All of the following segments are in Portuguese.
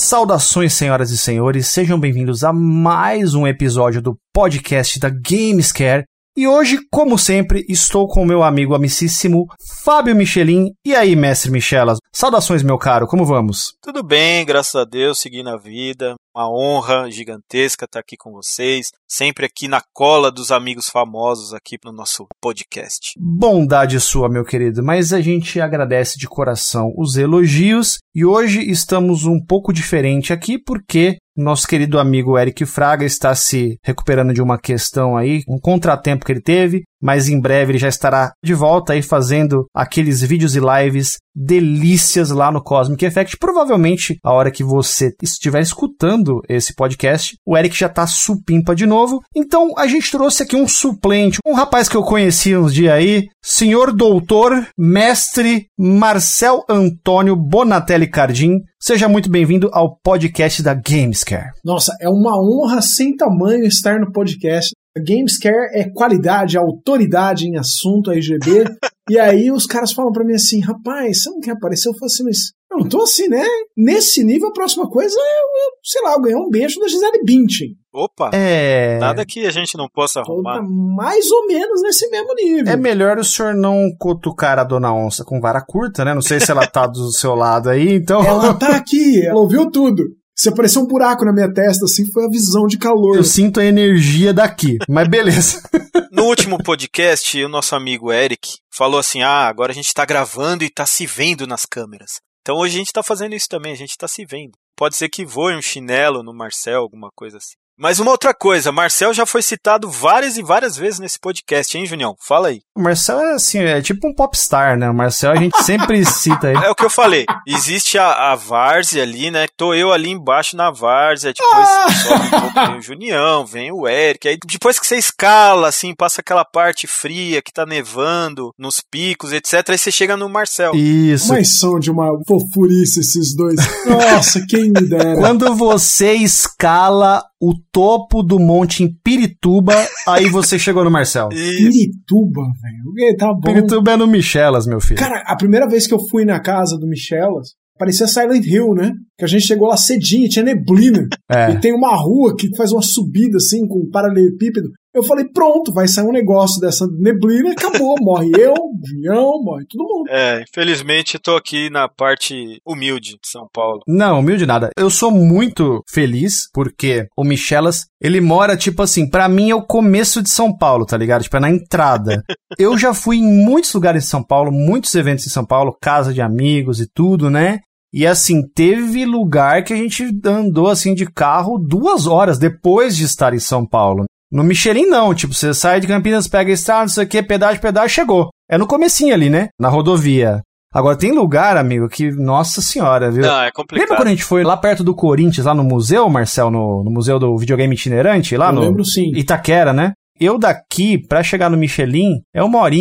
Saudações, senhoras e senhores, sejam bem-vindos a mais um episódio do podcast da Gamescare. E hoje, como sempre, estou com o meu amigo amicíssimo Fábio Michelin. E aí, mestre Michelas? Saudações, meu caro, como vamos? Tudo bem, graças a Deus, seguindo a vida. Uma honra gigantesca estar aqui com vocês, sempre aqui na cola dos amigos famosos aqui no nosso podcast. Bondade sua, meu querido, mas a gente agradece de coração os elogios e hoje estamos um pouco diferente aqui porque nosso querido amigo Eric Fraga está se recuperando de uma questão aí, um contratempo que ele teve, mas em breve ele já estará de volta aí fazendo aqueles vídeos e lives delícias lá no Cosmic Effect. Provavelmente, a hora que você estiver escutando esse podcast, o Eric já tá supimpa de novo. Então, a gente trouxe aqui um suplente, um rapaz que eu conheci uns dias aí, senhor doutor, mestre Marcel Antônio Bonatelli Cardim. Seja muito bem-vindo ao podcast da Gamescare. Nossa, é uma honra sem tamanho estar no podcast. A Gamescare é qualidade, autoridade em assunto RGB. E aí os caras falam pra mim assim, rapaz, você não quer aparecer? Eu falo assim, mas eu não tô assim, né? Nesse nível, a próxima coisa é, sei lá, eu ganhar um beijo da Gisele Bündchen. Opa, nada que a gente não possa arrumar. Tá mais ou menos nesse mesmo nível. É melhor o senhor não cutucar a dona onça com vara curta, né? Não sei se ela tá do seu lado aí, então... Ela tá aqui, ela ouviu tudo. Se apareceu um buraco na minha testa, assim, foi a visão de calor. Eu sinto a energia daqui, mas beleza. No último podcast, o nosso amigo Eric falou assim, agora a gente tá gravando e tá se vendo nas câmeras. Então hoje a gente tá fazendo isso também, a gente tá se vendo. Pode ser que voe um chinelo no Marcel, alguma coisa assim. Mas uma outra coisa, Marcel já foi citado várias e várias vezes nesse podcast, hein, Junião? Fala aí. O Marcel é assim, é tipo um popstar, né? O Marcel a gente sempre cita aí. É o que eu falei, existe a várzea ali, né? Tô eu ali embaixo na várzea, depois sobe um pouco, vem o Junião, vem o Eric, aí depois que você escala, assim, passa aquela parte fria que tá nevando, nos picos, etc, aí você chega no Marcel. Isso. Mas são de uma fofurice esses dois. Nossa, quem me dera. Quando você escala o topo do monte em Pirituba, aí você chegou no Marcel. Pirituba, velho. Tá bom. Pirituba é no Michelas, meu filho. Cara, a primeira vez que eu fui na casa do Michelas, parecia Silent Hill, né? Que a gente chegou lá cedinho, tinha neblina. E tem uma rua que faz uma subida, assim, com um paralelepípedo. Eu falei, pronto, vai sair um negócio dessa neblina e acabou. Morre eu, o Julião, morre todo mundo. Infelizmente tô aqui na parte humilde de São Paulo. Não, humilde nada. Eu sou muito feliz porque o Michelas, ele mora, tipo assim, pra mim é o começo de São Paulo, tá ligado? Tipo, é na entrada. Eu já fui em muitos lugares de São Paulo, muitos eventos em São Paulo, casa de amigos e tudo, né? E assim, teve lugar que a gente andou assim de carro 2 horas depois de estar em São Paulo. No Michelin não, tipo, você sai de Campinas, pega a estrada, não sei o que, pedágio, chegou. É no comecinho ali, né? Na rodovia. Agora tem lugar, amigo, que, nossa senhora, viu? Não, é complicado. Lembra quando a gente foi lá perto do Corinthians, lá no museu, Marcel, no museu do videogame itinerante, lá Eu no lembro, sim. Itaquera, né? Eu daqui, pra chegar no Michelin, é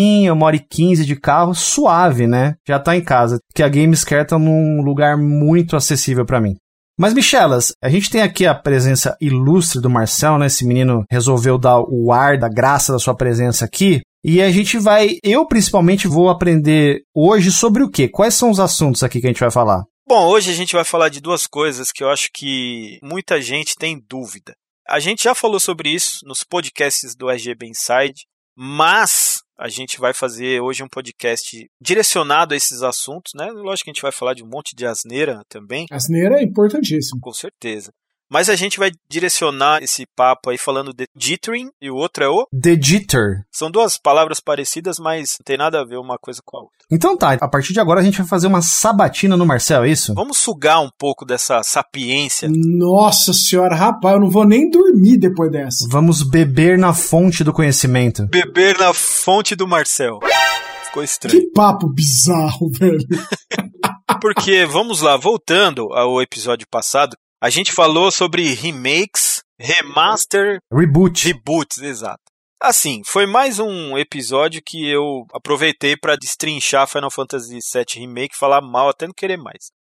1h15 de carro, suave, né? Já tá em casa, porque a Gamescare tá num lugar muito acessível pra mim. Mas, Michelas, a gente tem aqui a presença ilustre do Marcel, né? Esse menino resolveu dar o ar da graça da sua presença aqui. E a gente eu principalmente vou aprender hoje sobre o quê? Quais são os assuntos aqui que a gente vai falar? Bom, hoje a gente vai falar de 2 coisas que eu acho que muita gente tem dúvida. A gente já falou sobre isso nos podcasts do RGB Inside, mas a gente vai fazer hoje um podcast direcionado a esses assuntos, né? Lógico que a gente vai falar de um monte de asneira também. Asneira é importantíssimo. Com certeza. Mas a gente vai direcionar esse papo aí falando de jittering e o outro é o... The Jitter. São 2 palavras parecidas, mas não tem nada a ver uma coisa com a outra. Então tá, a partir de agora a gente vai fazer uma sabatina no Marcel, é isso? Vamos sugar um pouco dessa sapiência. Nossa senhora, rapaz, eu não vou nem dormir depois dessa. Vamos beber na fonte do conhecimento. Beber na fonte do Marcel. Ficou estranho. Que papo bizarro, velho. Porque, vamos lá, voltando ao episódio passado, a gente falou sobre remakes, remaster... Reboots, exato. Assim, foi mais um episódio que eu aproveitei para destrinchar Final Fantasy VII Remake e falar mal até não querer mais.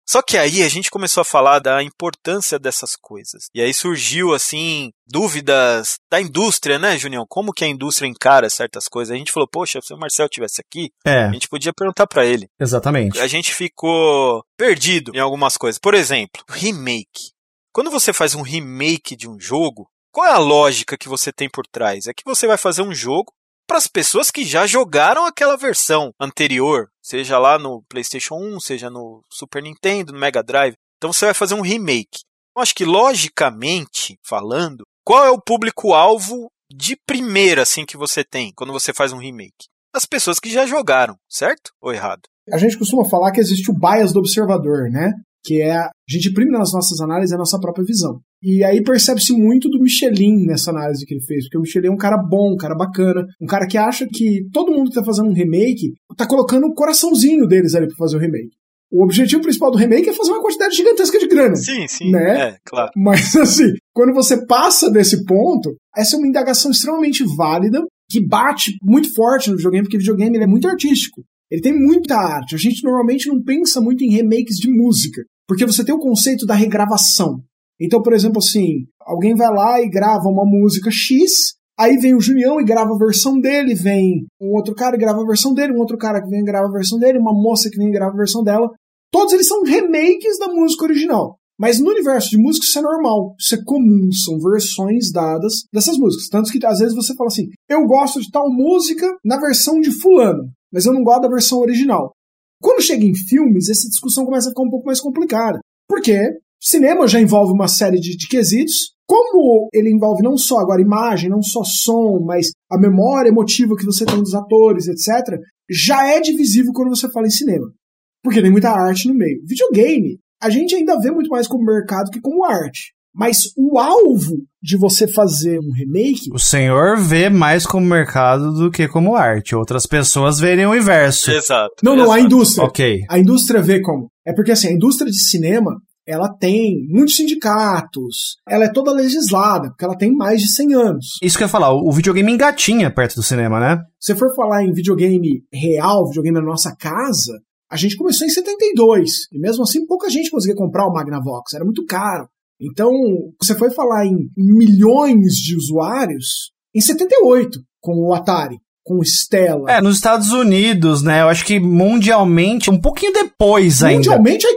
Só que aí a gente começou a falar da importância dessas coisas. E aí surgiu, assim, dúvidas da indústria, né, Junião? Como que a indústria encara certas coisas? A gente falou, poxa, se o Marcel estivesse aqui, a gente podia perguntar pra ele. Exatamente. A gente ficou perdido em algumas coisas. Por exemplo, remake. Quando você faz um remake de um jogo, qual é a lógica que você tem por trás? É que você vai fazer um jogo para as pessoas que já jogaram aquela versão anterior, seja lá no PlayStation 1, seja no Super Nintendo, no Mega Drive. Então você vai fazer um remake. Eu acho que, logicamente falando, qual é o público-alvo de primeira assim, que você tem quando você faz um remake? As pessoas que já jogaram, certo? Ou errado? A gente costuma falar que existe o bias do observador, né? Que é a gente imprime nas nossas análises a nossa própria visão. E aí percebe-se muito do Michelin nessa análise que ele fez, porque o Michelin é um cara bom, um cara bacana, um cara que acha que todo mundo que tá fazendo um remake tá colocando o coraçãozinho deles ali pra fazer o remake. O objetivo principal do remake é fazer uma quantidade gigantesca de grana. Sim, sim, né? Claro. Mas assim, quando você passa desse ponto, essa é uma indagação extremamente válida, que bate muito forte no videogame, porque o videogame ele é muito artístico. Ele tem muita arte. A gente normalmente não pensa muito em remakes de música, porque você tem o conceito da regravação. Então, por exemplo, assim, alguém vai lá e grava uma música X, aí vem o Junião e grava a versão dele, vem um outro cara e grava a versão dele, um outro cara que vem e grava a versão dele, uma moça que vem e grava a versão dela. Todos eles são remakes da música original. Mas no universo de música isso é normal, isso é comum, são versões dadas dessas músicas. Tanto que às vezes você fala assim, eu gosto de tal música na versão de fulano, mas eu não gosto da versão original. Quando chega em filmes, essa discussão começa a ficar um pouco mais complicada. Porque cinema já envolve uma série de quesitos, como ele envolve não só agora imagem, não só som, mas a memória emotiva que você tem dos atores, etc., já é divisível quando você fala em cinema. Porque tem muita arte no meio. Videogame, a gente ainda vê muito mais como mercado que como arte. Mas o alvo de você fazer um remake... O senhor vê mais como mercado do que como arte. Outras pessoas verem o inverso. Exato. Não, a indústria. Ok. A indústria vê como. É porque assim, a indústria de cinema, ela tem muitos sindicatos, ela é toda legislada, porque ela tem mais de 100 anos. Isso que eu ia falar, o videogame engatinha perto do cinema, né? Se for falar em videogame real, videogame na nossa casa, a gente começou em 72. E mesmo assim, pouca gente conseguia comprar o Magnavox, era muito caro. Então, você foi falar em milhões de usuários em 78, com o Atari, com o Stella. Nos Estados Unidos, né? Eu acho que mundialmente, um pouquinho depois ainda. Mundialmente,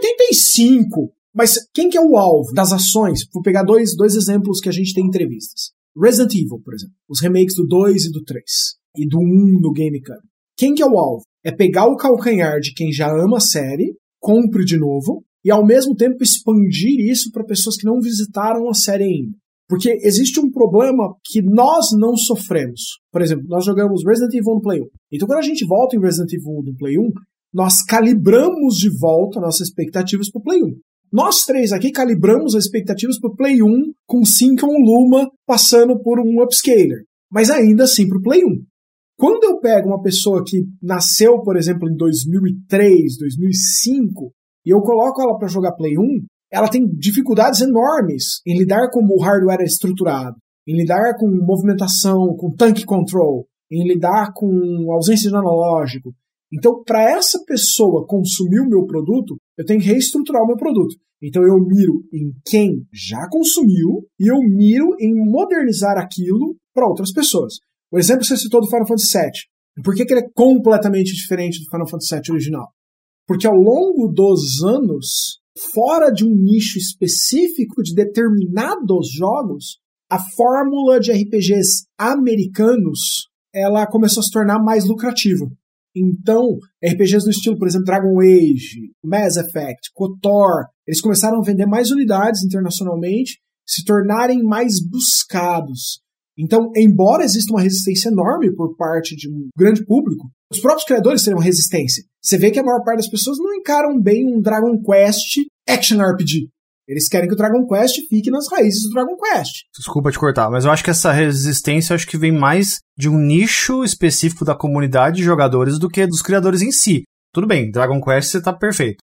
85. Mas quem que é o alvo das ações? Vou pegar dois exemplos que a gente tem em entrevistas. Resident Evil, por exemplo. Os remakes do 2 e do 3. E do 1 no GameCube. Quem que é o alvo? É pegar o calcanhar de quem já ama a série, compre de novo, e ao mesmo tempo expandir isso para pessoas que não visitaram a série ainda. Porque existe um problema que nós não sofremos. Por exemplo, nós jogamos Resident Evil no Play 1. Então quando a gente volta em Resident Evil no Play 1, nós calibramos de volta nossas expectativas para o Play 1. Nós três aqui calibramos as expectativas para o Play 1 com Sync on Luma passando por um upscaler. Mas ainda assim para o Play 1. Quando eu pego uma pessoa que nasceu, por exemplo, em 2003, 2005, e eu coloco ela para jogar Play 1, ela tem dificuldades enormes em lidar com o hardware estruturado, em lidar com movimentação, com tank control, em lidar com ausência de analógico. Então, para essa pessoa consumir o meu produto, eu tenho que reestruturar o meu produto. Então, eu miro em quem já consumiu e eu miro em modernizar aquilo para outras pessoas. O exemplo que você citou do Final Fantasy VII. Por que ele é completamente diferente do Final Fantasy VII original? Porque ao longo dos anos, fora de um nicho específico de determinados jogos, a fórmula de RPGs americanos ela começou a se tornar mais lucrativa. Então, RPGs do estilo, por exemplo, Dragon Age, Mass Effect, KOTOR, eles começaram a vender mais unidades internacionalmente, se tornarem mais buscados. Então, embora exista uma resistência enorme por parte de um grande público, os próprios criadores teriam resistência. Você vê que a maior parte das pessoas não encaram bem um Dragon Quest Action RPG. Eles querem que o Dragon Quest fique nas raízes do Dragon Quest. Desculpa te cortar, mas eu acho que essa resistência acho que vem mais de um nicho específico da comunidade de jogadores do que dos criadores em si. Tudo bem, Dragon Quest você tá perfeito.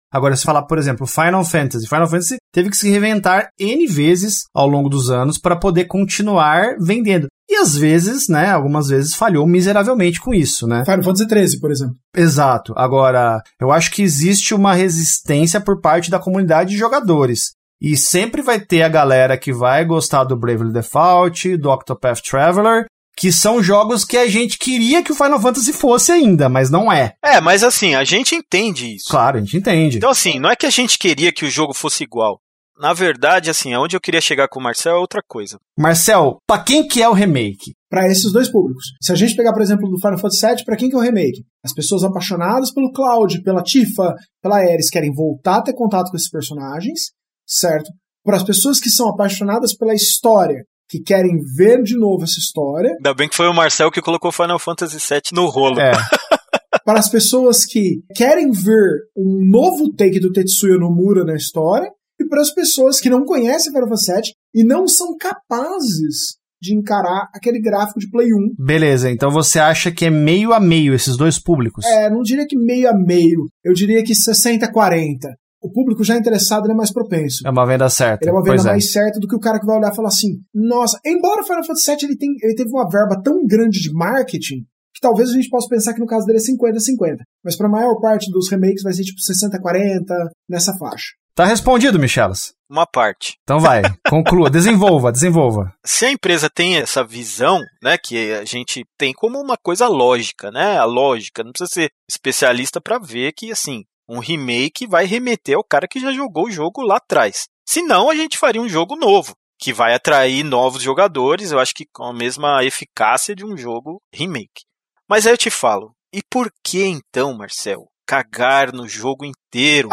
Agora, se falar, por exemplo, Final Fantasy teve que se reinventar N vezes ao longo dos anos para poder continuar vendendo. E às vezes, né, algumas vezes falhou miseravelmente com isso, né? Final Fantasy XIII, por exemplo. Exato. Agora, eu acho que existe uma resistência por parte da comunidade de jogadores. E sempre vai ter a galera que vai gostar do Bravely Default, do Octopath Traveler, que são jogos que a gente queria que o Final Fantasy fosse ainda, mas não é. Mas assim, a gente entende isso. Claro, a gente entende. Então assim, não é que a gente queria que o jogo fosse igual. Na verdade, assim, aonde eu queria chegar com o Marcel é outra coisa. Marcel, pra quem que é o remake? Para esses dois públicos. Se a gente pegar, por exemplo, do Final Fantasy VII, para quem que é o remake? As pessoas apaixonadas pelo Cloud, pela Tifa, pela Aeris, querem voltar a ter contato com esses personagens, certo? Para as pessoas que são apaixonadas pela história, que querem ver de novo essa história. Ainda bem que foi o Marcel que colocou Final Fantasy VII no rolo. Para as pessoas que querem ver um novo take do Tetsuya Nomura na história. E para as pessoas que não conhecem Final Fantasy VII e não são capazes de encarar aquele gráfico de Play 1. Beleza, então você acha que é meio a meio esses dois públicos? Não diria que meio a meio. Eu diria que 60-40. O público já interessado ele é mais propenso. É uma venda certa. Ele é uma venda mais certa do que o cara que vai olhar e falar assim, nossa, embora o Final Fantasy VII ele teve uma verba tão grande de marketing, que talvez a gente possa pensar que no caso dele é 50-50. Mas para a maior parte dos remakes vai ser tipo 60-40, nessa faixa. Tá respondido, Michelas. Uma parte. Então vai, conclua, desenvolva. Se a empresa tem essa visão, né, que a gente tem como uma coisa lógica, né, a lógica, não precisa ser especialista para ver que, assim, um remake vai remeter ao cara que já jogou o jogo lá atrás. Senão, a gente faria um jogo novo, que vai atrair novos jogadores, eu acho que com a mesma eficácia de um jogo remake. Mas aí eu te falo, e por que então, Marcel, cagar no jogo inteiro?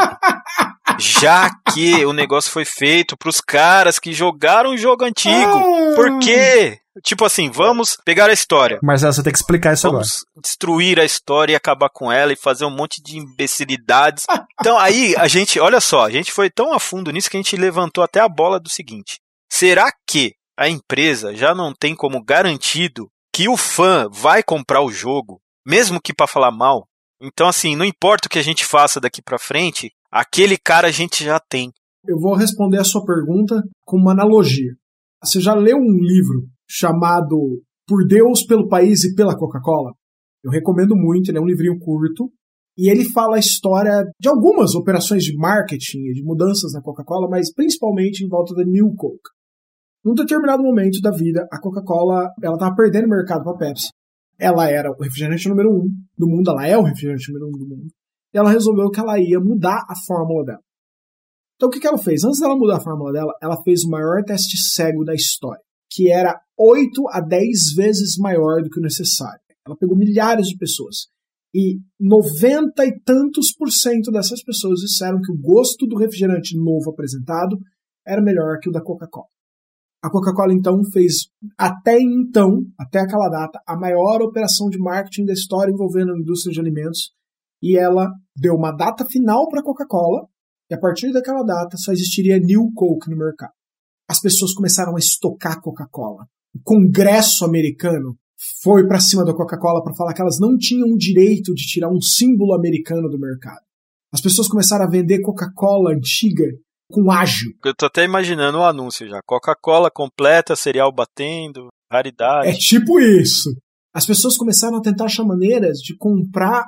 Já que o negócio foi feito pros caras que jogaram o jogo antigo. Por quê? Tipo assim, vamos pegar a história. Marcelo, você tem que explicar isso agora. Vamos destruir a história e acabar com ela e fazer um monte de imbecilidades. Então aí, olha só, a gente foi tão a fundo nisso que a gente levantou até a bola do seguinte. Será que a empresa já não tem como garantido que o fã vai comprar o jogo, mesmo que pra falar mal? Então assim, não importa o que a gente faça daqui pra frente, aquele cara a gente já tem. Eu vou responder a sua pergunta com uma analogia. Você já leu um livro chamado Por Deus, pelo País e pela Coca-Cola? Eu recomendo muito, ele é um livrinho curto. E ele fala a história de algumas operações de marketing e de mudanças na Coca-Cola, mas principalmente em volta da New Coke. Num determinado momento da vida, a Coca-Cola estava perdendo mercado para a Pepsi. Ela era o refrigerante número 1 do mundo, ela é o refrigerante número 1 do mundo. E ela resolveu que ela ia mudar a fórmula dela. Então o que ela fez? Antes dela mudar a fórmula dela, ela fez o maior teste cego da história, que era 8 a 10 vezes maior do que o necessário. Ela pegou milhares de pessoas. E 90 e tantos % dessas pessoas disseram que o gosto do refrigerante novo apresentado era melhor que o da Coca-Cola. A Coca-Cola, então, fez, até aquela data, a maior operação de marketing da história envolvendo a indústria de alimentos. E ela deu uma data final para a Coca-Cola, e a partir daquela data só existiria New Coke no mercado. As pessoas começaram a estocar Coca-Cola. O Congresso americano foi para cima da Coca-Cola para falar que elas não tinham o direito de tirar um símbolo americano do mercado. As pessoas começaram a vender Coca-Cola antiga com ágio. Eu tô até imaginando o anúncio já. Coca-Cola completa, cereal batendo, raridade. É tipo isso. As pessoas começaram a tentar achar maneiras de comprar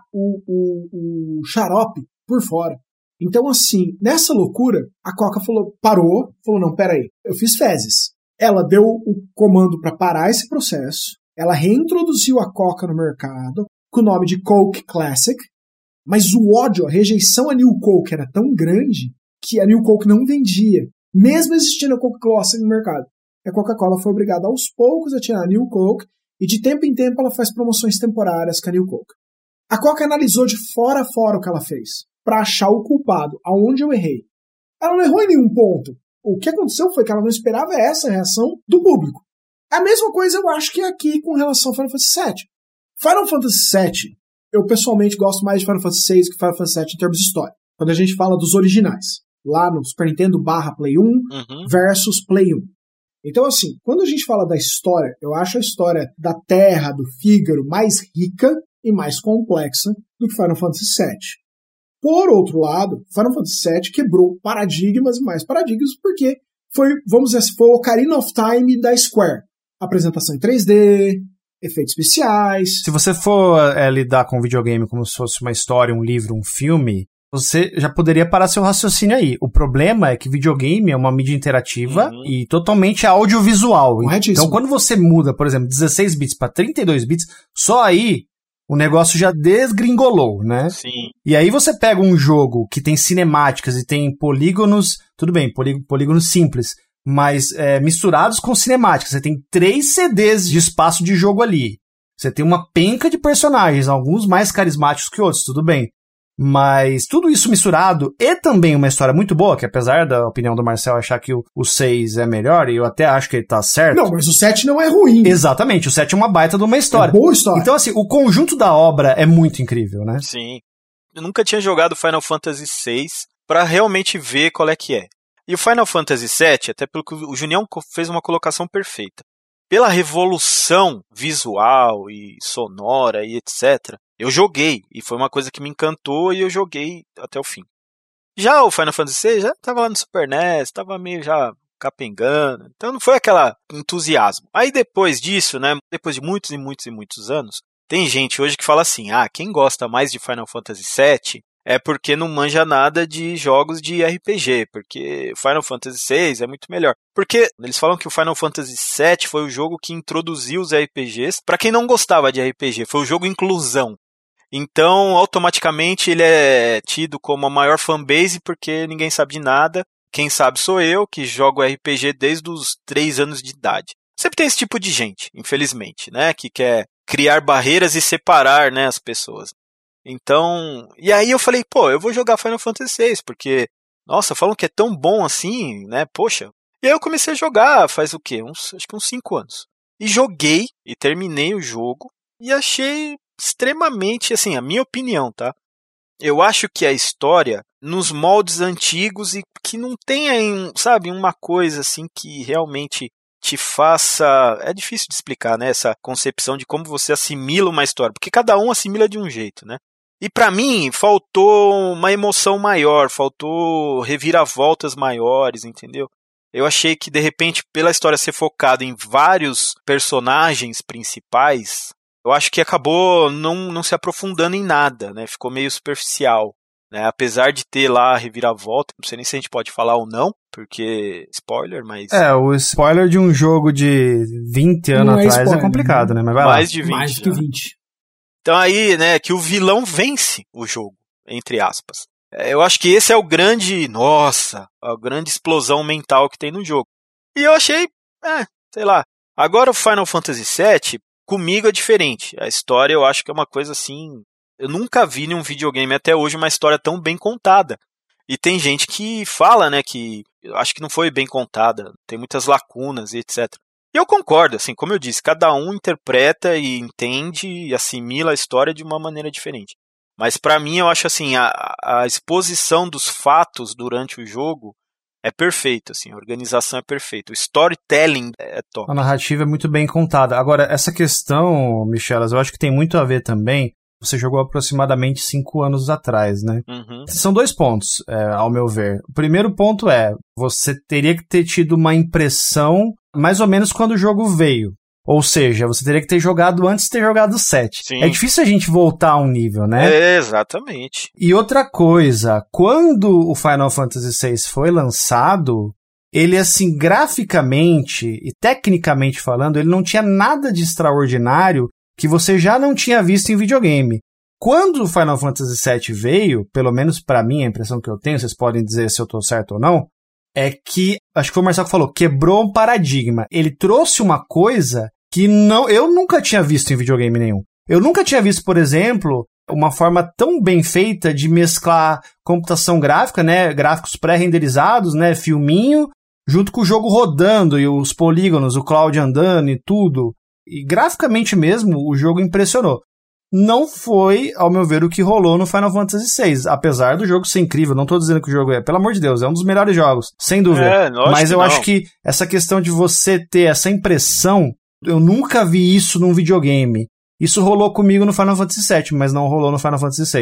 o xarope por fora. Então, assim, nessa loucura, a Coca parou, não, peraí, eu fiz fezes. Ela deu o comando para parar esse processo, ela reintroduziu a Coca no mercado, com o nome de Coke Classic, mas o ódio, a rejeição a New Coke era tão grande que a New Coke não vendia, mesmo existindo a Coke Classic no mercado. A Coca-Cola foi obrigada aos poucos a tirar a New Coke, e de tempo em tempo ela faz promoções temporárias com a New Coke. A Coca analisou de fora a fora o que ela fez, para achar o culpado, aonde eu errei. Ela não errou em nenhum ponto. O que aconteceu foi que ela não esperava essa reação do público. A mesma coisa eu acho que é aqui com relação ao Final Fantasy VII. Final Fantasy VII, eu pessoalmente gosto mais de Final Fantasy VI que Final Fantasy VII em termos de história. Quando a gente fala dos originais, lá no Super Nintendo /Play 1 versus Play 1. Então, assim, quando a gente fala da história, eu acho a história da Terra, do Fígaro, mais rica e mais complexa do que Final Fantasy VII. Por outro lado, Final Fantasy VII quebrou paradigmas e mais paradigmas, porque foi, vamos dizer assim, foi o Ocarina of Time da Square. Apresentação em 3D, efeitos especiais. Se você for lidar com videogame como se fosse uma história, um livro, um filme, você já poderia parar seu raciocínio aí. O problema é que videogame é uma mídia interativa e totalmente audiovisual. Corretíssimo. Então, quando você muda, por exemplo, 16 bits para 32 bits, só aí o negócio já desgringolou, né? Sim. E aí você pega um jogo que tem cinemáticas e tem polígonos, tudo bem, polígonos simples, mas misturados com cinemáticas. Você tem 3 CDs de espaço de jogo ali. Você tem uma penca de personagens, alguns mais carismáticos que outros, tudo bem. Mas tudo isso misturado e também uma história muito boa, que apesar da opinião do Marcel achar que o 6 é melhor, e eu até acho que ele tá certo. Não, mas o 7 não é ruim. Exatamente, o 7 é uma baita de uma história. É boa história. Então, assim, o conjunto da obra é muito incrível, né? Sim. Eu nunca tinha jogado Final Fantasy VI pra realmente ver qual é que é. E o Final Fantasy VII, até pelo que o Junião fez uma colocação perfeita. Pela revolução visual e sonora e etc., eu joguei, e foi uma coisa que me encantou e eu joguei até o fim. Já o Final Fantasy VI já tava lá no Super NES, tava meio já capengando, então não foi aquela entusiasmo. Aí depois disso, né, depois de muitos e muitos e muitos anos, tem gente hoje que fala assim, quem gosta mais de Final Fantasy VII é porque não manja nada de jogos de RPG, porque Final Fantasy VI é muito melhor. Porque eles falam que o Final Fantasy VII foi o jogo que introduziu os RPGs para quem não gostava de RPG, foi o jogo inclusão. Então, automaticamente, ele é tido como a maior fanbase porque ninguém sabe de nada. Quem sabe sou eu, que jogo RPG desde os 3 anos de idade. Sempre tem esse tipo de gente, infelizmente, né? Que quer criar barreiras e separar, né, as pessoas. Então, e aí eu falei, eu vou jogar Final Fantasy VI, porque, nossa, falam que é tão bom assim, né, poxa. E aí eu comecei a jogar faz o quê? Acho que uns 5 anos. E joguei, e terminei o jogo, e achei extremamente, assim, a minha opinião, tá? Eu acho que a história, nos moldes antigos, e que não tem, sabe, uma coisa assim que realmente te faça... É difícil de explicar, né, essa concepção de como você assimila uma história, porque cada um assimila de um jeito, né? E pra mim, faltou uma emoção maior, faltou reviravoltas maiores, entendeu? Eu achei que, de repente, pela história ser focada em vários personagens principais, eu acho que acabou não se aprofundando em nada, né? Ficou meio superficial, né? Apesar de ter lá a reviravolta, não sei nem se a gente pode falar ou não, porque spoiler, mas... O spoiler de um jogo de 20 anos atrás spoiler, é complicado, né? Mas vai mais lá. De 20. Mais que 20. Então aí, né, que o vilão vence o jogo, entre aspas. Eu acho que esse é o grande... Nossa, a grande explosão mental que tem no jogo. E eu achei, sei lá. Agora o Final Fantasy VII... Comigo é diferente. A história eu acho que é uma coisa assim... Eu nunca vi em um videogame até hoje uma história tão bem contada. E tem gente que fala, né, que eu acho que não foi bem contada, tem muitas lacunas e etc. E eu concordo, assim, como eu disse, cada um interpreta e entende e assimila a história de uma maneira diferente. Mas pra mim eu acho assim, a exposição dos fatos durante o jogo é perfeito, assim, a organização é perfeita, o storytelling é top. A narrativa é muito bem contada. Agora, essa questão, Michelas, eu acho que tem muito a ver também, você jogou aproximadamente 5 anos atrás, né? Uhum. São 2 pontos, ao meu ver. O primeiro ponto é, você teria que ter tido uma impressão mais ou menos quando o jogo veio. Ou seja, você teria que ter jogado antes de ter jogado o 7. Sim. É difícil a gente voltar a um nível, né? Exatamente. E outra coisa, quando o Final Fantasy VI foi lançado, ele, assim, graficamente e tecnicamente falando, ele não tinha nada de extraordinário que você já não tinha visto em videogame. Quando o Final Fantasy VII veio, pelo menos pra mim, a impressão que eu tenho, vocês podem dizer se eu tô certo ou não, é que, acho que foi o Marcelo que falou, quebrou um paradigma. Ele trouxe uma coisa que eu nunca tinha visto em videogame nenhum. Eu nunca tinha visto, por exemplo, uma forma tão bem feita de mesclar computação gráfica, né, gráficos pré-renderizados, né, filminho, junto com o jogo rodando e os polígonos, o cloud andando e tudo. E graficamente mesmo, o jogo impressionou. Não foi, ao meu ver, o que rolou no Final Fantasy VI, apesar do jogo ser incrível. Não estou dizendo que o jogo pelo amor de Deus, é um dos melhores jogos, sem dúvida. Mas eu acho que essa questão de você ter essa impressão, eu nunca vi isso num videogame. Isso rolou comigo no Final Fantasy VII, mas não rolou no Final Fantasy VI.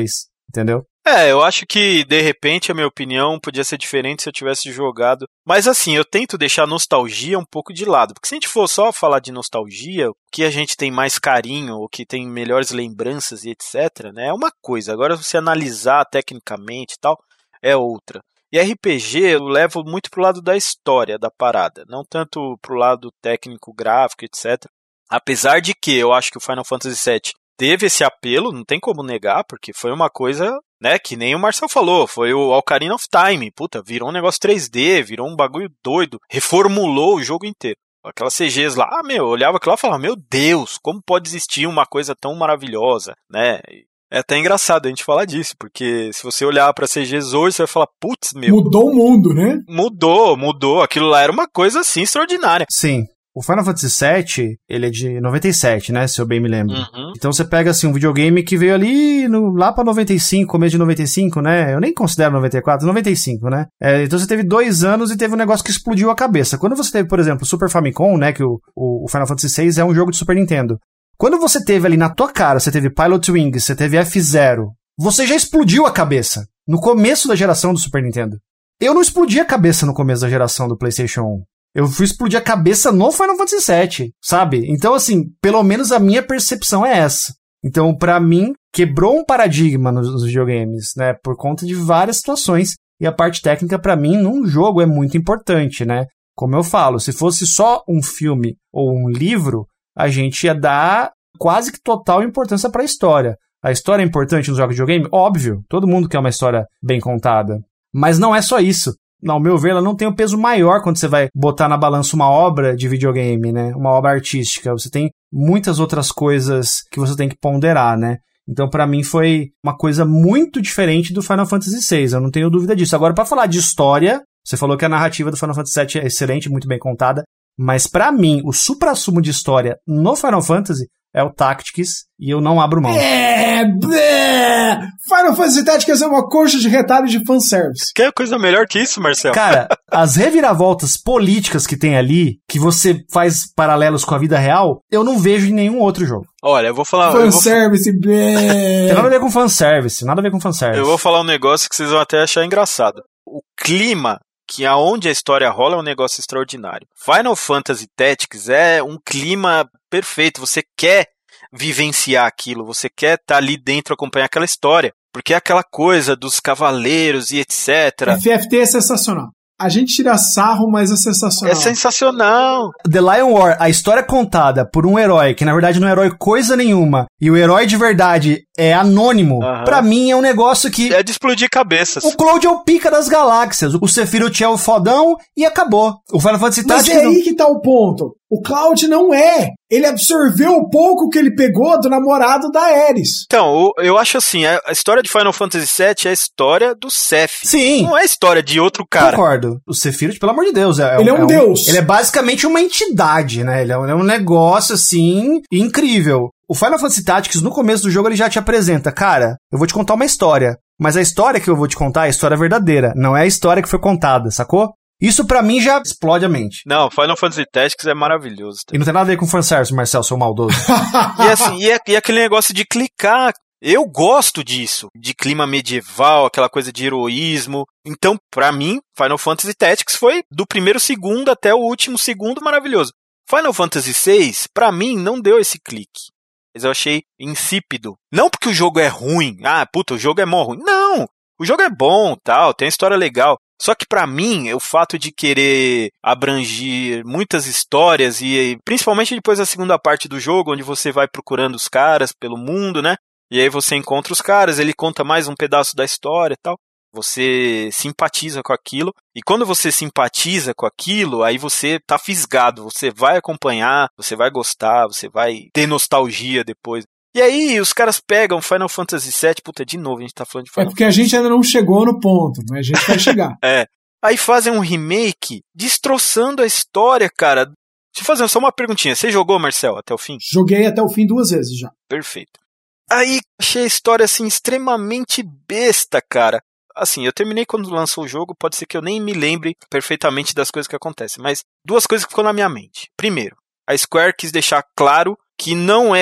entendeu? Eu acho que, de repente, a minha opinião podia ser diferente se eu tivesse jogado. Mas assim, eu tento deixar a nostalgia um pouco de lado. Porque se a gente for só falar de nostalgia, o que a gente tem mais carinho, o que tem melhores lembranças e etc, né, é uma coisa. Agora, você analisar tecnicamente e tal, é outra. E RPG eu levo muito pro lado da história da parada, não tanto pro lado técnico, gráfico, etc. Apesar de que eu acho que o Final Fantasy VII teve esse apelo, não tem como negar, porque foi uma coisa, né, que nem o Marcel falou, foi o Ocarina of Time, puta, virou um negócio 3D, virou um bagulho doido, reformulou o jogo inteiro. Aquelas CGs lá, eu olhava aquilo lá e falava, meu Deus, como pode existir uma coisa tão maravilhosa, né? É até engraçado a gente falar disso, porque se você olhar pra CGs hoje, você vai falar, putz, Mudou o mundo, né? Mudou, aquilo lá era uma coisa, assim, extraordinária. Sim. O Final Fantasy VII, ele é de 97, né, se eu bem me lembro. Uhum. Então você pega, assim, um videogame que veio ali lá pra 95, começo de 95, né? Eu nem considero 94, 95, né? Então você teve 2 anos e teve um negócio que explodiu a cabeça. Quando você teve, por exemplo, o Super Famicom, né, que o Final Fantasy VI é um jogo de Super Nintendo. Quando você teve ali na tua cara, você teve Pilot Wings, você teve F-Zero, você já explodiu a cabeça no começo da geração do Super Nintendo. Eu não explodi a cabeça no começo da geração do PlayStation 1. Eu fui explodir a cabeça no Final Fantasy VII, sabe? Então, assim, pelo menos a minha percepção é essa. Então, pra mim, quebrou um paradigma nos videogames, né? Por conta de várias situações. E a parte técnica, pra mim, num jogo é muito importante, né? Como eu falo, se fosse só um filme ou um livro, a gente ia dar quase que total importância pra história. A história é importante nos jogos de videogame? Óbvio, todo mundo quer uma história bem contada. Mas não é só isso. Ao meu ver, ela não tem um peso maior quando você vai botar na balança uma obra de videogame, né? Uma obra artística. Você tem muitas outras coisas que você tem que ponderar, né? Então, pra mim, foi uma coisa muito diferente do Final Fantasy VI. Eu não tenho dúvida disso. Agora, pra falar de história, você falou que a narrativa do Final Fantasy VII é excelente, muito bem contada. Mas, pra mim, o suprassumo de história no Final Fantasy é o Tactics, e eu não abro mão. Final Fantasy Tactics é uma coxa de retalho de fanservice. Quer coisa melhor que isso, Marcelo? Cara, as reviravoltas políticas que tem ali, que você faz paralelos com a vida real, eu não vejo em nenhum outro jogo. Olha, eu vou falar... Fanservice, Tem nada a ver com fanservice, nada a ver com fanservice. Eu vou falar um negócio que vocês vão até achar engraçado. O clima que aonde a história rola é um negócio extraordinário. Final Fantasy Tactics é um clima perfeito. Você quer vivenciar aquilo, você quer estar ali dentro, acompanhar aquela história. Porque é aquela coisa dos cavaleiros e etc. FFT é sensacional. A gente tira sarro, mas é sensacional. É sensacional. The Lion War, a história contada por um herói, que na verdade não é herói coisa nenhuma, e o herói de verdade é anônimo, pra mim é um negócio que... É de explodir cabeças. O Cloud é o pica das galáxias, o Sephiroth é o fodão e acabou. O Final Fantasy Tactics... Mas é aí que tá o ponto. O Cloud não é. Ele absorveu o pouco que ele pegou do namorado da Ares. Então, eu acho assim, a história de Final Fantasy VII é a história do Seph. Sim. Não é a história de outro cara. Concordo. O Sephiroth, pelo amor de Deus, ele é um deus. Ele é basicamente uma entidade, né? Ele é um negócio, assim, incrível. O Final Fantasy Tactics, no começo do jogo, ele já te apresenta, cara, eu vou te contar uma história. Mas a história que eu vou te contar é a história verdadeira, não é a história que foi contada, sacou? Isso pra mim já explode a mente. Não, Final Fantasy Tactics é maravilhoso. E não tem nada a ver com fanservice, Marcel, seu maldoso. E assim, e aquele negócio de clicar. Eu gosto disso, de clima medieval, aquela coisa de heroísmo. Então, pra mim, Final Fantasy Tactics foi do primeiro segundo até o último segundo maravilhoso. Final Fantasy VI, pra mim, não deu esse clique. Mas eu achei insípido. Não porque o jogo é ruim. Ah, puta, o jogo é mó ruim. Não! O jogo é bom, tal, tem história legal. Só que pra mim, o fato de querer abranger muitas histórias e principalmente depois da segunda parte do jogo, onde você vai procurando os caras pelo mundo, né? E aí você encontra os caras, ele conta mais um pedaço da história e tal. Você simpatiza com aquilo. E quando você simpatiza com aquilo, aí você tá fisgado. Você vai acompanhar, você vai gostar, você vai ter nostalgia depois. E aí, os caras pegam Final Fantasy VII, puta, de novo, a gente tá falando de Final Fantasy. É porque a gente ainda não chegou no ponto, mas a gente vai chegar. Aí fazem um remake, destroçando a história, cara. Deixa eu fazer só uma perguntinha. Você jogou, Marcel, até o fim? Joguei até o fim 2 vezes já. Perfeito. Aí, achei a história, assim, extremamente besta, cara. Assim, eu terminei quando lançou o jogo, pode ser que eu nem me lembre perfeitamente das coisas que acontecem, mas 2 coisas que ficou na minha mente. Primeiro, a Square quis deixar claro que não é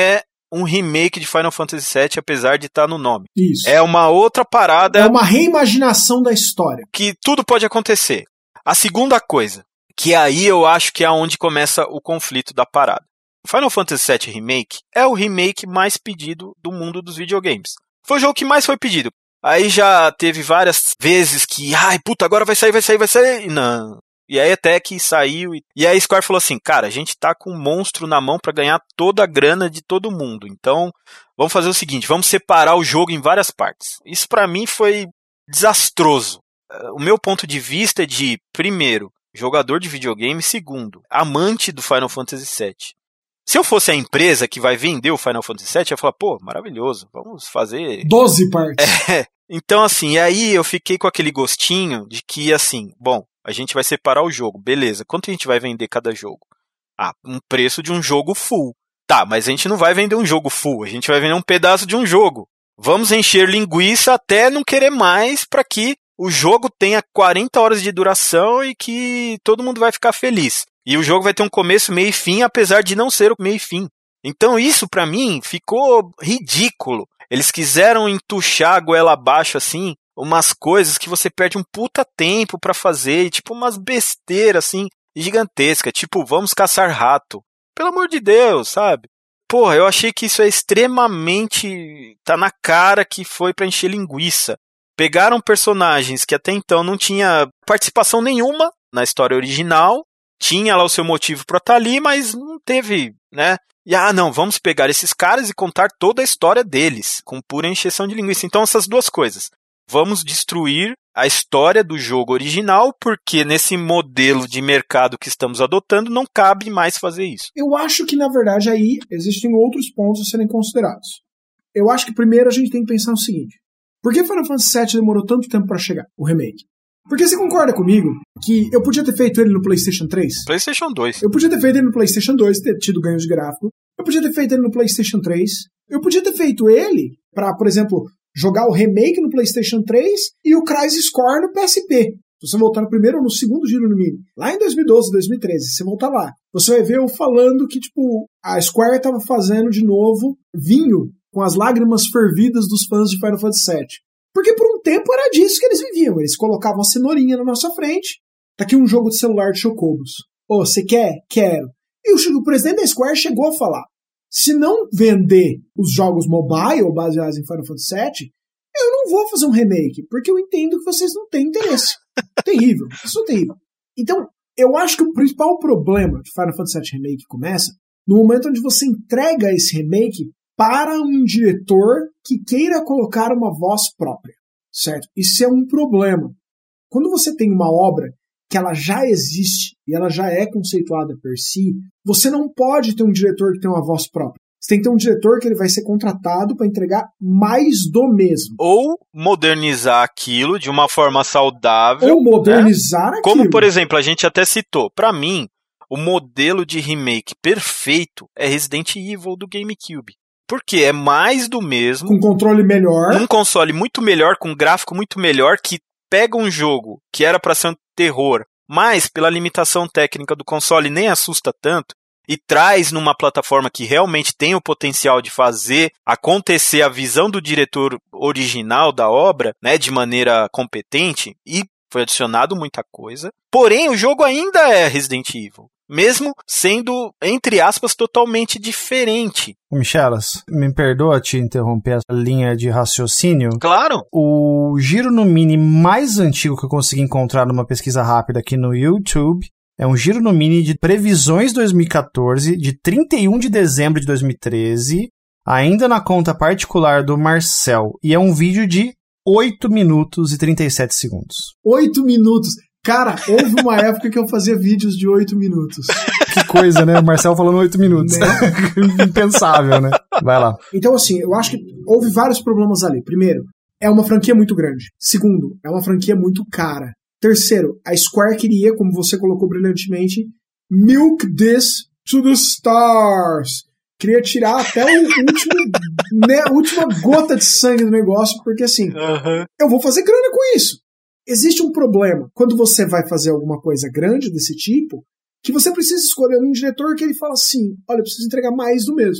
um remake de Final Fantasy VII, apesar de estar no nome. Isso. É uma outra parada. É uma reimaginação da história. Que tudo pode acontecer. A segunda coisa, que aí eu acho que é onde começa o conflito da parada. Final Fantasy VII Remake é o remake mais pedido do mundo dos videogames. Foi o jogo que mais foi pedido. Aí já teve várias vezes que, ai, puta, agora vai sair. E não. E aí até que saiu. E aí a Square falou assim, cara, a gente tá com um monstro na mão pra ganhar toda a grana de todo mundo. Então, vamos fazer o seguinte, vamos separar o jogo em várias partes. Isso pra mim foi desastroso. O meu ponto de vista é de, primeiro, jogador de videogame, segundo, amante do Final Fantasy VII. Se eu fosse a empresa que vai vender o Final Fantasy VII, eu ia falar, pô, maravilhoso, vamos fazer 12 partes. Então, assim, aí eu fiquei com aquele gostinho de que, assim, bom, a gente vai separar o jogo, beleza, quanto a gente vai vender cada jogo? Ah, um preço de um jogo full. Tá, mas a gente não vai vender um jogo full, a gente vai vender um pedaço de um jogo. Vamos encher linguiça até não querer mais para que o jogo tenha 40 horas de duração e que todo mundo vai ficar feliz. E o jogo vai ter um começo, meio e fim, apesar de não ser o meio e fim. Então isso, pra mim, ficou ridículo. Eles quiseram entuchar a goela abaixo, assim, umas coisas que você perde um puta tempo pra fazer, e tipo umas besteiras, assim, gigantescas, tipo, vamos caçar rato. Pelo amor de Deus, sabe? Porra, eu achei que isso é extremamente... tá na cara que foi pra encher linguiça. Pegaram personagens que até então não tinha participação nenhuma na história original, tinha lá o seu motivo pra estar ali, mas não teve, né? E não, vamos pegar esses caras e contar toda a história deles, com pura encheção de linguiça. Então essas duas coisas. Vamos destruir a história do jogo original, porque nesse modelo de mercado que estamos adotando, não cabe mais fazer isso. Eu acho que, na verdade, aí existem outros pontos a serem considerados. Eu acho que primeiro a gente tem que pensar no seguinte. Por que Final Fantasy VII demorou tanto tempo pra chegar, o remake? Porque você concorda comigo que eu podia ter feito ele no PlayStation 3? PlayStation 2. Eu podia ter feito ele no PlayStation 2, ter tido ganhos de gráfico. Eu podia ter feito ele no PlayStation 3. Eu podia ter feito ele pra, por exemplo, jogar o remake no PlayStation 3 e o Crisis Core no PSP. Se você voltar no primeiro ou no segundo Giro no Mini, lá em 2012, 2013, você voltar lá, você vai ver eu falando que, tipo, a Square tava fazendo de novo vinho com as lágrimas fervidas dos fãs de Final Fantasy VII. Porque por um tempo era disso que eles viviam. Eles colocavam a cenourinha na nossa frente. Tá aqui um jogo de celular de Chocobos. Ô, você quer? Quero. E o presidente da Square chegou a falar, se não vender os jogos mobile baseados em Final Fantasy VII, eu não vou fazer um remake, porque eu entendo que vocês não têm interesse. Terrível. Isso é terrível. Então, eu acho que o principal problema de Final Fantasy VII Remake começa no momento onde você entrega esse remake para um diretor que queira colocar uma voz própria, certo? Isso é um problema. Quando você tem uma obra que ela já existe e ela já é conceituada per si, você não pode ter um diretor que tem uma voz própria. Você tem que ter um diretor que ele vai ser contratado para entregar mais do mesmo. Ou modernizar aquilo de uma forma saudável. Ou modernizar aquilo. Como, por exemplo, a gente até citou. Para mim, o modelo de remake perfeito é Resident Evil do GameCube. Porque é mais do mesmo. Com controle melhor. Um console muito melhor, com gráfico muito melhor, que pega um jogo que era para ser um terror, mas pela limitação técnica do console nem assusta tanto, e traz numa plataforma que realmente tem o potencial de fazer acontecer a visão do diretor original da obra, né, de maneira competente, e foi adicionado muita coisa. Porém, o jogo ainda é Resident Evil, mesmo sendo, entre aspas, totalmente diferente. Michelas, me perdoa te interromper a linha de raciocínio. Claro. O Giro no Mini mais antigo que eu consegui encontrar numa pesquisa rápida aqui no YouTube é um Giro no Mini de previsões 2014, de 31 de dezembro de 2013, ainda na conta particular do Marcel. E é um vídeo de 8 minutos e 37 segundos. 8 minutos. Cara, houve uma época que eu fazia vídeos de 8 minutos. Que coisa, né? O Marcel falando 8 minutos. Né? Impensável, né? Vai lá. Então, assim, eu acho que houve vários problemas ali. Primeiro, é uma franquia muito grande. Segundo, é uma franquia muito cara. Terceiro, a Square queria, como você colocou brilhantemente, milk this to the stars. Queria tirar até o último, né, a última gota de sangue do negócio, porque assim, eu vou fazer grana com isso. Existe um problema quando você vai fazer alguma coisa grande desse tipo, que você precisa escolher um diretor que ele fala assim, olha, eu preciso entregar mais do mesmo.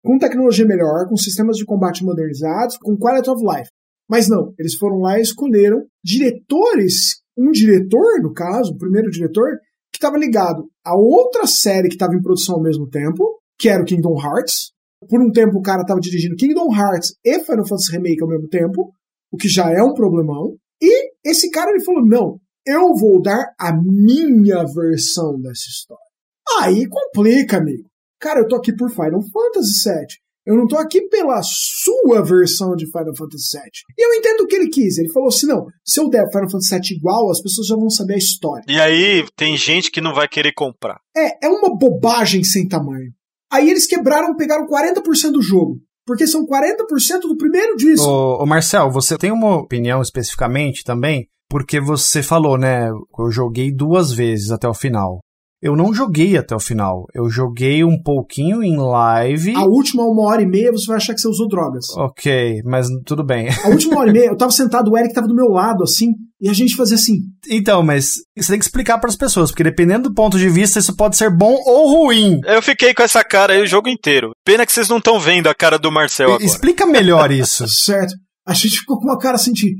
com tecnologia melhor, com sistemas de combate modernizados, com quality of life. Mas não, eles foram lá e escolheram diretores, um diretor, no caso, o primeiro diretor, que estava ligado a outra série que estava em produção ao mesmo tempo, que era o Kingdom Hearts. Por um tempo o cara estava dirigindo Kingdom Hearts e Final Fantasy Remake ao mesmo tempo, o que já é um problemão. E esse cara ele falou, não, eu vou dar a minha versão dessa história. Aí complica, amigo. Cara, eu tô aqui por Final Fantasy VII. Eu não tô aqui pela sua versão de Final Fantasy VII. E eu entendo o que ele quis. Ele falou assim, não, se eu der Final Fantasy VII igual, as pessoas já vão saber a história. E aí tem gente que não vai querer comprar. É uma bobagem sem tamanho. Aí eles pegaram 40% do jogo. Porque são 40% do primeiro disco. Ô Marcel, você tem uma opinião especificamente também? Porque você falou, né, eu joguei 2 vezes até o final. Eu não joguei até o final. Eu joguei um pouquinho em live. A última 1h30 você vai achar que você usou drogas. Ok, mas tudo bem. A última 1h30, eu tava sentado, o Eric tava do meu lado, assim, e a gente fazia assim. Então, mas você tem que explicar pras pessoas, porque dependendo do ponto de vista, isso pode ser bom ou ruim. Eu fiquei com essa cara aí o jogo inteiro. Pena que vocês não estão vendo a cara do Marcel agora. Explica melhor isso. Certo. A gente ficou com uma cara assim de...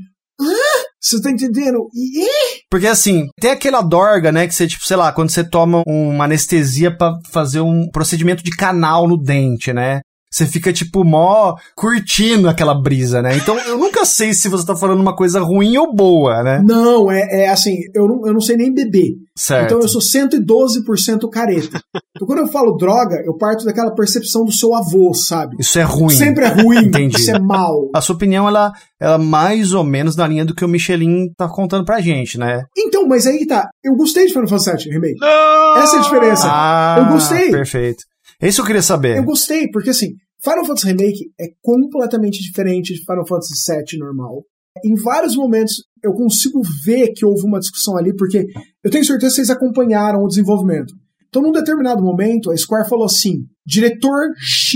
Você tá entendendo? Porque assim, tem aquela dorga, né, que você, tipo, sei lá, quando você toma uma anestesia pra fazer um procedimento de canal no dente, né? Você fica, tipo, mó curtindo aquela brisa, né? Então, eu nunca sei se você tá falando uma coisa ruim ou boa, né? Não, é assim, eu não sei nem beber. Certo. Então, eu sou 112% careta. Então, quando eu falo droga, eu parto daquela percepção do seu avô, sabe? Isso é ruim. Sempre é ruim. Entendi. Isso é mal. A sua opinião, ela mais ou menos na linha do que o Michelin tá contando pra gente, né? Então, mas aí tá. Eu gostei de Final Fantasy VII Remake. Não! Essa é a diferença. Eu gostei. Perfeito. É isso que eu queria saber. Eu gostei, porque assim, Final Fantasy Remake é completamente diferente de Final Fantasy VII normal. Em vários momentos eu consigo ver que houve uma discussão ali, porque eu tenho certeza que vocês acompanharam o desenvolvimento. Então, num determinado momento, a Square falou assim, diretor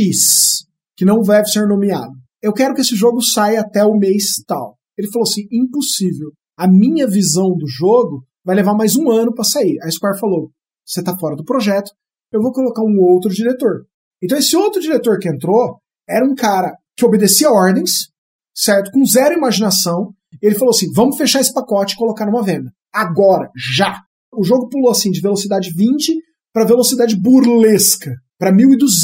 X, que não deve ser nomeado, eu quero que esse jogo saia até o mês tal. Ele falou assim, impossível. A minha visão do jogo vai levar mais 1 ano para sair. A Square falou, você tá fora do projeto, eu vou colocar um outro diretor. Então esse outro diretor que entrou era um cara que obedecia ordens, certo? Com zero imaginação. Ele falou assim, vamos fechar esse pacote e colocar numa venda. Agora, já! O jogo pulou assim de velocidade 20 para velocidade burlesca, para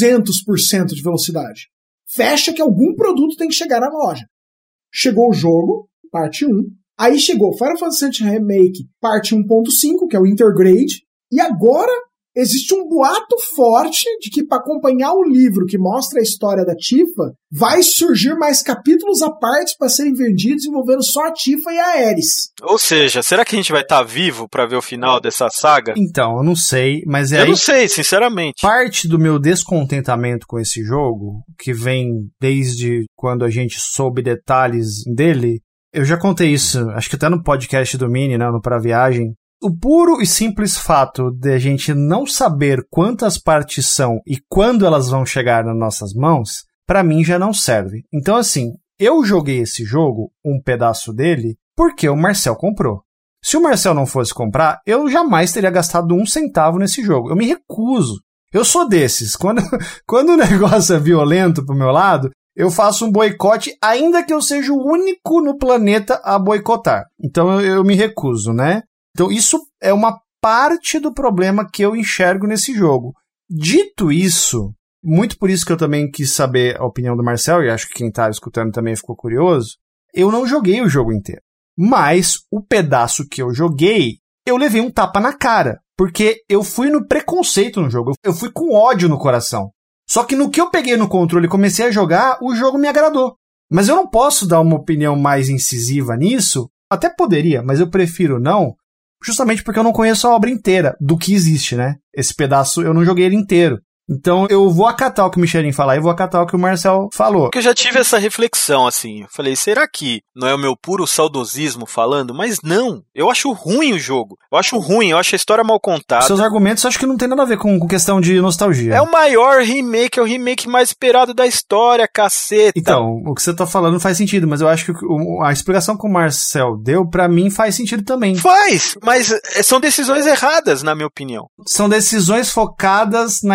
1.200% de velocidade. Fecha que algum produto tem que chegar na loja. Chegou o jogo, parte 1. Aí chegou Final Fantasy VII Remake, parte 1.5, que é o Intergrade. E agora existe um boato forte de que para acompanhar o livro que mostra a história da Tifa, vai surgir mais capítulos à parte para serem vendidos envolvendo só a Tifa e a Aeris. Ou seja, será que a gente vai estar vivo para ver o final dessa saga? Então, eu não sei, mas Eu não sei, sinceramente. Parte do meu descontentamento com esse jogo, que vem desde quando a gente soube detalhes dele, eu já contei isso, acho que até no podcast do Mini, né, no Pra Viagem. O puro e simples fato de a gente não saber quantas partes são e quando elas vão chegar nas nossas mãos, pra mim já não serve. Então, assim, eu joguei esse jogo, um pedaço dele, porque o Marcel comprou. Se o Marcel não fosse comprar, eu jamais teria gastado 1 centavo nesse jogo. Eu me recuso. Eu sou desses. Quando o negócio é violento pro meu lado, eu faço um boicote, ainda que eu seja o único no planeta a boicotar. Então eu me recuso, né? Então isso é uma parte do problema que eu enxergo nesse jogo. Dito isso, muito por isso que eu também quis saber a opinião do Marcel, e acho que quem tá escutando também ficou curioso, eu não joguei o jogo inteiro. Mas o pedaço que eu joguei, eu levei um tapa na cara, porque eu fui no preconceito no jogo, eu fui com ódio no coração. Só que no que eu peguei no controle e comecei a jogar, o jogo me agradou. Mas eu não posso dar uma opinião mais incisiva nisso, até poderia, mas eu prefiro não, justamente porque eu não conheço a obra inteira do que existe, né? Esse pedaço eu não joguei ele inteiro. Então eu vou acatar o que o Michelin falar e vou acatar o que o Marcel falou. Porque eu já tive essa reflexão, assim. Eu falei, será que não é o meu puro saudosismo falando? Mas não. Eu acho ruim o jogo. Eu acho a história mal contada. Seus argumentos acho que não tem nada a ver com questão de nostalgia. É o maior remake, é o remake mais esperado da história, caceta. Então, o que você tá falando faz sentido, mas eu acho que a explicação que o Marcel deu, pra mim, faz sentido também. Faz, mas são decisões erradas, na minha opinião. São decisões focadas na indústria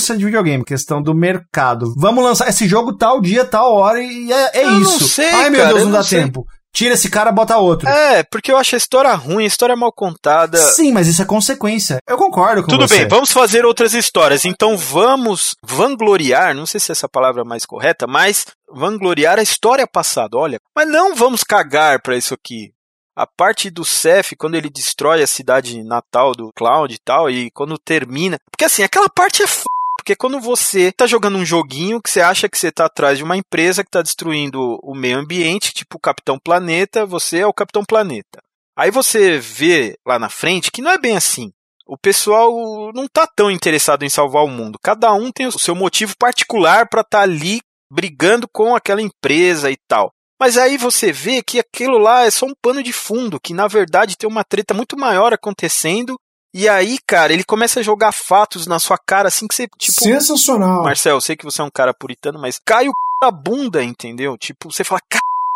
indústria de videogame, questão do mercado. Vamos lançar esse jogo tal dia, tal hora, e é eu isso. Não sei, ai, meu cara, Deus, não dá tempo. Tira esse cara, bota outro. Porque eu acho a história ruim, a história mal contada. Sim, mas isso é consequência. Eu concordo com você. Tudo bem, vamos fazer outras histórias. Então vamos vangloriar, não sei se essa palavra é mais correta, mas vangloriar a história passada, olha. Mas não vamos cagar pra isso aqui. A parte do Seth, quando ele destrói a cidade natal do Cloud e tal, e quando termina... Porque assim, aquela parte é porque quando você tá jogando um joguinho que você acha que você tá atrás de uma empresa que tá destruindo o meio ambiente, tipo o Capitão Planeta, você é o Capitão Planeta. Aí você vê lá na frente que não é bem assim. O pessoal não tá tão interessado em salvar o mundo. Cada um tem o seu motivo particular pra tá ali brigando com aquela empresa e tal. Mas aí você vê que aquilo lá é só um pano de fundo, que na verdade tem uma treta muito maior acontecendo. E aí, cara, ele começa a jogar fatos na sua cara, assim que você, tipo... Sensacional. Marcel, eu sei que você é um cara puritano, mas cai o da bunda, entendeu? Tipo, você fala,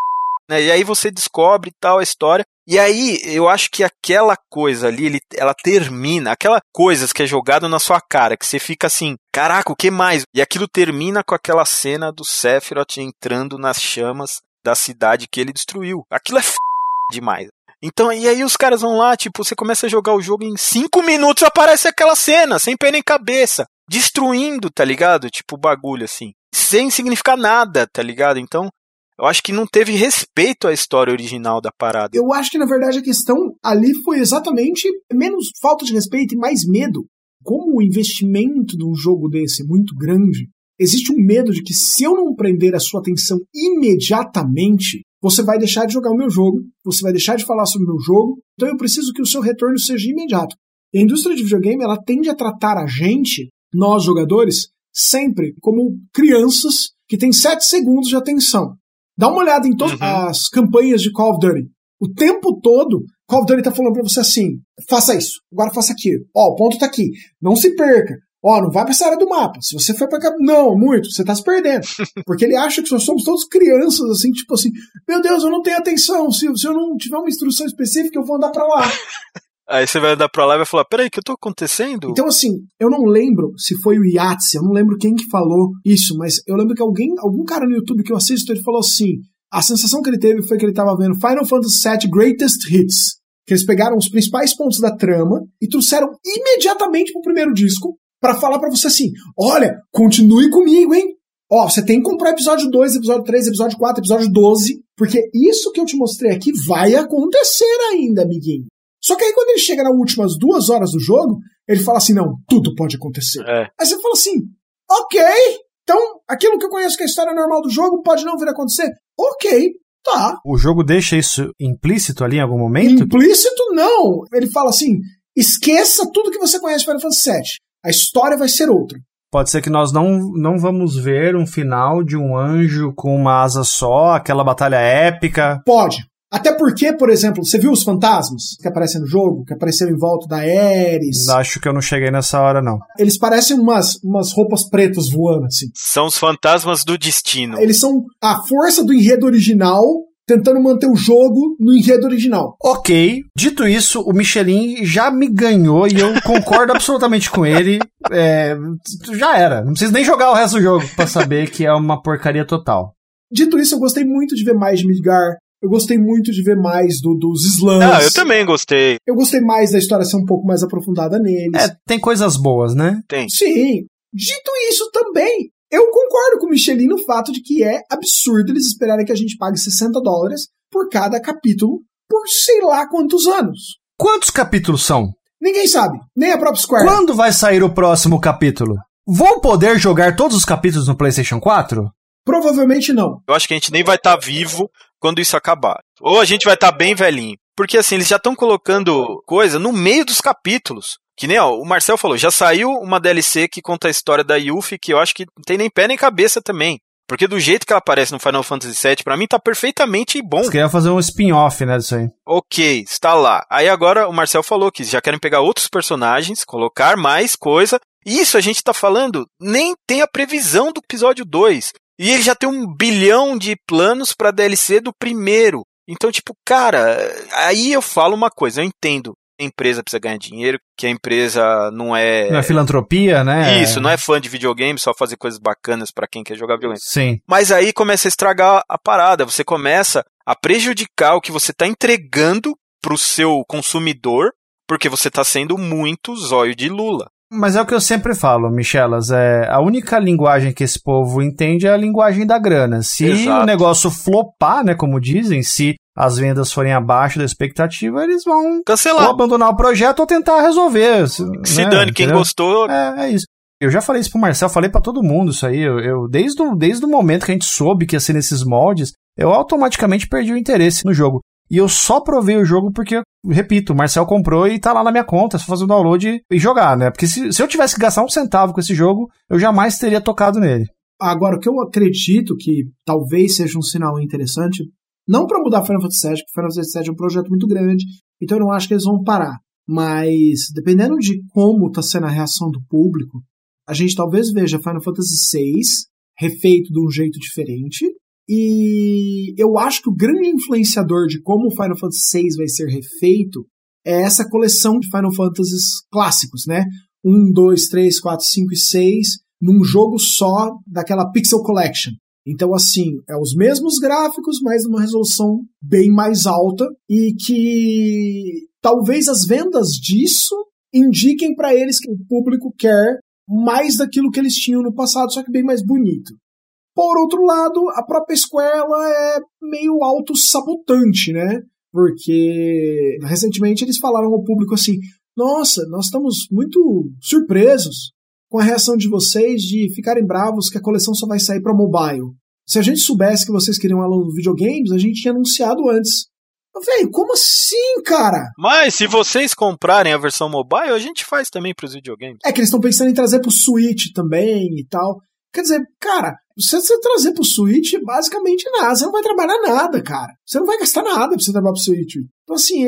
né? E aí você descobre tal a história. E aí, eu acho que aquela coisa ali, ela termina, aquela coisa que é jogada na sua cara, que você fica assim, caraca, o que mais? E aquilo termina com aquela cena do Sephiroth entrando nas chamas da cidade que ele destruiu. Aquilo é demais. Então, e aí os caras vão lá, tipo, você começa a jogar o jogo em 5 minutos aparece aquela cena, sem pé nem cabeça, destruindo, tá ligado? Tipo, o bagulho, assim, sem significar nada, tá ligado? Então, eu acho que não teve respeito à história original da parada. Eu acho que, na verdade, a questão ali foi exatamente menos falta de respeito e mais medo. Como o investimento de um jogo desse é muito grande, existe um medo de que se eu não prender a sua atenção imediatamente, você vai deixar de jogar o meu jogo, você vai deixar de falar sobre o meu jogo, então eu preciso que o seu retorno seja imediato. E a indústria de videogame, ela tende a tratar a gente, nós jogadores, sempre como crianças que têm 7 segundos de atenção. Dá uma olhada em todas as campanhas de Call of Duty. O tempo todo, Call of Duty tá falando pra você assim, faça isso, agora faça aquilo. Ó, o ponto tá aqui, não se perca. Ó, não vai pra essa área do mapa. Se você for pra cá... Não, muito. Você tá se perdendo. Porque ele acha que nós somos todos crianças, assim, tipo assim... Meu Deus, eu não tenho atenção. Se eu não tiver uma instrução específica, eu vou andar pra lá. Aí você vai andar pra lá e vai falar... Peraí, o que eu tô acontecendo? Então, assim, eu não lembro se foi o Yahtzee. Eu não lembro quem que falou isso. Mas eu lembro que algum cara no YouTube que eu assisto, ele falou assim... A sensação que ele teve foi que ele tava vendo Final Fantasy VII Greatest Hits. Que eles pegaram os principais pontos da trama e trouxeram imediatamente pro primeiro disco... Pra falar pra você assim, olha, continue comigo, hein? Ó, você tem que comprar episódio 2, episódio 3, episódio 4, episódio 12, porque isso que eu te mostrei aqui vai acontecer ainda, amiguinho. Só que aí quando ele chega nas últimas 2 horas do jogo, ele fala assim, não, tudo pode acontecer. Aí você fala assim, ok, então aquilo que eu conheço que é a história normal do jogo pode não vir a acontecer? Ok, tá. O jogo deixa isso implícito ali em algum momento? Implícito não. Ele fala assim, esqueça tudo que você conhece de Final Fantasy VII. A história vai ser outra. Pode ser que nós não vamos ver um final de um anjo com uma asa só, aquela batalha épica. Pode. Até porque, por exemplo, você viu os fantasmas que aparecem no jogo? Que apareceram em volta da Ares? Acho que eu não cheguei nessa hora, não. Eles parecem umas roupas pretas voando, assim. São os fantasmas do destino. Eles são a força do enredo original... tentando manter o jogo no enredo original. Ok. Dito isso, o Michelin já me ganhou e eu concordo absolutamente com ele. Já era. Não preciso nem jogar o resto do jogo pra saber que é uma porcaria total. Dito isso, eu gostei muito de ver mais de Midgar. Eu gostei muito de ver mais dos slams. Eu também gostei. Eu gostei mais da história ser um pouco mais aprofundada neles. Tem coisas boas, né? Tem. Sim. Dito isso também... Eu concordo com o Michelin no fato de que é absurdo eles esperarem que a gente pague $60 por cada capítulo por sei lá quantos anos. Quantos capítulos são? Ninguém sabe, nem a própria Square. Quando vai sair o próximo capítulo? Vou poder jogar todos os capítulos no PlayStation 4? Provavelmente não. Eu acho que a gente nem vai estar vivo quando isso acabar. Ou a gente vai estar bem velhinho. Porque assim, eles já estão colocando coisa no meio dos capítulos. Que nem, o Marcel falou, já saiu uma DLC que conta a história da Yuffie, que eu acho que não tem nem pé nem cabeça também. Porque do jeito que ela aparece no Final Fantasy VII, pra mim tá perfeitamente bom. Você queria fazer um spin-off, né, disso aí. Ok, está lá. Aí agora o Marcel falou que já querem pegar outros personagens, colocar mais coisa. Isso a gente tá falando, nem tem a previsão do episódio 2. E ele já tem 1 bilhão de planos pra DLC do primeiro. Então, tipo, cara, aí eu falo uma coisa, eu entendo. a empresa precisa ganhar dinheiro, que a empresa não é... Não é filantropia, né? Isso, não é fã de videogame, só fazer coisas bacanas pra quem quer jogar videogame. Sim. Mas aí começa a estragar a parada, você começa a prejudicar o que você tá entregando pro seu consumidor, porque você tá sendo muito zóio de Lula. Mas é o que eu sempre falo, Michelas, a única linguagem que esse povo entende é a linguagem da grana. Se Exato. o negócio flopar, né, como dizem, se as vendas forem abaixo da expectativa, eles vão cancelar, ou abandonar o projeto ou tentar resolver. Se né, dane, quem gostou... É isso. Eu já falei isso pro Marcel, falei pra todo mundo isso aí. Eu desde o momento que a gente soube que ia ser nesses moldes, eu automaticamente perdi o interesse no jogo. E eu só provei o jogo porque, repito, o Marcel comprou e tá lá na minha conta, só fazer o download e jogar, né? Porque se eu tivesse que gastar um centavo com esse jogo, eu jamais teria tocado nele. Agora, o que eu acredito que talvez seja um sinal interessante, não para mudar Final Fantasy VII, porque Final Fantasy VII é um projeto muito grande, então eu não acho que eles vão parar. Mas, dependendo de como tá sendo a reação do público, a gente talvez veja Final Fantasy VI refeito de um jeito diferente. E eu acho que o grande influenciador de como o Final Fantasy VI vai ser refeito é essa coleção de Final Fantasies clássicos, né? 1, 2, 3, 4, 5 e 6 num jogo só daquela Pixel Collection. Então, assim, é os mesmos gráficos, mas numa resolução bem mais alta e que talvez as vendas disso indiquem para eles que o público quer mais daquilo que eles tinham no passado, só que bem mais bonito. Por outro lado, a própria Square ela é meio autossabotante, né? Porque recentemente eles falaram ao público assim: nossa, nós estamos muito surpresos com a reação de vocês de ficarem bravos que a coleção só vai sair para mobile. Se a gente soubesse que vocês queriam aluno de videogames, a gente tinha anunciado antes. Velho, como assim, cara? Mas se vocês comprarem a versão mobile, a gente faz também pros videogames. É que eles estão pensando em trazer pro Switch também e tal. Quer dizer, cara, se você trazer pro Switch, basicamente nada. Você não vai trabalhar nada, cara. Você não vai gastar nada pra você trabalhar pro Switch. Então, assim,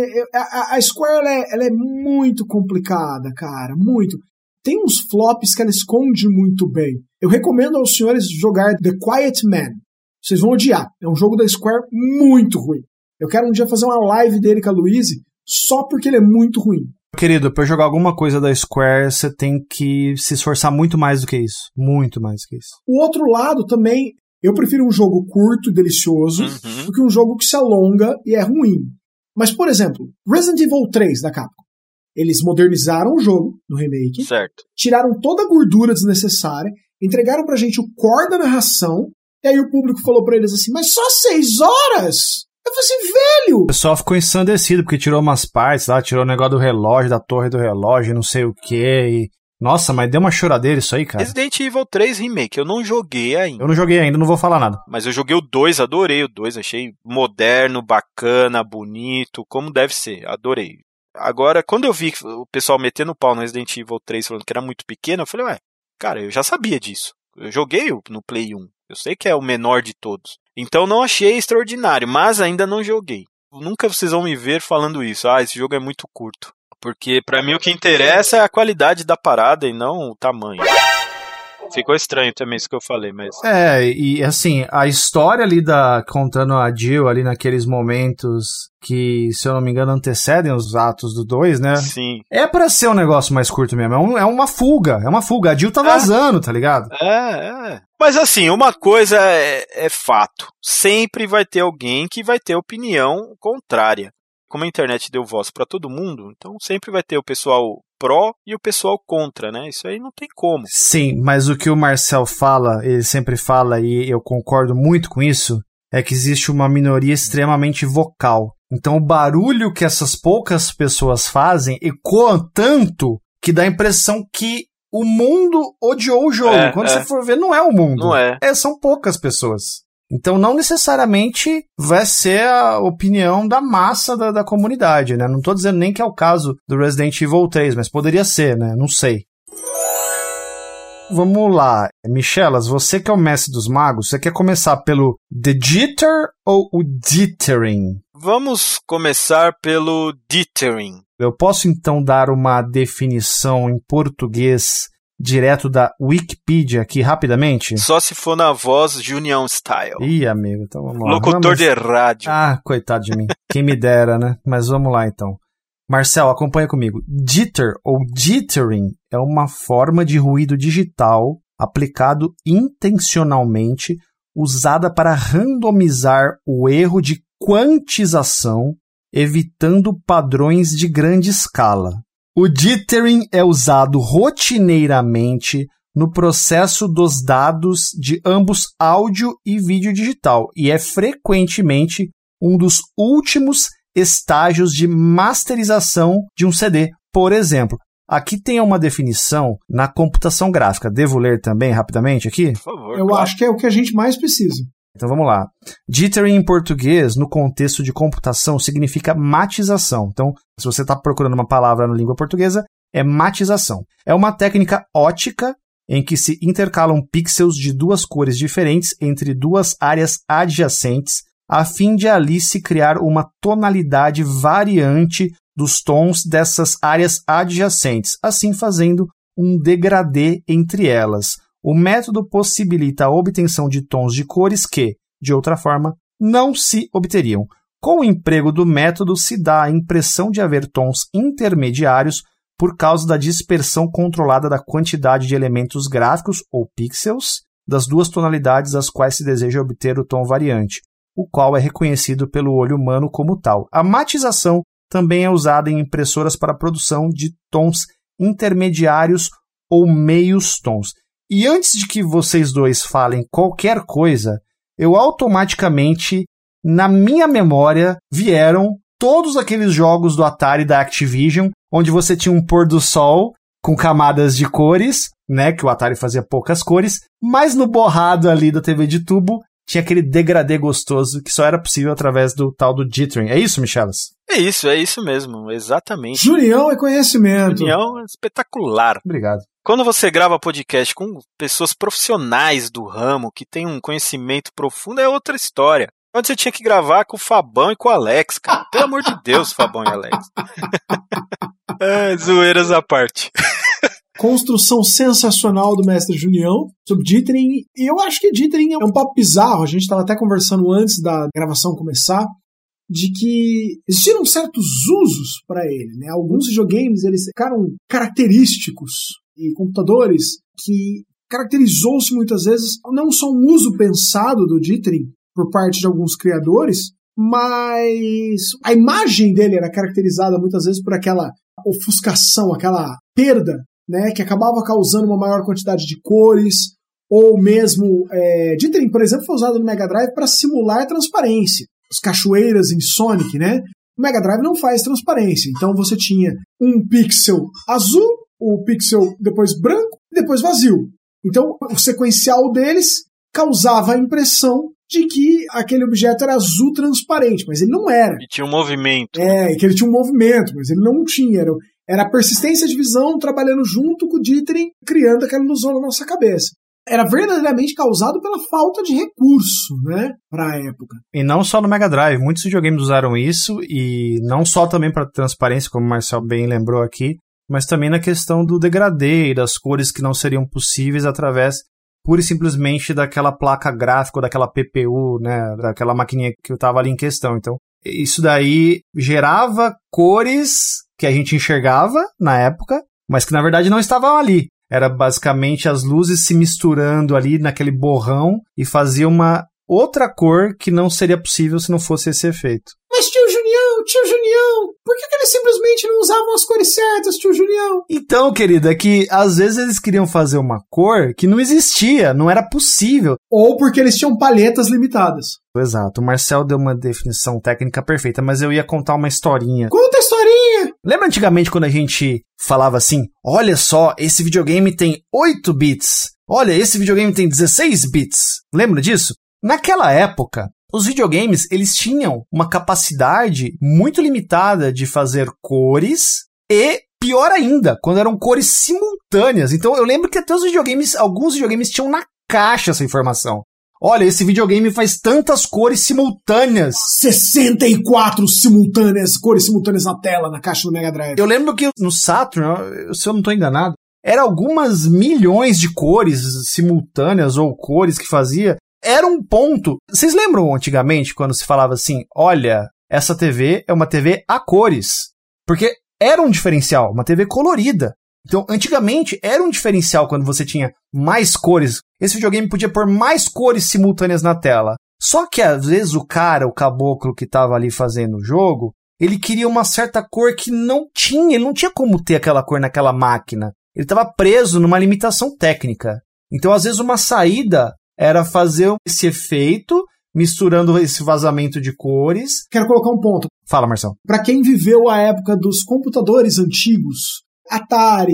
a Square, ela é muito complicada, cara. Muito. Tem uns flops que ela esconde muito bem. Eu recomendo aos senhores jogar The Quiet Man. Vocês vão odiar. É um jogo da Square muito ruim. Eu quero um dia fazer uma live dele com a Louise só porque ele é muito ruim. Querido, pra jogar alguma coisa da Square, você tem que se esforçar muito mais do que isso. Muito mais do que isso. O outro lado também, eu prefiro um jogo curto e delicioso do que um jogo que se alonga e é ruim. Mas, por exemplo, Resident Evil 3 da Capcom. Eles modernizaram o jogo no remake, certo, tiraram toda a gordura desnecessária, entregaram pra gente o core da narração, e aí o público falou pra eles assim, mas só 6 horas? Eu falei assim, velho! O pessoal ficou ensandecido, porque tirou umas partes lá, tirou o negócio do relógio, da torre do relógio, não sei o que. Nossa, mas deu uma choradeira isso aí, cara. Resident Evil 3 Remake, eu não joguei ainda. Eu não joguei ainda, não vou falar nada. Mas eu joguei o 2, adorei o 2, achei moderno, bacana, bonito, como deve ser, adorei. Agora, quando eu vi o pessoal metendo pau no Resident Evil 3 falando que era muito pequeno, eu falei, ué, cara, eu já sabia disso. Eu joguei no Play 1, eu sei que é o menor de todos. Então não achei extraordinário, mas ainda não joguei. Nunca vocês vão me ver falando isso, esse jogo é muito curto. Porque pra mim o que interessa é a qualidade da parada e não o tamanho. Ficou estranho também isso que eu falei, mas... E assim, a história ali contando a Jill ali naqueles momentos que, se eu não me engano, antecedem os atos do 2, né? Sim. É pra ser um negócio mais curto mesmo, é uma fuga, A Jill tá vazando, tá ligado? Mas assim, uma coisa é fato, sempre vai ter alguém que vai ter opinião contrária. Como a internet deu voz pra todo mundo, então sempre vai ter o pessoal pró e o pessoal contra, né? Isso aí não tem como. Sim, mas o que o Marcel fala, ele sempre fala, e eu concordo muito com isso, é que existe uma minoria extremamente vocal. Então o barulho que essas poucas pessoas fazem ecoa tanto que dá a impressão que o mundo odiou o jogo. Quando você for ver, não é o mundo. Não é. São poucas pessoas. Então não necessariamente vai ser a opinião da massa da comunidade, né? Não tô dizendo nem que é o caso do Resident Evil 3, mas poderia ser, né? Não sei. Vamos lá. Michelas, você que é o mestre dos magos, você quer começar pelo The Jitter ou o Dithering? Vamos começar pelo Dithering. Eu posso então dar uma definição em português direto da Wikipedia aqui rapidamente? Só se for na voz Junião Style. Ih, amigo, então vamos lá. Locutor de rádio. Coitado de mim. Quem me dera, né? Mas vamos lá então. Marcel, acompanha comigo. Jitter ou jittering é uma forma de ruído digital aplicado intencionalmente, usada para randomizar o erro de quantização, evitando padrões de grande escala. O jittering é usado rotineiramente no processo dos dados de ambos áudio e vídeo digital e é frequentemente um dos últimos estágios de masterização de um CD. Por exemplo, aqui tem uma definição na computação gráfica. Devo ler também rapidamente aqui? Por favor. Eu acho que é o que a gente mais precisa. Então vamos lá. Jittering em português, no contexto de computação, significa matização. Então, se você está procurando uma palavra na língua portuguesa, é matização. É uma técnica ótica em que se intercalam pixels de duas cores diferentes entre duas áreas adjacentes, a fim de ali se criar uma tonalidade variante dos tons dessas áreas adjacentes, assim fazendo um degradê entre elas. O método possibilita a obtenção de tons de cores que, de outra forma, não se obteriam. Com o emprego do método, se dá a impressão de haver tons intermediários por causa da dispersão controlada da quantidade de elementos gráficos, ou pixels, das duas tonalidades às quais se deseja obter o tom variante, o qual é reconhecido pelo olho humano como tal. A matização também é usada em impressoras para a produção de tons intermediários ou meios tons. E antes de que vocês dois falem qualquer coisa, eu automaticamente, na minha memória, vieram todos aqueles jogos do Atari da Activision, onde você tinha um pôr do sol com camadas de cores, né, que o Atari fazia poucas cores, mas no borrado ali da TV de tubo tinha aquele degradê gostoso que só era possível através do tal do jittering. É isso, Michelas? É isso mesmo, exatamente. Junião é conhecimento. Junião é espetacular. Obrigado. Quando você grava podcast com pessoas profissionais do ramo, que têm um conhecimento profundo, é outra história. Onde você tinha que gravar com o Fabão e com o Alex, cara. Pelo amor de Deus, Fabão e Alex. Zoeiras à parte. Construção sensacional do mestre Junião sobre jittering. E eu acho que jittering é um papo bizarro. A gente estava até conversando antes da gravação começar, de que existiram certos usos para ele, né? Alguns videogames eles ficaram característicos e computadores que caracterizou-se muitas vezes não só um uso pensado do jittering por parte de alguns criadores, mas a imagem dele era caracterizada muitas vezes por aquela ofuscação, aquela perda, né, que acabava causando uma maior quantidade de cores, ou mesmo jittering, por exemplo, foi usado no Mega Drive para simular transparência. As cachoeiras em Sonic, né? O Mega Drive não faz transparência, então você tinha um pixel azul, o pixel depois branco e depois vazio. Então o sequencial deles causava a impressão de que aquele objeto era azul transparente, mas ele não era. E tinha um movimento. Que ele tinha um movimento, mas ele não tinha. Era a persistência de visão trabalhando junto com o jittering, criando aquela ilusão na nossa cabeça. Era verdadeiramente causado pela falta de recurso, né, para a época. E não só no Mega Drive, muitos videogames usaram isso, e não só também para transparência, como o Marcel bem lembrou aqui, mas também na questão do degradê e das cores que não seriam possíveis através pura e simplesmente daquela placa gráfica, ou daquela PPU, né, daquela maquininha que estava ali em questão. Então, isso daí gerava cores que a gente enxergava na época, mas que na verdade não estavam ali. Era basicamente as luzes se misturando ali naquele borrão e fazia uma outra cor que não seria possível se não fosse esse efeito. Mas tio Junião, por que eles simplesmente não usavam as cores certas, tio Junião? Então, querido, é que às vezes eles queriam fazer uma cor que não existia, não era possível. Ou porque eles tinham palhetas limitadas. Exato, o Marcel deu uma definição técnica perfeita, mas eu ia contar uma historinha. Conta a historinha! Lembra antigamente quando a gente falava assim, olha só, esse videogame tem 8 bits, olha, esse videogame tem 16 bits. Lembra disso? Naquela época, os videogames eles tinham uma capacidade muito limitada de fazer cores e, pior ainda, quando eram cores simultâneas. Então eu lembro que até alguns videogames tinham na caixa essa informação. Olha, esse videogame faz tantas cores simultâneas. 64 cores simultâneas na tela, na caixa do Mega Drive. Eu lembro que no Saturn, se eu não estou enganado, eram algumas milhões de cores simultâneas ou cores que fazia. Era um ponto. Vocês lembram antigamente quando se falava assim, olha, essa TV é uma TV a cores? Porque era um diferencial, uma TV colorida. Então, antigamente, era um diferencial quando você tinha mais cores. Esse videogame podia pôr mais cores simultâneas na tela. Só que, às vezes, o caboclo que estava ali fazendo o jogo, ele queria uma certa cor que não tinha. Ele não tinha como ter aquela cor naquela máquina. Ele estava preso numa limitação técnica. Então, às vezes, uma saída era fazer esse efeito, misturando esse vazamento de cores. Quero colocar um ponto. Fala, Marcelo. Para quem viveu a época dos computadores antigos, Atari,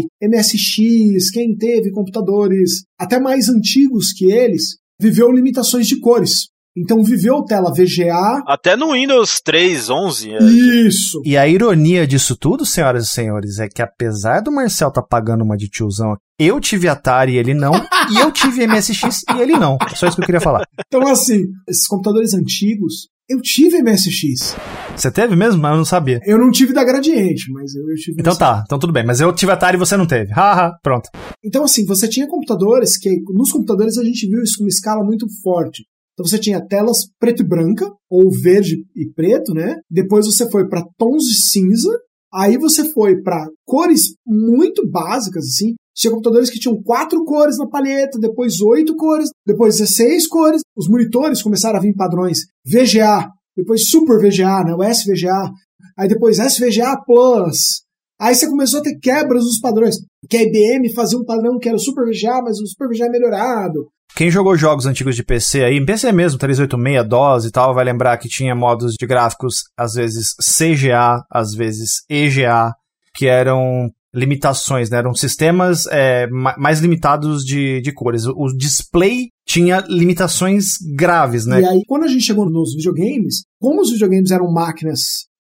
MSX, quem teve computadores até mais antigos que eles, viveu limitações de cores. Então viveu tela VGA. Até no Windows 3.11. Isso. E a ironia disso tudo, senhoras e senhores, é que apesar do Marcel tá pagando uma de tiozão, eu tive Atari e ele não, e eu tive MSX e ele não. É só isso que eu queria falar. Então assim, esses computadores antigos, eu tive MSX. Você teve mesmo? Mas eu não sabia. Eu não tive da Gradiente, mas eu tive. Então tá, então tudo bem. Mas eu tive Atari e você não teve. Haha, pronto. Então assim, você tinha computadores que, nos computadores a gente viu isso com uma escala muito forte. Então você tinha telas preto e branca, ou verde e preto, né? Depois você foi para tons de cinza. Aí você foi para cores muito básicas, assim. Tinha computadores que tinham 4 cores na palheta, depois 8 cores, depois 16 cores. Os monitores começaram a vir em padrões VGA, depois Super VGA, né? O SVGA. Aí depois SVGA Plus. Aí você começou a ter quebras nos padrões. Que a IBM fazia um padrão que era o Super VGA, mas o Super VGA melhorado. Quem jogou jogos antigos de PC aí, em PC mesmo, 386, DOS e tal, vai lembrar que tinha modos de gráficos, às vezes CGA, às vezes EGA, que eram limitações, né? Eram sistemas mais limitados de cores. O display tinha limitações graves, né? E aí, quando a gente chegou nos videogames, como os videogames eram máquinas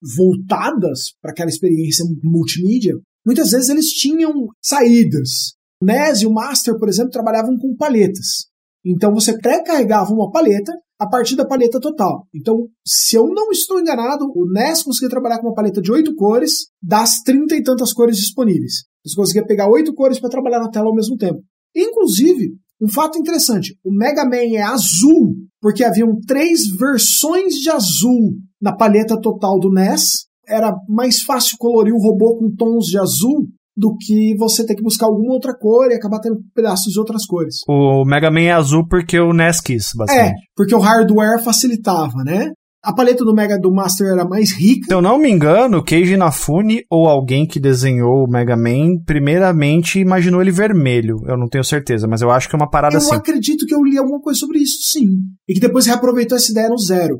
voltadas para aquela experiência multimídia, muitas vezes eles tinham saídas. O NES e o Master, por exemplo, trabalhavam com palhetas. Então você pré-carregava uma palheta a partir da palheta total. Então, se eu não estou enganado, o NES conseguia trabalhar com uma palheta de 8 cores das 30 e tantas cores disponíveis. Você conseguia pegar 8 cores para trabalhar na tela ao mesmo tempo. Inclusive, um fato interessante, o Mega Man é azul, porque haviam 3 versões de azul na palheta total do NES. Era mais fácil colorir o robô com tons de azul do que você ter que buscar alguma outra cor e acabar tendo pedaços de outras cores. O Mega Man é azul porque o NES quis, basicamente. Porque o hardware facilitava, né? A paleta do Master era mais rica. Se eu não me engano, Keiji Inafune ou alguém que desenhou o Mega Man, primeiramente imaginou ele vermelho. Eu não tenho certeza, mas eu acho que é uma parada assim. Eu acredito que eu li alguma coisa sobre isso, sim. E que depois reaproveitou essa ideia no Zero.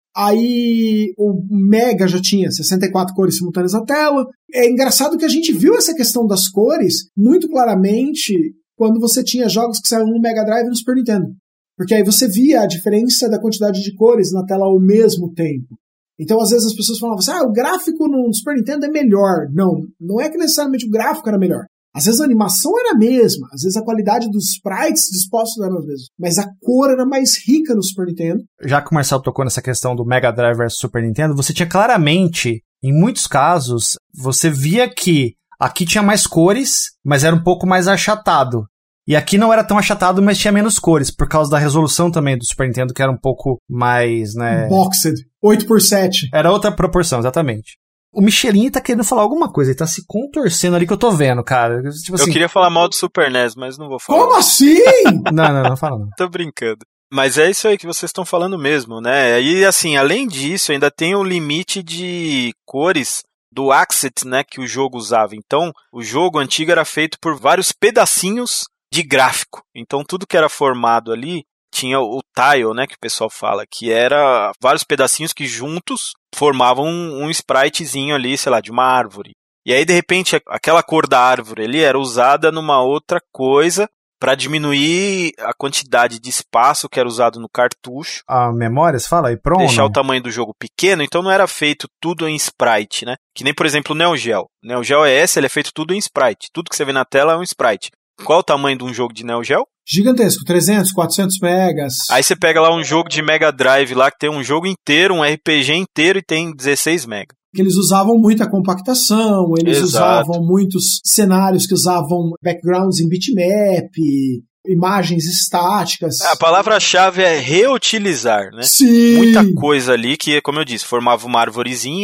Aí o Mega já tinha 64 cores simultâneas na tela. É engraçado que a gente viu essa questão das cores muito claramente quando você tinha jogos que saíram no Mega Drive e no Super Nintendo. Porque aí você via a diferença da quantidade de cores na tela ao mesmo tempo. Então, às vezes, as pessoas falavam assim, o gráfico no Super Nintendo é melhor. Não é que necessariamente o gráfico era melhor. Às vezes a animação era a mesma, às vezes a qualidade dos sprites dispostos eram as mesmas, mas a cor era mais rica no Super Nintendo. Já que o Marcelo tocou nessa questão do Mega Drive versus Super Nintendo, você tinha claramente, em muitos casos, você via que aqui tinha mais cores, mas era um pouco mais achatado. E aqui não era tão achatado, mas tinha menos cores, por causa da resolução também do Super Nintendo, que era um pouco mais, né... boxed, 8x7. Era outra proporção, exatamente. O Michelin tá querendo falar alguma coisa, ele tá se contorcendo ali que eu tô vendo, cara. Tipo assim, eu queria falar mal do Super NES, mas não vou falar. Como assim? Não fala não. Tô brincando. Mas é isso aí que vocês estão falando mesmo, né? E assim, além disso, ainda tem o limite de cores do asset, né, que o jogo usava. Então, o jogo antigo era feito por vários pedacinhos de gráfico. Então, tudo que era formado ali tinha o tile, né, que o pessoal fala, que era vários pedacinhos que juntos formavam um spritezinho ali, sei lá, de uma árvore. E aí, de repente, aquela cor da árvore ali era usada numa outra coisa para diminuir a quantidade de espaço que era usado no cartucho. A memória, você fala aí, pronto. Deixar o tamanho do jogo pequeno, então não era feito tudo em sprite, né? Que nem, por exemplo, o Neo Geo. O Neo Geo ES, ele é feito tudo em sprite. Tudo que você vê na tela é um sprite. Qual é o tamanho de um jogo de Neo Geo? Gigantesco, 300, 400 megas. Aí você pega lá um jogo de Mega Drive lá, que tem um jogo inteiro, um RPG inteiro e tem 16 megas. Eles usavam muita compactação, eles usavam muitos cenários que usavam backgrounds em bitmap, imagens estáticas. A palavra-chave é reutilizar, né? Sim! Muita coisa ali que, como eu disse, formava uma arvorezinha,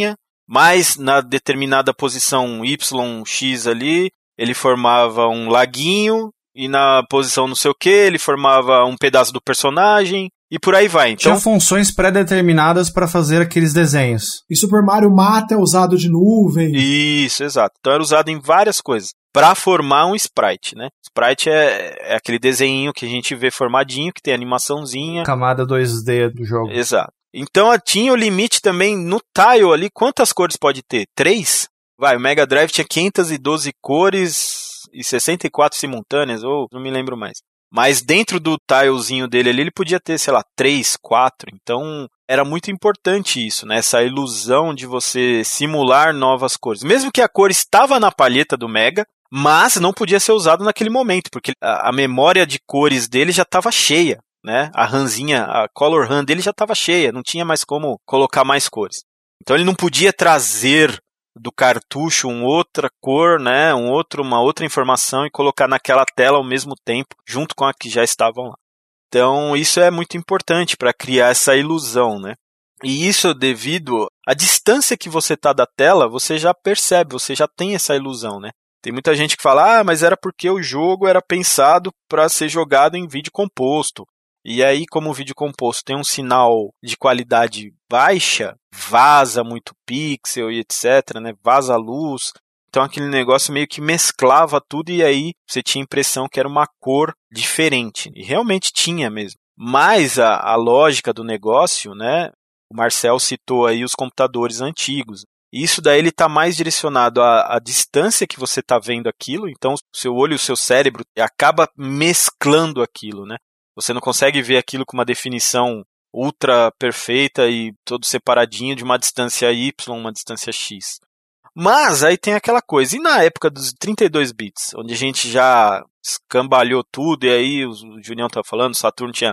mas na determinada posição Y, X ali, ele formava um laguinho, e na posição não sei o que, ele formava um pedaço do personagem, e por aí vai. Então, tinha funções pré-determinadas para fazer aqueles desenhos. E Super Mario Mata é usado de nuvem. Isso, exato. Então era usado em várias coisas, para formar um sprite, né? Sprite é aquele desenho que a gente vê formadinho, que tem animaçãozinha. Camada 2D do jogo. Exato. Então tinha o limite também no tile ali, quantas cores pode ter? 3? Vai, o Mega Drive tinha 512 cores e 64 simultâneas, ou não me lembro mais. Mas dentro do tilezinho dele ali, ele podia ter, sei lá, 3, 4. Então era muito importante isso, né? Essa ilusão de você simular novas cores. Mesmo que a cor estava na palheta do Mega, mas não podia ser usado naquele momento, porque a memória de cores dele já estava cheia, né? A RAMzinha, a Color RAM dele já estava cheia, não tinha mais como colocar mais cores. Então ele não podia trazer do cartucho uma outra cor, né? Uma outra informação e colocar naquela tela ao mesmo tempo, junto com a que já estavam lá. Então isso é muito importante para criar essa ilusão, né? E isso devido à distância que você está da tela, você já percebe, você já tem essa ilusão, né? Tem muita gente que fala, mas era porque o jogo era pensado para ser jogado em vídeo composto. E aí, como o vídeo composto tem um sinal de qualidade baixa, vaza muito pixel e etc, né? Vaza a luz. Então aquele negócio meio que mesclava tudo e aí você tinha a impressão que era uma cor diferente. E realmente tinha mesmo. Mas a lógica do negócio, né? O Marcel citou aí os computadores antigos. Isso daí ele está mais direcionado à distância que você está vendo aquilo. Então o seu olho e o seu cérebro acaba mesclando aquilo, né? Você não consegue ver aquilo com uma definição ultra perfeita e todo separadinho de uma distância Y, uma distância X. Mas aí tem aquela coisa, e na época dos 32 bits, onde a gente já escambalhou tudo, e aí o Junião estava falando, o Saturno tinha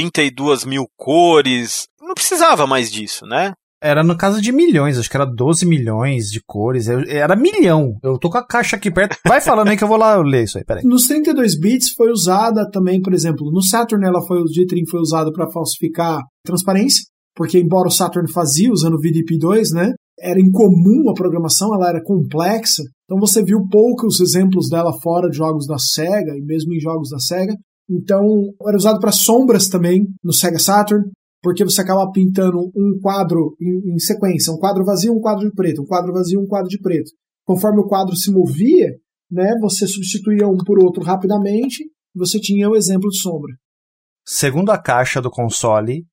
32 mil cores, não precisava mais disso, né? Era no caso de milhões, acho que era 12 milhões de cores, era milhão. Eu tô com a caixa aqui perto, vai falando aí que eu vou lá ler isso aí, peraí. Nos 32 bits foi usada também, por exemplo, no Saturn o dithering foi usado para falsificar transparência, porque embora o Saturn fazia usando o VDP2, né, era incomum a programação, ela era complexa, então você viu poucos exemplos dela fora de jogos da Sega, e mesmo em jogos da Sega. Então era usado para sombras também no Sega Saturn, porque você acaba pintando um quadro em sequência, um quadro vazio, um quadro de preto, um quadro vazio, um quadro de preto. Conforme o quadro se movia, né, você substituía um por outro rapidamente, e você tinha o exemplo de sombra. Segundo a caixa do console,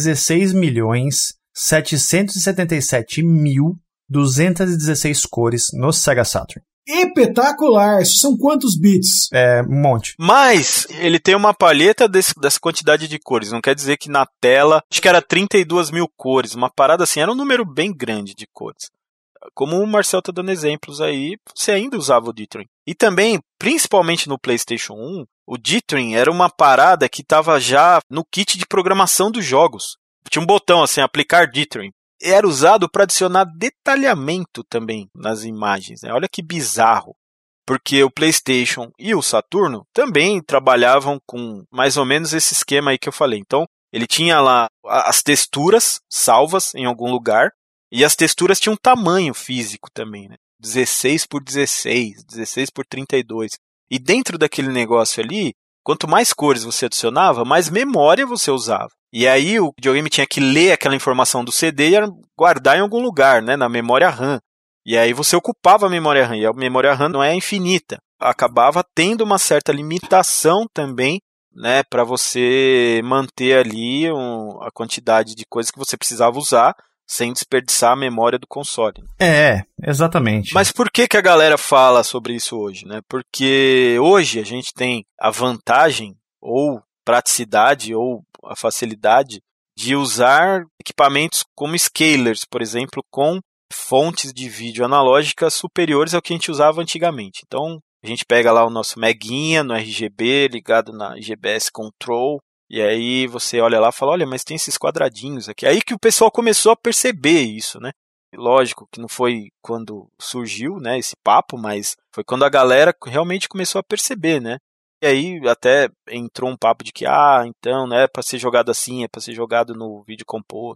16.777.216 cores no Sega Saturn. Espetacular! Isso são quantos bits? Um monte. Mas ele tem uma palheta dessa quantidade de cores. Não quer dizer que na tela, acho que era 32 mil cores. Uma parada assim, era um número bem grande de cores. Como o Marcel está dando exemplos aí, você ainda usava o dithering. E também, principalmente no PlayStation 1, o dithering era uma parada que estava já no kit de programação dos jogos. Tinha um botão assim, aplicar dithering. Era usado para adicionar detalhamento também nas imagens, né? Olha que bizarro, porque o PlayStation e o Saturno também trabalhavam com mais ou menos esse esquema aí que eu falei. Então, ele tinha lá as texturas salvas em algum lugar, e as texturas tinham um tamanho físico também, né? 16 por 16, 16 por 32. E dentro daquele negócio ali, quanto mais cores você adicionava, mais memória você usava. E aí o videogame tinha que ler aquela informação do CD e guardar em algum lugar, né, na memória RAM. E aí você ocupava a memória RAM, e a memória RAM não é infinita. Acabava tendo uma certa limitação também, né, para você manter ali a quantidade de coisas que você precisava usar, sem desperdiçar a memória do console. Exatamente. Mas por que a galera fala sobre isso hoje, né? Porque hoje a gente tem a vantagem, ou praticidade, ou a facilidade de usar equipamentos como scalers, por exemplo, com fontes de vídeo analógicas superiores ao que a gente usava antigamente. Então, a gente pega lá o nosso Meguinha no RGB, ligado na IGBS Control, e aí você olha lá e fala, olha, mas tem esses quadradinhos aqui. Aí que o pessoal começou a perceber isso, né? Lógico que não foi quando surgiu, né, esse papo, mas foi quando a galera realmente começou a perceber, né? E aí até entrou um papo de que, então, né, é para ser jogado assim, é para ser jogado no vídeo composto.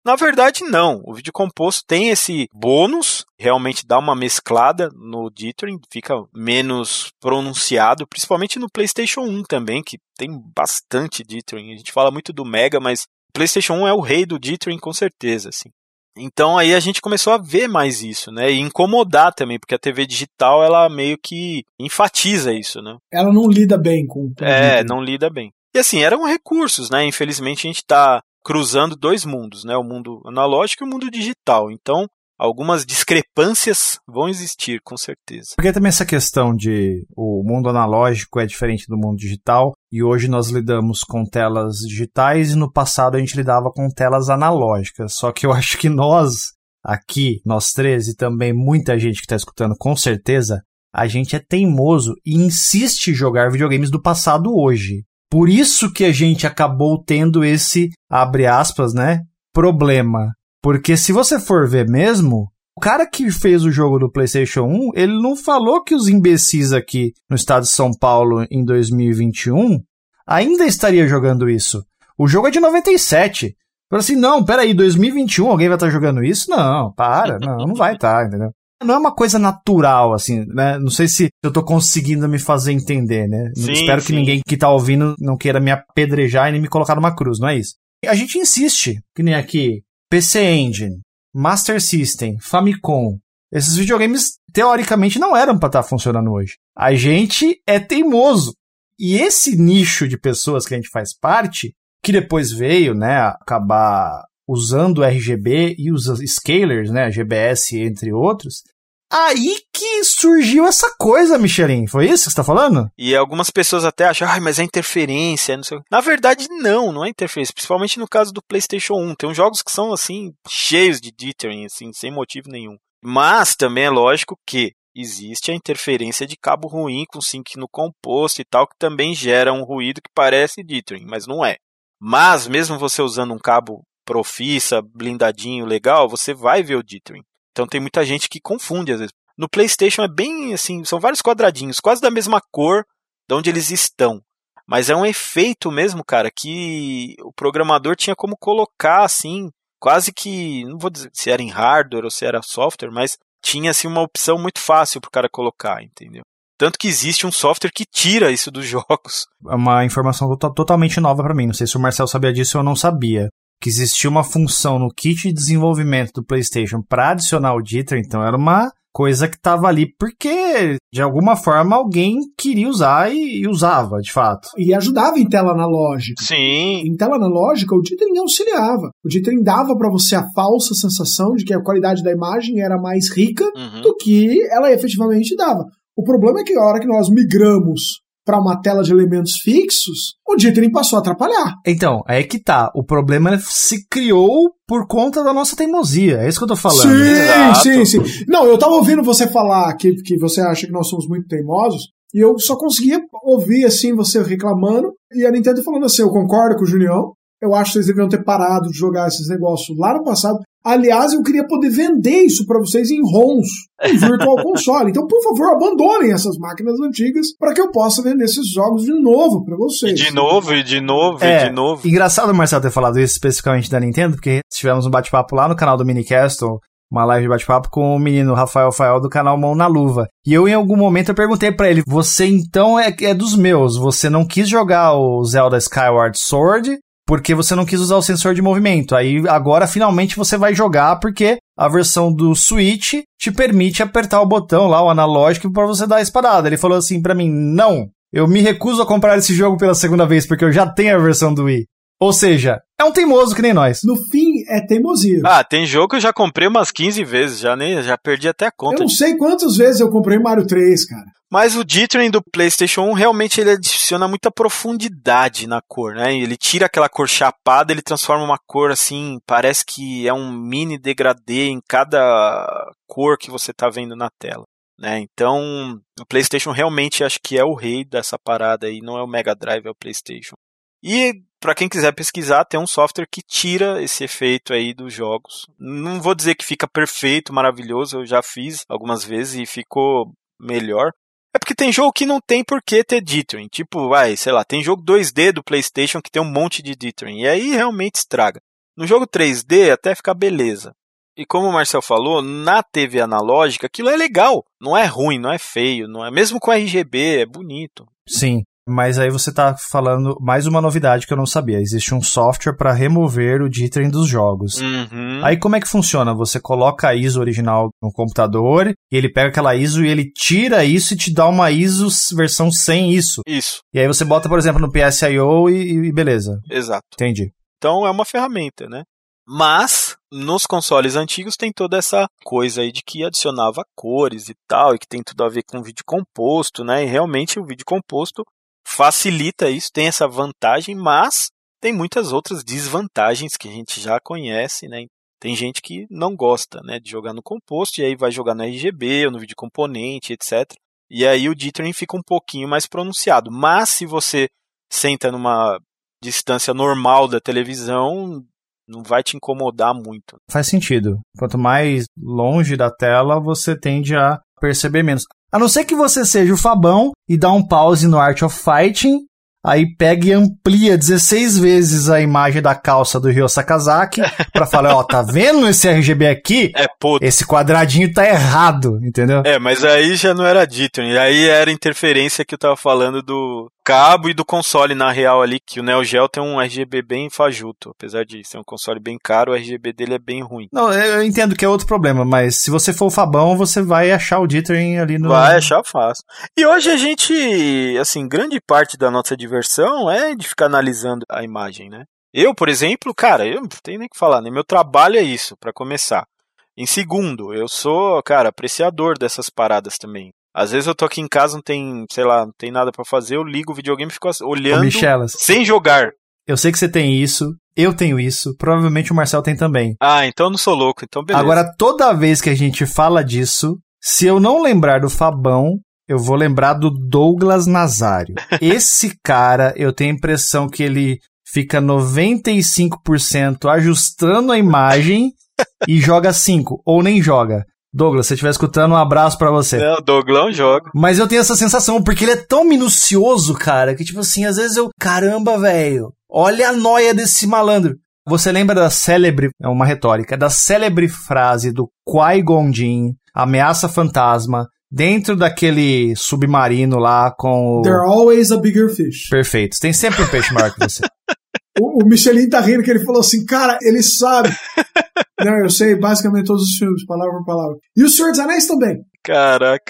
Na verdade, não. O vídeo composto tem esse bônus, realmente dá uma mesclada no dithering, fica menos pronunciado, principalmente no PlayStation 1 também, que tem bastante dithering. A gente fala muito do Mega, mas o PlayStation 1 é o rei do dithering com certeza, assim. Então aí a gente começou a ver mais isso, né? E incomodar também, porque a TV digital, ela meio que enfatiza isso, né? Ela não lida bem com o dithering. Não lida bem. E assim, eram recursos, né? Infelizmente a gente está cruzando dois mundos, né? O mundo analógico e o mundo digital. Então, algumas discrepâncias vão existir, com certeza. Porque também essa questão de o mundo analógico é diferente do mundo digital, e hoje nós lidamos com telas digitais e no passado a gente lidava com telas analógicas. Só que eu acho que nós, aqui, nós três, e também muita gente que está escutando com certeza, a gente é teimoso e insiste em jogar videogames do passado hoje. Por isso que a gente acabou tendo esse, abre aspas, né, problema. Porque se você for ver mesmo, o cara que fez o jogo do PlayStation 1, ele não falou que os imbecis aqui no estado de São Paulo em 2021 ainda estaria jogando isso. O jogo é de 97. Falou assim, não, peraí, 2021 alguém vai estar jogando isso? Não, para, não vai estar, entendeu? Não é uma coisa natural, assim, né? Não sei se eu tô conseguindo me fazer entender, né? Sim, espero que ninguém que tá ouvindo não queira me apedrejar e nem me colocar numa cruz, não é isso? A gente insiste, que nem aqui, PC Engine, Master System, Famicom, esses videogames, teoricamente, não eram pra estar funcionando hoje. A gente é teimoso. E esse nicho de pessoas que a gente faz parte, que depois veio, né, acabar usando o RGB e os scalers, né, GBS, entre outros, aí que surgiu essa coisa, Michelin. Foi isso que você tá falando? E algumas pessoas até acham, mas é interferência, não sei. Na verdade, não é interferência. Principalmente no caso do PlayStation 1. Tem uns jogos que são, assim, cheios de dithering, assim, sem motivo nenhum. Mas também é lógico que existe a interferência de cabo ruim com sync no composto e tal, que também gera um ruído que parece dithering, mas não é. Mas mesmo você usando um cabo profissa, blindadinho, legal, você vai ver o dithering. Então tem muita gente que confunde às vezes. No PlayStation é bem assim, são vários quadradinhos, quase da mesma cor de onde eles estão. Mas é um efeito mesmo, cara, que o programador tinha como colocar assim, quase que, não vou dizer se era em hardware ou se era software, mas tinha assim uma opção muito fácil pro cara colocar, entendeu? Tanto que existe um software que tira isso dos jogos. É uma informação totalmente nova pra mim, não sei se o Marcel sabia disso ou eu não sabia. Que existia uma função no kit de desenvolvimento do PlayStation para adicionar o dithering, então era uma coisa que estava ali porque, de alguma forma, alguém queria usar e usava, de fato. E ajudava em tela analógica. Sim. Em tela analógica, o dithering auxiliava. O dithering dava para você a falsa sensação de que a qualidade da imagem era mais rica do que ela efetivamente dava. O problema é que a hora que nós migramos para uma tela de elementos fixos, o dithering passou a atrapalhar. Então, é que tá. O problema se criou por conta da nossa teimosia. É isso que eu tô falando. Sim. Não, eu tava ouvindo você falar que você acha que nós somos muito teimosos, e eu só conseguia ouvir, assim, você reclamando, e a Nintendo falando assim, eu concordo com o Junião, eu acho que vocês deveriam ter parado de jogar esses negócios lá no passado. Aliás, eu queria poder vender isso para vocês em ROMs, em Virtual Console. Então, por favor, abandonem essas máquinas antigas para que eu possa vender esses jogos de novo para vocês. E de novo. Engraçado o Marcelo ter falado isso especificamente da Nintendo, porque tivemos um bate-papo lá no canal do Minicastle, uma live de bate-papo com o menino Rafael Fael do canal Mão na Luva. E eu, em algum momento, eu perguntei pra ele, você então é dos meus, você não quis jogar o Zelda Skyward Sword porque você não quis usar o sensor de movimento. Aí agora finalmente você vai jogar porque a versão do Switch te permite apertar o botão lá, o analógico, pra você dar a espadada. Ele falou assim pra mim, não, eu me recuso a comprar esse jogo pela segunda vez porque eu já tenho a versão do Wii. Ou seja, é um teimoso que nem nós. No fim, é teimosia. Tem jogo que eu já comprei umas 15 vezes, já perdi até a conta. Eu não sei quantas vezes eu comprei Mario 3, cara. Mas o dithering do PlayStation 1 realmente ele adiciona muita profundidade na cor, né? Ele tira aquela cor chapada, ele transforma uma cor assim, parece que é um mini degradê em cada cor que você tá vendo na tela, né? Então, o PlayStation realmente acho que é o rei dessa parada aí, não é o Mega Drive, é o PlayStation. E para quem quiser pesquisar, tem um software que tira esse efeito aí dos jogos. Não vou dizer que fica perfeito, maravilhoso, eu já fiz algumas vezes e ficou melhor. É porque tem jogo que não tem por que ter dithering. Tipo, sei lá, tem jogo 2D do PlayStation que tem um monte de dithering. E aí realmente estraga. No jogo 3D até fica beleza. E como o Marcel falou, na TV analógica aquilo é legal. Não é ruim, não é feio, não é mesmo com RGB, é bonito. Sim, mas aí você tá falando mais uma novidade que eu não sabia. Existe um software para remover o jittering dos jogos. Uhum. Aí como é que funciona? Você coloca a ISO original no computador e ele pega aquela ISO e ele tira isso e te dá uma ISO versão sem isso. Isso. E aí você bota, por exemplo, no PSIO e beleza. Exato. Entendi. Então é uma ferramenta, né? Mas nos consoles antigos tem toda essa coisa aí de que adicionava cores e tal, e que tem tudo a ver com vídeo composto, né? E realmente o vídeo composto facilita isso, tem essa vantagem, mas tem muitas outras desvantagens que a gente já conhece, né? Tem gente que não gosta, né, de jogar no composto, e aí vai jogar no RGB ou no vídeo componente, etc. E aí o jittering fica um pouquinho mais pronunciado. Mas se você senta numa distância normal da televisão, não vai te incomodar muito. Faz sentido. Quanto mais longe da tela, você tende a perceber menos. A não ser que você seja o Fabão e dá um pause no Art of Fighting, aí pega e amplia 16 vezes a imagem da calça do Ryo Sakazaki pra falar, ó, tá vendo esse RGB aqui? É podre. Esse quadradinho tá errado, entendeu? Mas aí já não era jittering, aí era interferência que eu tava falando do cabo e do console na real ali, que o Neo Geo tem um RGB bem fajuto, apesar de ser um console bem caro, o RGB dele é bem ruim. Não, eu entendo que é outro problema, mas se você for o Fabão, você vai achar o jittering ali no... Vai achar fácil. E hoje a gente, assim, grande parte da nossa diversão é de ficar analisando a imagem, né? Eu, por exemplo, cara, eu não tenho nem o que falar, né? Meu trabalho é isso, pra começar. Em segundo, eu sou, cara, apreciador dessas paradas também. Às vezes eu tô aqui em casa, não tem, sei lá, não tem nada pra fazer, eu ligo o videogame e fico olhando sem jogar. Eu sei que você tem isso, eu tenho isso, provavelmente o Marcel tem também. Ah, então eu não sou louco, então beleza. Agora, toda vez que a gente fala disso, se eu não lembrar do Fabão, eu vou lembrar do Douglas Nazário. Esse cara, eu tenho a impressão que ele fica 95% ajustando a imagem e joga 5%, ou nem joga. Douglas, se você estiver escutando, um abraço pra você. Não, o Douglão joga. Mas eu tenho essa sensação, porque ele é tão minucioso, cara, que tipo assim, às vezes eu... Caramba, velho, olha a noia desse malandro. Você lembra da célebre... É uma retórica. Da célebre frase do Qui-Gon Jinn, Ameaça Fantasma, dentro daquele submarino lá com o... There's always a bigger fish. Perfeito. Tem sempre um peixe maior que você. O Michelin tá rindo que ele falou assim, cara, ele sabe. Não, eu sei basicamente todos os filmes, palavra por palavra. E o Senhor dos Anéis também. Caraca.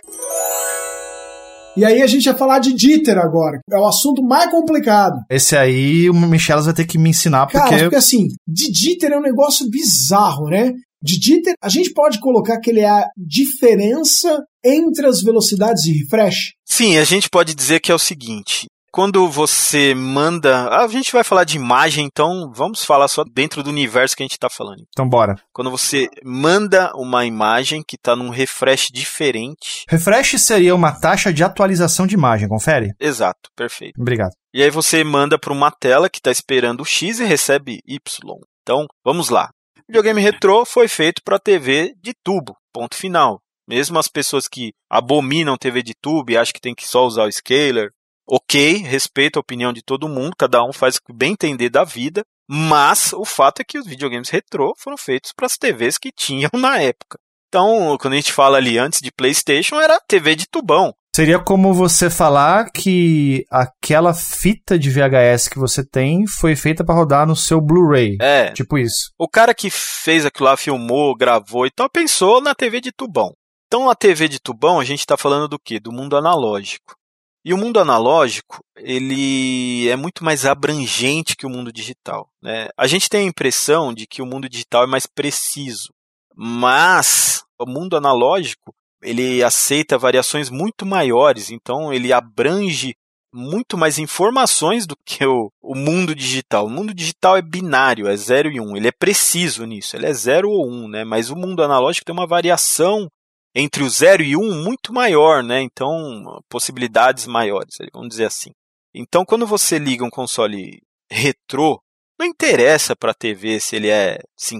E aí a gente vai falar de jitter agora. É o assunto mais complicado. Esse aí o Michelas vai ter que me ensinar, porque... Cara, porque assim, de jitter é um negócio bizarro, né? De jitter, a gente pode colocar que ele é a diferença entre as velocidades de refresh? Sim, a gente pode dizer que é o seguinte... Quando você manda... a gente vai falar de imagem, então vamos falar só dentro do universo que a gente está falando. Então bora. Quando você manda uma imagem que está num refresh diferente... Refresh seria uma taxa de atualização de imagem, confere? Exato, perfeito. Obrigado. E aí você manda para uma tela que está esperando o X e recebe Y. Então, vamos lá. O videogame retrô foi feito para TV de tubo, ponto final. Mesmo as pessoas que abominam TV de tubo e acham que tem que só usar o scaler... Ok, respeito a opinião de todo mundo, cada um faz o que bem entender da vida, mas o fato é que os videogames retrô foram feitos para as TVs que tinham na época. Então, quando a gente fala ali antes de PlayStation, era TV de tubão. Seria como você falar que aquela fita de VHS que você tem foi feita para rodar no seu Blu-ray. É. Tipo isso. O cara que fez aquilo lá, filmou, gravou e tal, pensou na TV de tubão. Então, a TV de tubão, a gente está falando do quê? Do mundo analógico. E o mundo analógico, ele é muito mais abrangente que o mundo digital, né? A gente tem a impressão de que o mundo digital é mais preciso, mas o mundo analógico, ele aceita variações muito maiores, então ele abrange muito mais informações do que o mundo digital. O mundo digital é binário, é 0 e 1, ele é preciso nisso, ele é 0 ou 1, né? Mas o mundo analógico tem uma variação entre o 0 e 1 muito maior, né? Então, possibilidades maiores, vamos dizer assim. Então, quando você liga um console retrô, não interessa para a TV se ele é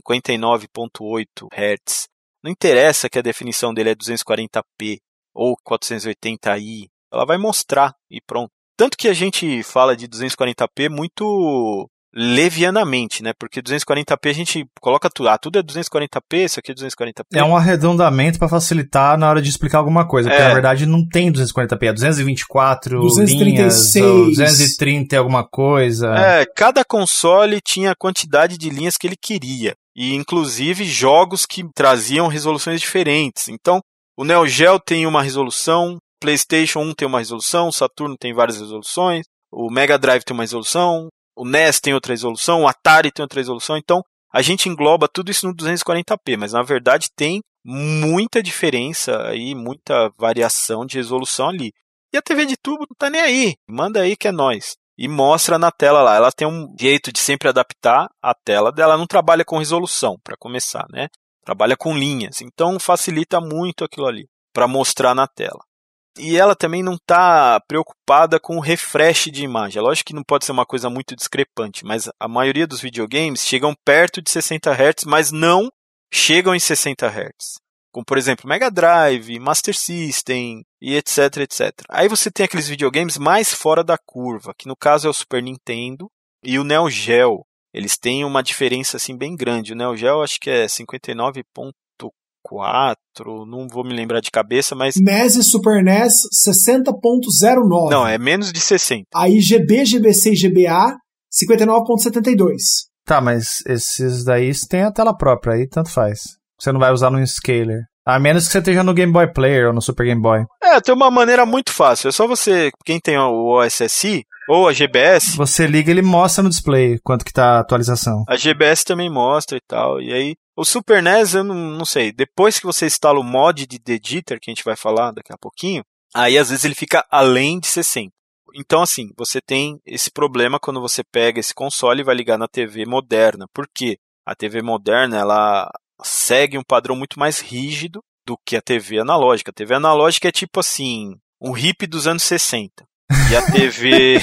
59.8 Hz, não interessa que a definição dele é 240p ou 480i, ela vai mostrar e pronto. Tanto que a gente fala de 240p muito levianamente, né? Porque 240p a gente coloca tudo. Tudo é 240p, isso aqui é 240p. É um arredondamento para facilitar na hora de explicar alguma coisa, porque na verdade não tem 240p, é 224 236 linhas, ou 230 alguma coisa. Cada console tinha a quantidade de linhas que ele queria. E inclusive jogos que traziam resoluções diferentes. Então, o Neo Geo tem uma resolução, PlayStation 1 tem uma resolução, o Saturno tem várias resoluções, o Mega Drive tem uma resolução, o NES tem outra resolução, o Atari tem outra resolução. Então, a gente engloba tudo isso no 240p, mas na verdade tem muita diferença aí, muita variação de resolução ali. E a TV de tubo não tá nem aí, manda aí que é nóis. E mostra na tela lá, ela tem um jeito de sempre adaptar a tela dela, não trabalha com resolução, para começar, né? Trabalha com linhas, então facilita muito aquilo ali, para mostrar na tela. E ela também não está preocupada com o refresh de imagem. É lógico que não pode ser uma coisa muito discrepante, mas a maioria dos videogames chegam perto de 60 Hz, mas não chegam em 60 Hz. Como, por exemplo, Mega Drive, Master System e etc, etc. Aí você tem aqueles videogames mais fora da curva, que no caso é o Super Nintendo e o Neo Geo. Eles têm uma diferença assim bem grande. O Neo Geo acho que é 59.4, não vou me lembrar de cabeça, mas... NES e Super NES 60.09. Não, é menos de 60. Aí GB, GBC e GBA 59.72. Tá, mas esses daí tem a tela própria, aí tanto faz. Você não vai usar no scaler. A menos que você esteja no Game Boy Player ou no Super Game Boy. Tem uma maneira muito fácil. É só você, quem tem o OSSI ou a GBS... Você liga e ele mostra no display quanto que tá a atualização. A GBS também mostra e tal. E aí, o Super NES, eu não sei. Depois que você instala o mod de The Jitter, que a gente vai falar daqui a pouquinho, aí às vezes ele fica além de 60. Então, assim, você tem esse problema quando você pega esse console e vai ligar na TV moderna. Por quê? A TV moderna, ela segue um padrão muito mais rígido do que a TV analógica. A TV analógica é tipo assim, um hippie dos anos 60. E a TV...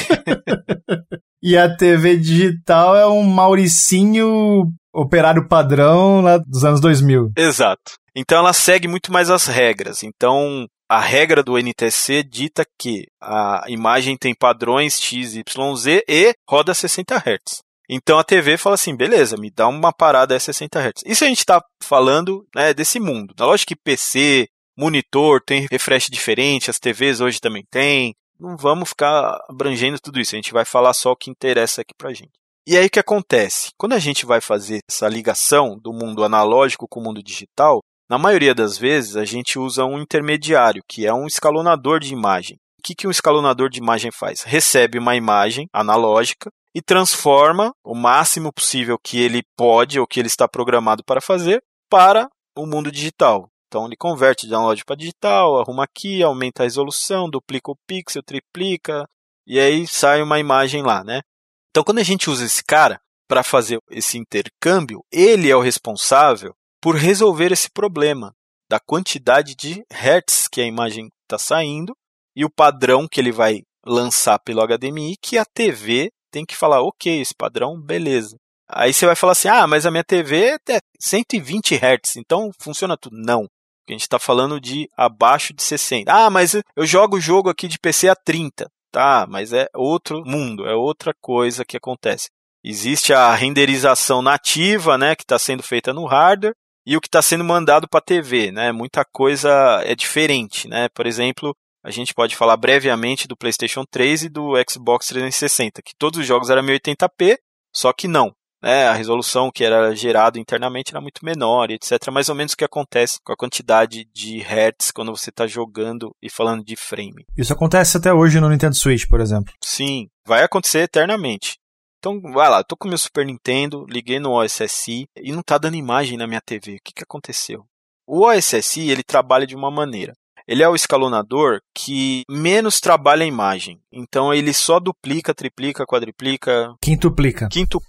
E a TV digital é um Mauricinho operário padrão lá dos anos 2000. Exato. Então ela segue muito mais as regras. Então a regra do NTSC dita que a imagem tem padrões X, Y, Z e roda 60 Hz. Então a TV fala assim, beleza, me dá uma parada a 60 Hz. Isso a gente está falando, né, desse mundo. Lógico que PC, monitor, tem refresh diferente, as TVs hoje também tem. Não vamos ficar abrangendo tudo isso, a gente vai falar só o que interessa aqui pra gente. E aí o que acontece? Quando a gente vai fazer essa ligação do mundo analógico com o mundo digital, na maioria das vezes a gente usa um intermediário, que é um escalonador de imagem. O que um escalonador de imagem faz? Recebe uma imagem analógica e transforma o máximo possível que ele pode ou que ele está programado para fazer para o mundo digital. Então ele converte de analógico para digital, arruma aqui, aumenta a resolução, duplica o pixel, triplica, e aí sai uma imagem lá, né? Então quando a gente usa esse cara para fazer esse intercâmbio, ele é o responsável por resolver esse problema da quantidade de hertz que a imagem está saindo e o padrão que ele vai lançar pelo HDMI, que a TV tem que falar, ok, esse padrão, beleza. Aí você vai falar assim, mas a minha TV é 120 Hz, então funciona tudo. Não. A gente está falando de abaixo de 60. Mas eu jogo o jogo aqui de PC a 30. Tá, mas é outro mundo, é outra coisa que acontece. Existe a renderização nativa, né, que está sendo feita no hardware, e o que está sendo mandado para a TV. Né? Muita coisa é diferente. Né? Por exemplo, a gente pode falar brevemente do PlayStation 3 e do Xbox 360, que todos os jogos eram 1080p, só que não. A resolução que era gerada internamente era muito menor, etc. Mais ou menos o que acontece com a quantidade de hertz quando você está jogando e falando de frame. Isso acontece até hoje no Nintendo Switch, por exemplo. Sim, vai acontecer eternamente. Então, vai lá, estou com o meu Super Nintendo, liguei no OSSI e não está dando imagem na minha TV. O que aconteceu? O OSSI, ele trabalha de uma maneira. Ele é o escalonador que menos trabalha a imagem. Então, ele só duplica, triplica, quadriplica... Quintuplica.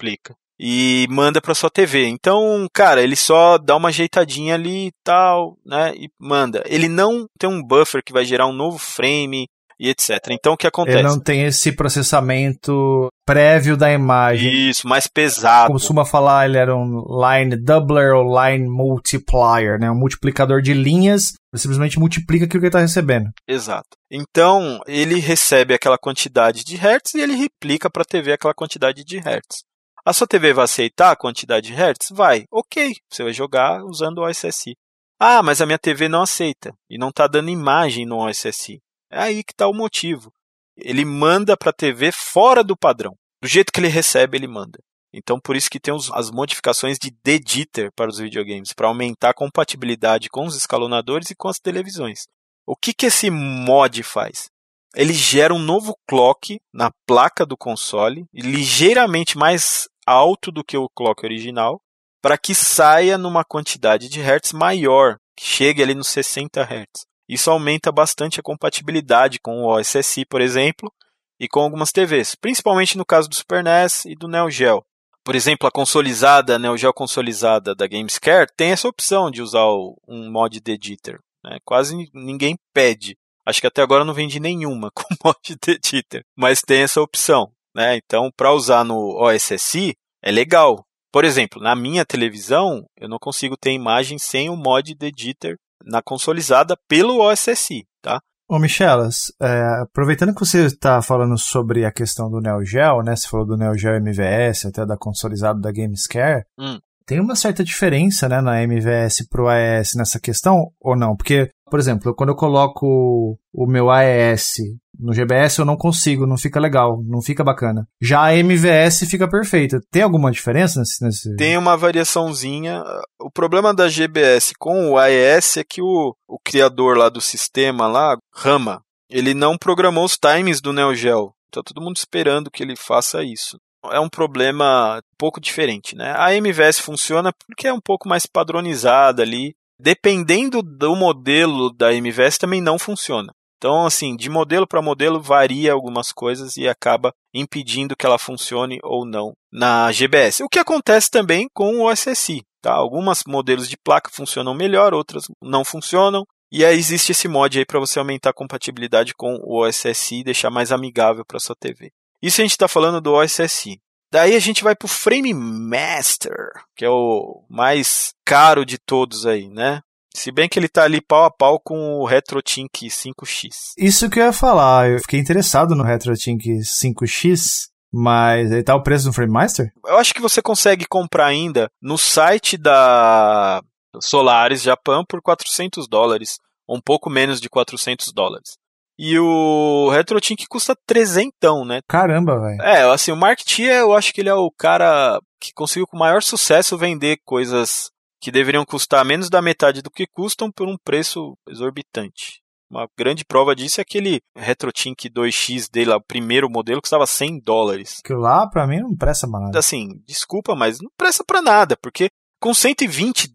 E manda para sua TV. Então, cara, ele só dá uma ajeitadinha ali e tal, né? E manda. Ele não tem um buffer que vai gerar um novo frame e etc. Então, o que acontece? Ele não tem esse processamento prévio da imagem. Isso, mais pesado. Como costuma falar, ele era um line doubler ou line multiplier, né? Um multiplicador de linhas. Ele simplesmente multiplica aquilo que ele está recebendo. Exato. Então, ele recebe aquela quantidade de hertz e ele replica para a TV aquela quantidade de hertz. A sua TV vai aceitar a quantidade de hertz? Vai. Ok, você vai jogar usando o OSSI. Ah, mas a minha TV não aceita e não está dando imagem no OSSI. É aí que está o motivo. Ele manda para a TV fora do padrão. Do jeito que ele recebe, ele manda. Então, por isso que tem as modificações de de-jitter para os videogames, para aumentar a compatibilidade com os escalonadores e com as televisões. O que esse mod faz? Ele gera um novo clock na placa do console, ligeiramente mais alto do que o clock original, para que saia numa quantidade de hertz maior, que chegue ali nos 60 hertz. Isso aumenta bastante a compatibilidade com o OSSI, por exemplo, e com algumas TVs, principalmente no caso do Super NES e do Neo Geo. Por exemplo, a Neo Geo consolidada da Gamescare tem essa opção de usar um mod de jitter. Né? Quase ninguém pede. Acho que até agora não vendi nenhuma com mod de jitter, mas tem essa opção. Né? Então, para usar no OSSI, é legal. Por exemplo, na minha televisão, eu não consigo ter imagem sem o mod de jitter na consolidada pelo OSSI, tá? Ô, Michelas, aproveitando que você está falando sobre a questão do Neo Geo, né? Você falou do Neo Geo MVS, até da consolidada da Gamescare. Tem uma certa diferença, né, na MVS pro AES nessa questão, ou não? Porque, por exemplo, quando eu coloco o meu AES no GBS, eu não consigo, não fica legal, não fica bacana. Já a MVS fica perfeita. Tem alguma diferença nesse... Tem uma variaçãozinha. O problema da GBS com o AES é que o criador lá do sistema, lá, Rama, ele não programou os times do Neo Geo. Tá todo mundo esperando que ele faça isso. É um problema um pouco diferente, né? A MVS funciona porque é um pouco mais padronizada ali. Dependendo do modelo da MVS também não funciona. Então, assim, de modelo para modelo varia algumas coisas e acaba impedindo que ela funcione ou não na GBS. O que acontece também com o OSSI, tá? Alguns modelos de placa funcionam melhor, outras não funcionam. E aí existe esse mod aí para você aumentar a compatibilidade com o OSSI e deixar mais amigável para sua TV. Isso a gente está falando do OSSI. Daí a gente vai para o Frame Master, que é o mais caro de todos aí, né? Se bem que ele tá ali pau a pau com o RetroTink 5X. Isso que eu ia falar, eu fiquei interessado no RetroTink 5X, mas aí tá o preço do Frame Master? Eu acho que você consegue comprar ainda no site da Solaris Japan por $400, ou um pouco menos de $400. E o RetroTink custa $300, né? Caramba, velho. Assim, o Mark T, eu acho que ele é o cara que conseguiu com maior sucesso vender coisas que deveriam custar menos da metade do que custam por um preço exorbitante. Uma grande prova disso é aquele RetroTink 2X dele, o primeiro modelo, que custava $100. Aquilo lá, pra mim, não presta pra nada. Assim, desculpa, mas não presta pra nada, porque com $120,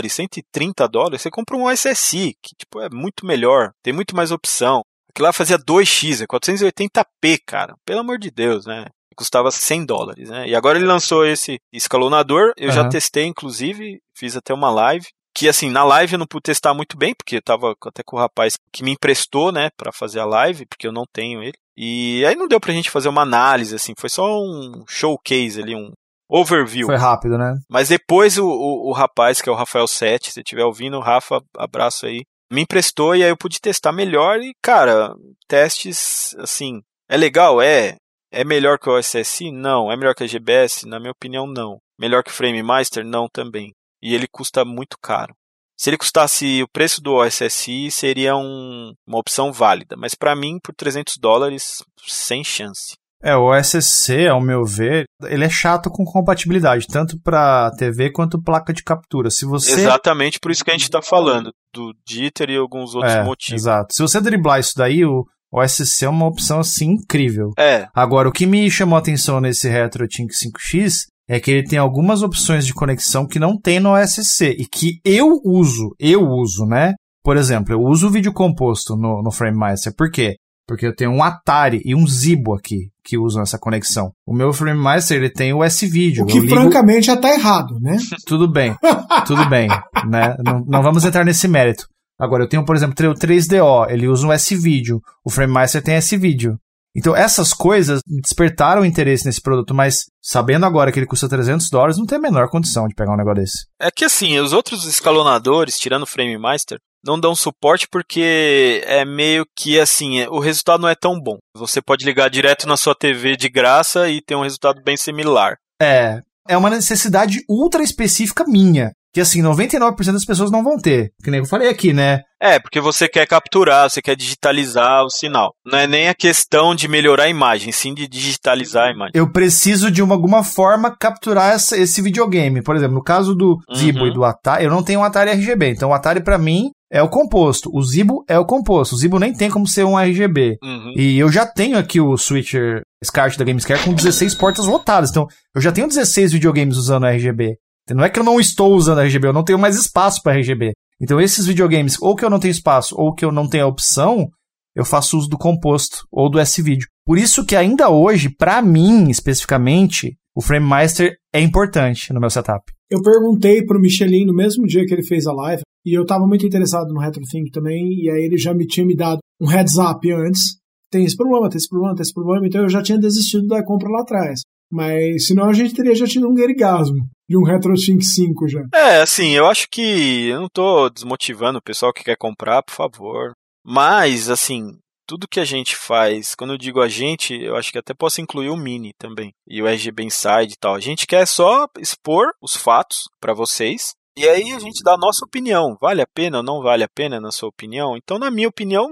$130, você compra um OSSI, que tipo, é muito melhor, tem muito mais opção. Aquilo lá fazia 2x, é 480p, cara. Pelo amor de Deus, né? Custava $100, né? E agora ele lançou esse escalonador. Eu já testei, inclusive, fiz até uma live. Que, assim, na live eu não pude testar muito bem, porque eu tava até com o rapaz que me emprestou, né, pra fazer a live, porque eu não tenho ele. E aí não deu pra gente fazer uma análise, assim. Foi só um showcase ali, um overview. Foi rápido, né? Mas depois o rapaz, que é o Rafael Sete, se estiver ouvindo, Rafa, abraço aí, me emprestou e aí eu pude testar melhor e, cara, testes, assim, é legal? É melhor que o OSSI? Não. É melhor que a GBS? Na minha opinião, não. Melhor que o Frame Master? Não, também. E ele custa muito caro. Se ele custasse o preço do OSSI, seria uma opção válida. Mas para mim, por $300, sem chance. O OSSC, ao meu ver, ele é chato com compatibilidade, tanto para TV quanto placa de captura. Se você... Exatamente por isso que a gente está falando, do jitter e alguns outros motivos. Exato. Se você driblar isso daí, o OSSC é uma opção assim incrível. É. Agora, o que me chamou a atenção nesse RetroTink 5X é que ele tem algumas opções de conexão que não tem no OSSC e que eu uso, né? Por exemplo, eu uso o vídeo composto no Frame Master. Por quê? Porque eu tenho um Atari e um Zibo aqui que usam essa conexão. O meu Frame Master, ele tem o S-Video. O que francamente já tá errado, né? Tudo bem, né? Não vamos entrar nesse mérito. Agora, eu tenho, por exemplo, o 3DO, ele usa um S-Video. O Frame Master tem S-Video. Então, essas coisas despertaram interesse nesse produto, mas sabendo agora que ele custa $300, não tem a menor condição de pegar um negócio desse. É que assim, os outros escalonadores, tirando o Frame Master, não dão suporte porque é meio que assim, o resultado não é tão bom. Você pode ligar direto na sua TV de graça e ter um resultado bem similar. É uma necessidade ultra específica minha. Que assim, 99% das pessoas não vão ter. Que nem eu falei aqui, né? Porque você quer capturar, você quer digitalizar o sinal. Não é nem a questão de melhorar a imagem, sim de digitalizar a imagem. Eu preciso de alguma forma capturar esse videogame. Por exemplo, no caso do Zibo e do Atari, eu não tenho um Atari RGB. Então o Atari pra mim é o composto. O Zibo é o composto. O Zibo nem tem como ser um RGB. E eu já tenho aqui o Switcher SCART da Gamescare com 16 portas lotadas. Então eu já tenho 16 videogames usando RGB. Não é que eu não estou usando RGB, eu não tenho mais espaço para RGB. Então esses videogames, ou que eu não tenho espaço, ou que eu não tenho a opção, eu faço uso do composto ou do S-Video. Por isso que ainda hoje, para mim, especificamente, o FrameMaster é importante no meu setup. Eu perguntei pro Michelin no mesmo dia que ele fez a live, e eu tava muito interessado no RetroThink também, e aí ele já tinha me dado um heads up antes. Tem esse problema, então eu já tinha desistido da compra lá atrás. Mas senão a gente teria já tido um guerigasmo de um RetroThink 5 já. Assim, eu acho que eu não tô desmotivando o pessoal que quer comprar, por favor. Mas, assim, tudo que a gente faz, quando eu digo a gente, eu acho que até posso incluir o Mini também. E o RGB Inside e tal. A gente quer só expor os fatos pra vocês. E aí a gente dá a nossa opinião. Vale a pena ou não vale a pena, na sua opinião? Então, na minha opinião,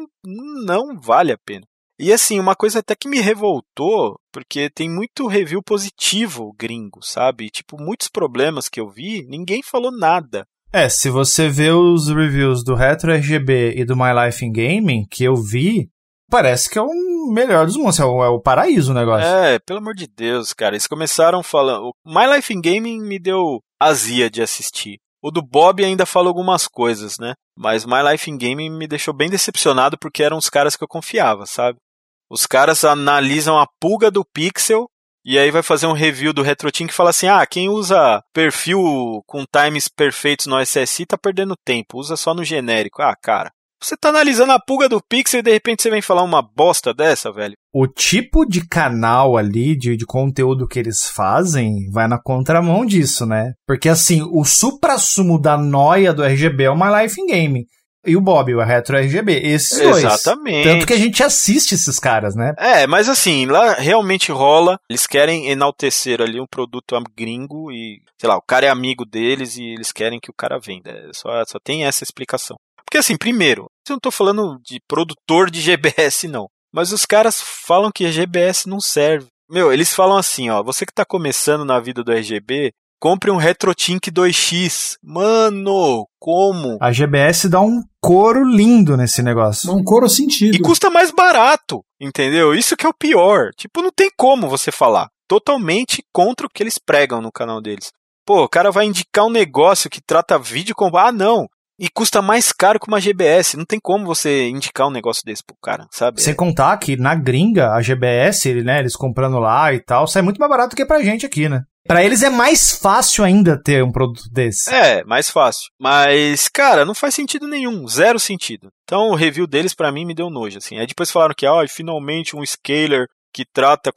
não vale a pena. E assim, uma coisa até que me revoltou, porque tem muito review positivo gringo, sabe? Tipo, muitos problemas que eu vi, ninguém falou nada. Se você vê os reviews do Retro RGB e do My Life in Gaming, que eu vi, parece que é o melhor dos mundos, é o paraíso o negócio. Pelo amor de Deus, cara. Eles começaram falando... O My Life in Gaming me deu azia de assistir. O do Bob ainda fala algumas coisas, né? Mas My Life in Gaming me deixou bem decepcionado porque eram os caras que eu confiava, sabe? Os caras analisam a pulga do pixel e aí vai fazer um review do RetroThink e fala assim, quem usa perfil com times perfeitos no SSI tá perdendo tempo, usa só no genérico. Cara, você tá analisando a pulga do pixel e de repente você vem falar uma bosta dessa, velho? O tipo de canal ali, de conteúdo que eles fazem, vai na contramão disso, né? Porque assim, o suprassumo da noia do RGB é o My Life in Gaming. E o Bob, o Retro RGB, esses dois. Exatamente. Tanto que a gente assiste esses caras, né? Mas assim, lá realmente rola, eles querem enaltecer ali um produto gringo e, sei lá, o cara é amigo deles e eles querem que o cara venda. Só tem essa explicação. Porque assim, primeiro, eu não tô falando de produtor de GBS não, mas os caras falam que a GBS não serve. Eles falam assim, você que tá começando na vida do RGB, compre um RetroThink 2X. Mano, como? A GBS dá um couro lindo nesse negócio. Dá um couro sentido. E custa mais barato, entendeu? Isso que é o pior. Tipo, não tem como você falar. Totalmente contra o que eles pregam no canal deles. Pô, o cara vai indicar um negócio que trata vídeo com... não. E custa mais caro que uma GBS. Não tem como você indicar um negócio desse pro cara, sabe? Sem contar que na gringa, a GBS, né, eles comprando lá e tal, sai muito mais barato do que pra gente aqui, né? Pra eles é mais fácil ainda ter um produto desse. Mais fácil. Mas, cara, não faz sentido nenhum. Zero sentido. Então, o review deles, pra mim, me deu nojo, assim. Aí depois falaram que, finalmente um scaler que trata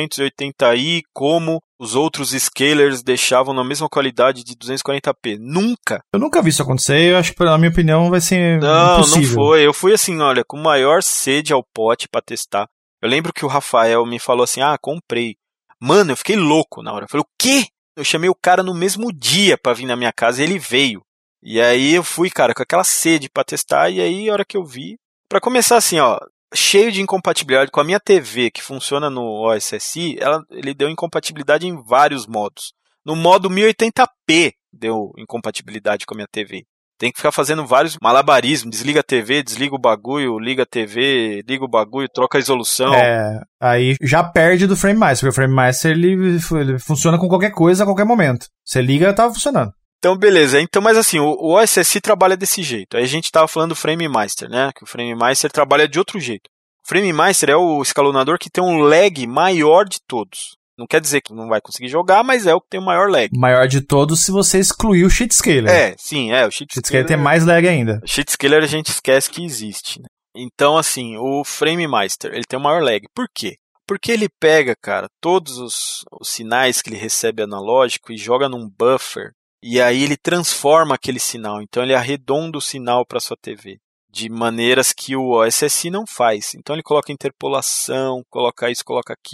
480i como os outros scalers deixavam na mesma qualidade de 240p. Nunca! Eu nunca vi isso acontecer, eu acho que, na minha opinião, vai ser impossível. Não foi. Eu fui assim, olha, com maior sede ao pote pra testar. Eu lembro que o Rafael me falou assim, comprei. Mano, eu fiquei louco na hora. Eu falei, o quê? Eu chamei o cara no mesmo dia pra vir na minha casa e ele veio. E aí eu fui, cara, com aquela sede pra testar. E aí, a hora que eu vi... Pra começar assim, cheio de incompatibilidade com a minha TV, que funciona no OSSI, ele deu incompatibilidade em vários modos. No modo 1080p deu incompatibilidade com a minha TV. Tem que ficar fazendo vários malabarismos. Desliga a TV, desliga o bagulho, liga a TV, liga o bagulho, troca a resolução. Aí já perde do FrameMaster, porque o FrameMaster ele funciona com qualquer coisa a qualquer momento. Você liga, tá funcionando. Então, beleza. Mas assim, o OSSI trabalha desse jeito. Aí a gente tava falando do FrameMaster, né? Que o FrameMaster trabalha de outro jeito. O FrameMaster é o escalonador que tem um lag maior de todos. Não quer dizer que não vai conseguir jogar, mas é o que tem o maior lag. Maior de todos se você excluir o Cheat Scaler. Sim, o Cheat Scaler tem mais lag ainda. O Cheat Scaler a gente esquece que existe, né? Então, assim, o FrameMaster, ele tem o maior lag. Por quê? Porque ele pega, cara, todos os sinais que ele recebe analógico e joga num buffer. E aí ele transforma aquele sinal. Então ele arredonda o sinal para sua TV. De maneiras que o OSSI não faz. Então ele coloca interpolação, coloca isso, coloca aquilo.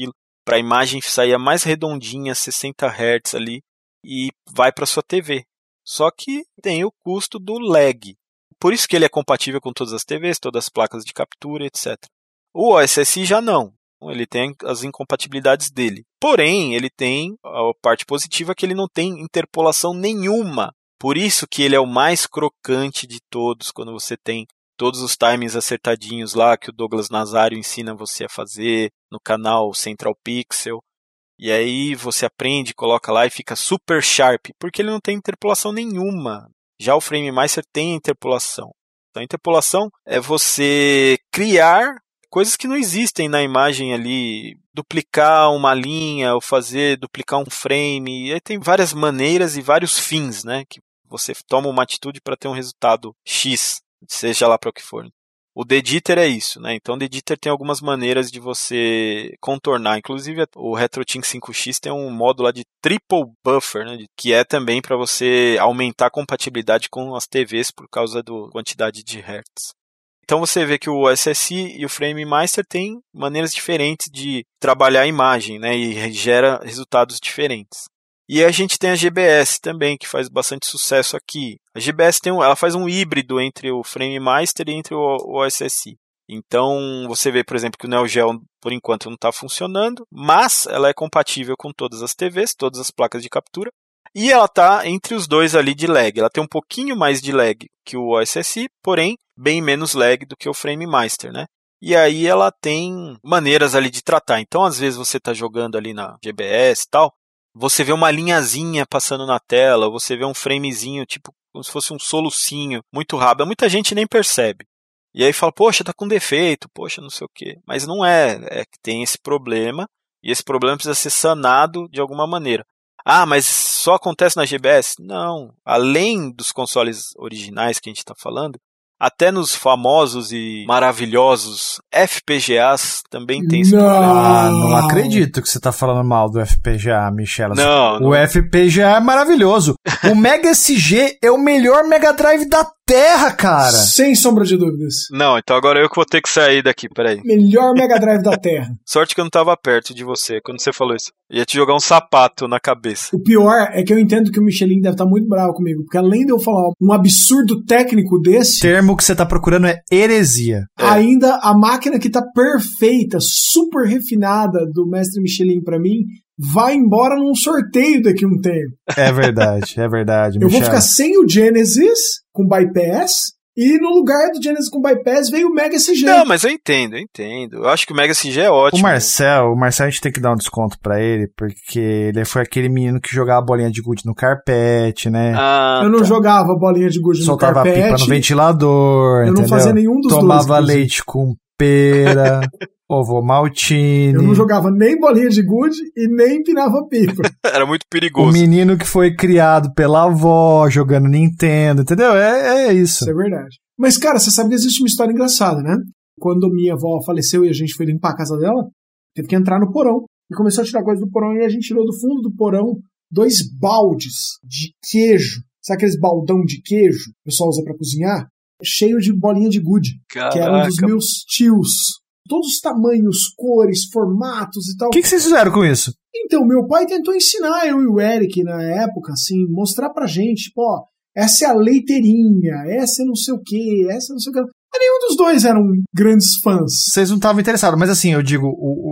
para a imagem sair a mais redondinha, 60 Hz ali, e vai para sua TV. Só que tem o custo do lag. Por isso que ele é compatível com todas as TVs, todas as placas de captura, etc. O OSSI já não. Ele tem as incompatibilidades dele. Porém, ele tem a parte positiva que ele não tem interpolação nenhuma. Por isso que ele é o mais crocante de todos, quando você tem todos os timings acertadinhos lá que o Douglas Nazário ensina você a fazer no canal Central Pixel. E aí você aprende, coloca lá e fica super sharp, porque ele não tem interpolação nenhuma. Já o FrameMaster tem interpolação. Então a interpolação é você criar coisas que não existem na imagem ali, duplicar uma linha ou fazer duplicar um frame. E aí tem várias maneiras e vários fins, né? Que você toma uma atitude para ter um resultado X, seja lá para o que for. O The Editor é isso, né? Então o The Editor tem algumas maneiras de você contornar. Inclusive o RetroTink 5X tem um modo lá de triple buffer, né? Que é também para você aumentar a compatibilidade com as TVs por causa da quantidade de hertz. Então você vê que o OSSI e o FrameMaster têm maneiras diferentes de trabalhar a imagem, né? E gera resultados diferentes. E a gente tem a GBS também, que faz bastante sucesso aqui. A GBS ela faz um híbrido entre o FrameMaster e entre o OSSI. Então, você vê, por exemplo, que o Neo Geo, por enquanto, não está funcionando, mas ela é compatível com todas as TVs, todas as placas de captura, e ela está entre os dois ali de lag. Ela tem um pouquinho mais de lag que o OSSI, porém, bem menos lag do que o FrameMaster, né? E aí ela tem maneiras ali de tratar. Então, às vezes, você está jogando ali na GBS e tal, você vê uma linhazinha passando na tela, você vê um framezinho, tipo, como se fosse um solucinho, muito rápido. Muita gente nem percebe. E aí fala, poxa, tá com defeito, poxa, não sei o quê. Mas não é que tem esse problema, e esse problema precisa ser sanado de alguma maneira. Ah, mas só acontece na GBS? Não. Além dos consoles originais que a gente está falando, até nos famosos e maravilhosos FPGAs também tem esse problema. Ah, não acredito que você tá falando mal do FPGA, Michela. Não. O FPGA é maravilhoso. O Mega SG é o melhor Mega Drive da Terra, cara. Sem sombra de dúvidas. Não, então agora eu que vou ter que sair daqui, peraí. Melhor Mega Drive da Terra. Sorte que eu não tava perto de você quando você falou isso. Ia te jogar um sapato na cabeça. O pior é que eu entendo que o Michelin deve estar muito bravo comigo, porque além de eu falar um absurdo técnico desse... O termo que você tá procurando é heresia. Ainda a máquina que tá perfeita, super refinada do mestre Michelin pra mim, vai embora num sorteio daqui a um tempo. É verdade, Eu vou ficar sem o Genesis com bypass, e no lugar do Genesis com bypass veio o Mega SG. Não, mas eu entendo. Eu acho que o Mega SG é ótimo. O Marcel a gente tem que dar um desconto pra ele, porque ele foi aquele menino que jogava bolinha de gude no carpete, né? Eu não jogava bolinha de gude no carpete. Soltava pipa no ventilador, eu entendeu? não fazia nenhum dos Tomava dois. leite com pera, ovo maltine. Eu não jogava nem bolinha de gude e nem empinava pipa. Era muito perigoso. O menino que foi criado pela avó, jogando Nintendo, entendeu? É isso. Isso é verdade. Mas, cara, você sabe que existe uma história engraçada, né? Quando minha avó faleceu e a gente foi limpar a casa dela, teve que entrar no porão. E começou a tirar coisa do porão e a gente tirou do fundo do porão 2 baldes de queijo. Sabe aqueles baldão de queijo que o pessoal usa pra cozinhar? Cheio de bolinha de gude. Caraca. Que era um dos meus tios. Todos os tamanhos, cores, formatos e tal. O que vocês fizeram com isso? Então, meu pai tentou ensinar eu e o Eric na época, assim, mostrar pra gente, tipo, ó, essa é a leiteirinha, essa é não sei o quê, essa é não sei o quê. Mas nenhum dos dois eram grandes fãs. Vocês não estavam interessados, mas assim, eu digo,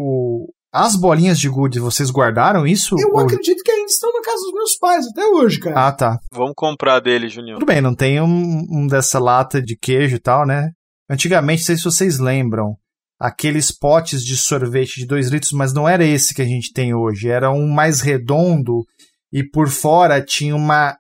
as bolinhas de gude, vocês guardaram isso? Eu acredito que ainda estão na casa dos meus pais, até hoje, cara. Ah, tá. Vamos comprar dele, Junior. Tudo bem, não tem um dessa lata de queijo e tal, né? Antigamente, não sei se vocês lembram, aqueles potes de sorvete de 2 litros, mas não era esse que a gente tem hoje. Era um mais redondo e por fora tinha uma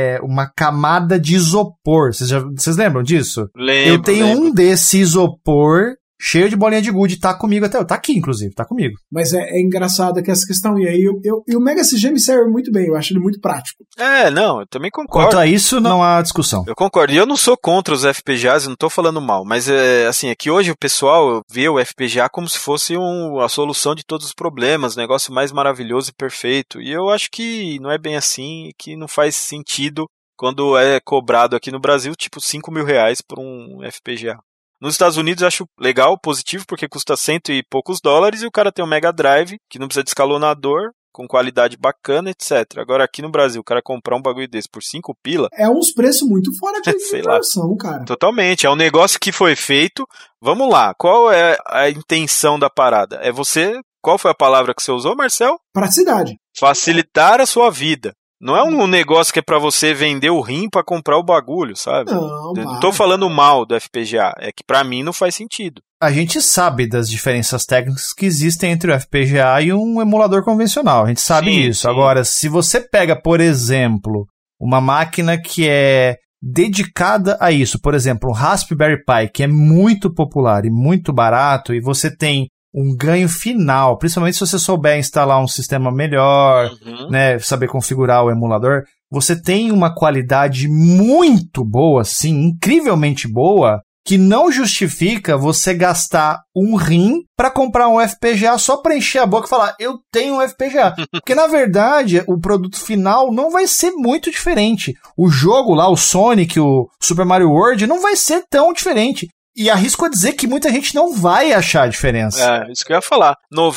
camada de isopor. Vocês lembram disso? Lembro. Eu tenho um desse isopor cheio de bolinha de gude, tá comigo até hoje. Tá aqui, inclusive, tá comigo. Mas é engraçado que essa questão. E aí, e o Mega SG me serve muito bem, eu acho ele muito prático. Não, eu também concordo. Quanto a isso, não há discussão. Eu concordo. E eu não sou contra os FPGAs, eu não tô falando mal, mas assim, é que hoje o pessoal vê o FPGA como se fosse a solução de todos os problemas, o negócio mais maravilhoso e perfeito. E eu acho que não é bem assim, que não faz sentido quando é cobrado aqui no Brasil, tipo, R$5.000 por um FPGA. Nos Estados Unidos eu acho legal, positivo, porque custa $100 e poucos e o cara tem um Mega Drive, que não precisa de escalonador, com qualidade bacana, etc. Agora aqui no Brasil, o cara comprar um bagulho desse por 5 pila... É uns preços muito fora de proporção, cara. Totalmente, é um negócio que foi feito. Vamos lá, qual é a intenção da parada? É você... Qual foi a palavra que você usou, Marcel? Praticidade. Facilitar a sua vida. Não é um negócio que é pra você vender o rim pra comprar o bagulho, sabe? Não tô falando mal do FPGA, é que pra mim não faz sentido. A gente sabe das diferenças técnicas que existem entre o FPGA e um emulador convencional, a gente sabe isso. Sim. Agora, se você pega, por exemplo, uma máquina que é dedicada a isso, por exemplo, um Raspberry Pi, que é muito popular e muito barato, e você tem um ganho final, principalmente se você souber instalar um sistema melhor, né, saber configurar o emulador, você tem uma qualidade muito boa, sim, incrivelmente boa, que não justifica você gastar um rim para comprar um FPGA só para encher a boca e falar, eu tenho um FPGA. Porque, na verdade, o produto final não vai ser muito diferente. O jogo lá, o Sonic, o Super Mario World, não vai ser tão diferente. E arrisco a dizer que muita gente não vai achar a diferença. É, isso que eu ia falar.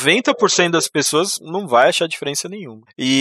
90% das pessoas não vai achar diferença nenhuma.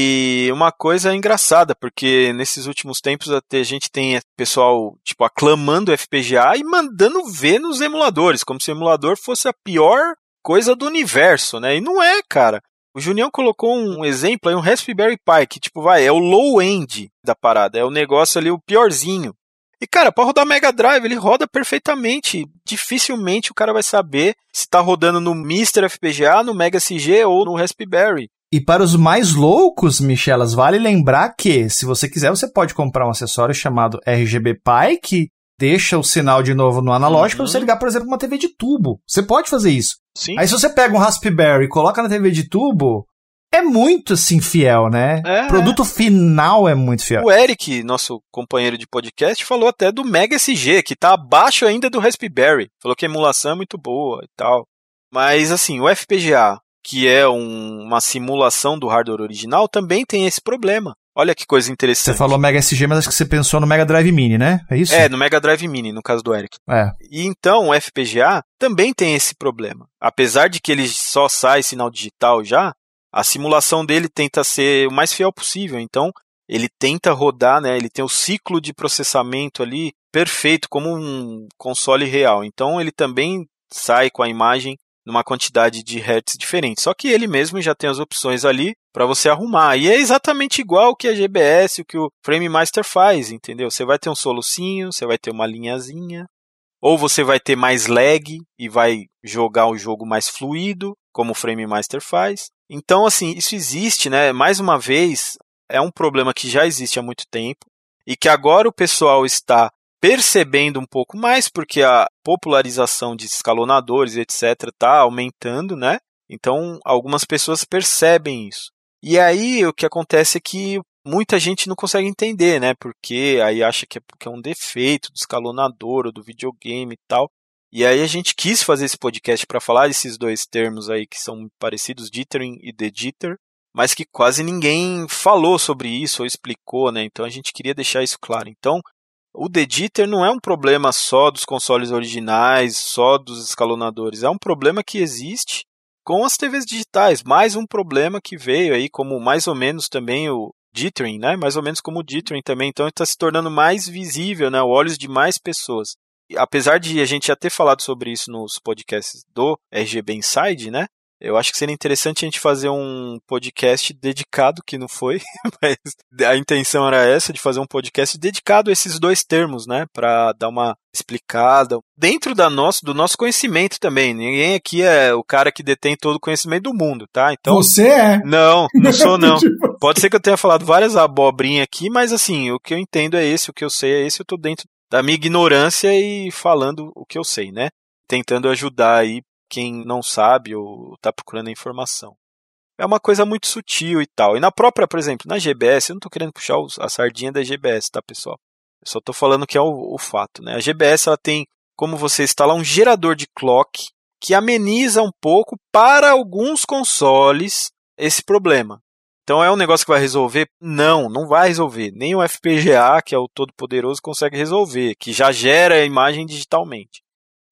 E uma coisa engraçada, porque nesses últimos tempos até a gente tem pessoal, tipo, aclamando o FPGA e mandando ver nos emuladores, como se o emulador fosse a pior coisa do universo, né? E não é, cara. O Junião colocou um exemplo aí, um Raspberry Pi, que tipo, é o low-end da parada, é o negócio ali, o piorzinho. E, cara, para rodar Mega Drive, ele roda perfeitamente. Dificilmente o cara vai saber se tá rodando no Mr. FPGA, no Mega SG ou no Raspberry. E para os mais loucos, Michelas, vale lembrar que, se você quiser, você pode comprar um acessório chamado RGB Pi, que deixa o sinal de novo no analógico para você ligar, por exemplo, uma TV de tubo. Você pode fazer isso. Sim. Aí se você pega um Raspberry e coloca na TV de tubo... É muito, assim, fiel, né? O produto final é muito fiel. O Eric, nosso companheiro de podcast, falou até do Mega SG, que tá abaixo ainda do Raspberry. Falou que a emulação é muito boa e tal. Mas, assim, o FPGA, que é uma simulação do hardware original, também tem esse problema. Olha que coisa interessante. Você falou Mega SG, mas acho que você pensou no Mega Drive Mini, né? É isso? É, no Mega Drive Mini, no caso do Eric. E então, o FPGA também tem esse problema. Apesar de que ele só sai sinal digital já, a simulação dele tenta ser o mais fiel possível, então ele tenta rodar, né? Ele tem o ciclo de processamento ali perfeito, como um console real. Então ele também sai com a imagem numa quantidade de hertz diferente. Só que ele mesmo já tem as opções ali para você arrumar. E é exatamente igual o que a GBS, o que o Frame Master faz, entendeu? Você vai ter um solucinho, você vai ter uma linhazinha, ou você vai ter mais lag e vai jogar o jogo mais fluido, como o Frame Master faz. Então, assim, isso existe, né? Mais uma vez, é um problema que já existe há muito tempo e que agora o pessoal está percebendo um pouco mais porque a popularização de escalonadores, etc., está aumentando, né? Então, algumas pessoas percebem isso. E aí, o que acontece é que muita gente não consegue entender, né? Porque aí acha que é um defeito do escalonador ou do videogame e tal. E aí a gente quis fazer esse podcast para falar desses dois termos aí que são parecidos, dithering e de-jitter, mas que quase ninguém falou sobre isso ou explicou, né? Então a gente queria deixar isso claro. Então, o de-jitter não é um problema só dos consoles originais, só dos escalonadores, é um problema que existe com as TVs digitais, mais um problema que veio aí como mais ou menos também o dithering, né? Mais ou menos como o dithering também, então está se tornando mais visível, né? Aos olhos de mais pessoas. Apesar de a gente já ter falado sobre isso nos podcasts do RGB Inside, né? Eu acho que seria interessante a gente fazer um podcast dedicado, que não foi, mas a intenção era essa, de fazer um podcast dedicado a esses dois termos, né? Para dar uma explicada dentro do nosso conhecimento também. Ninguém aqui é o cara que detém todo o conhecimento do mundo, tá? Então, você é? Não sou não. Pode ser que eu tenha falado várias abobrinhas aqui, mas assim, o que eu entendo é esse, o que eu sei é esse, eu tô dentro da minha ignorância e falando o que eu sei, né? Tentando ajudar aí quem não sabe ou está procurando a informação. É uma coisa muito sutil e tal. E na própria, por exemplo, na GBS, eu não estou querendo puxar a sardinha da GBS, tá, pessoal? Eu só estou falando que é o fato, né? A GBS, ela tem como você instalar um gerador de clock que ameniza um pouco para alguns consoles esse problema. Então é um negócio que vai resolver? Não vai resolver. Nem o FPGA, que é o todo-poderoso, consegue resolver, que já gera a imagem digitalmente.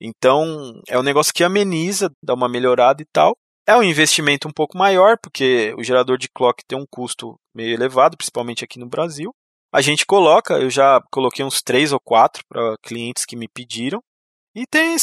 Então, é um negócio que ameniza, dá uma melhorada e tal. É um investimento um pouco maior, porque o gerador de clock tem um custo meio elevado, principalmente aqui no Brasil. A gente coloca, eu já coloquei uns 3 ou 4 para clientes que me pediram. E tem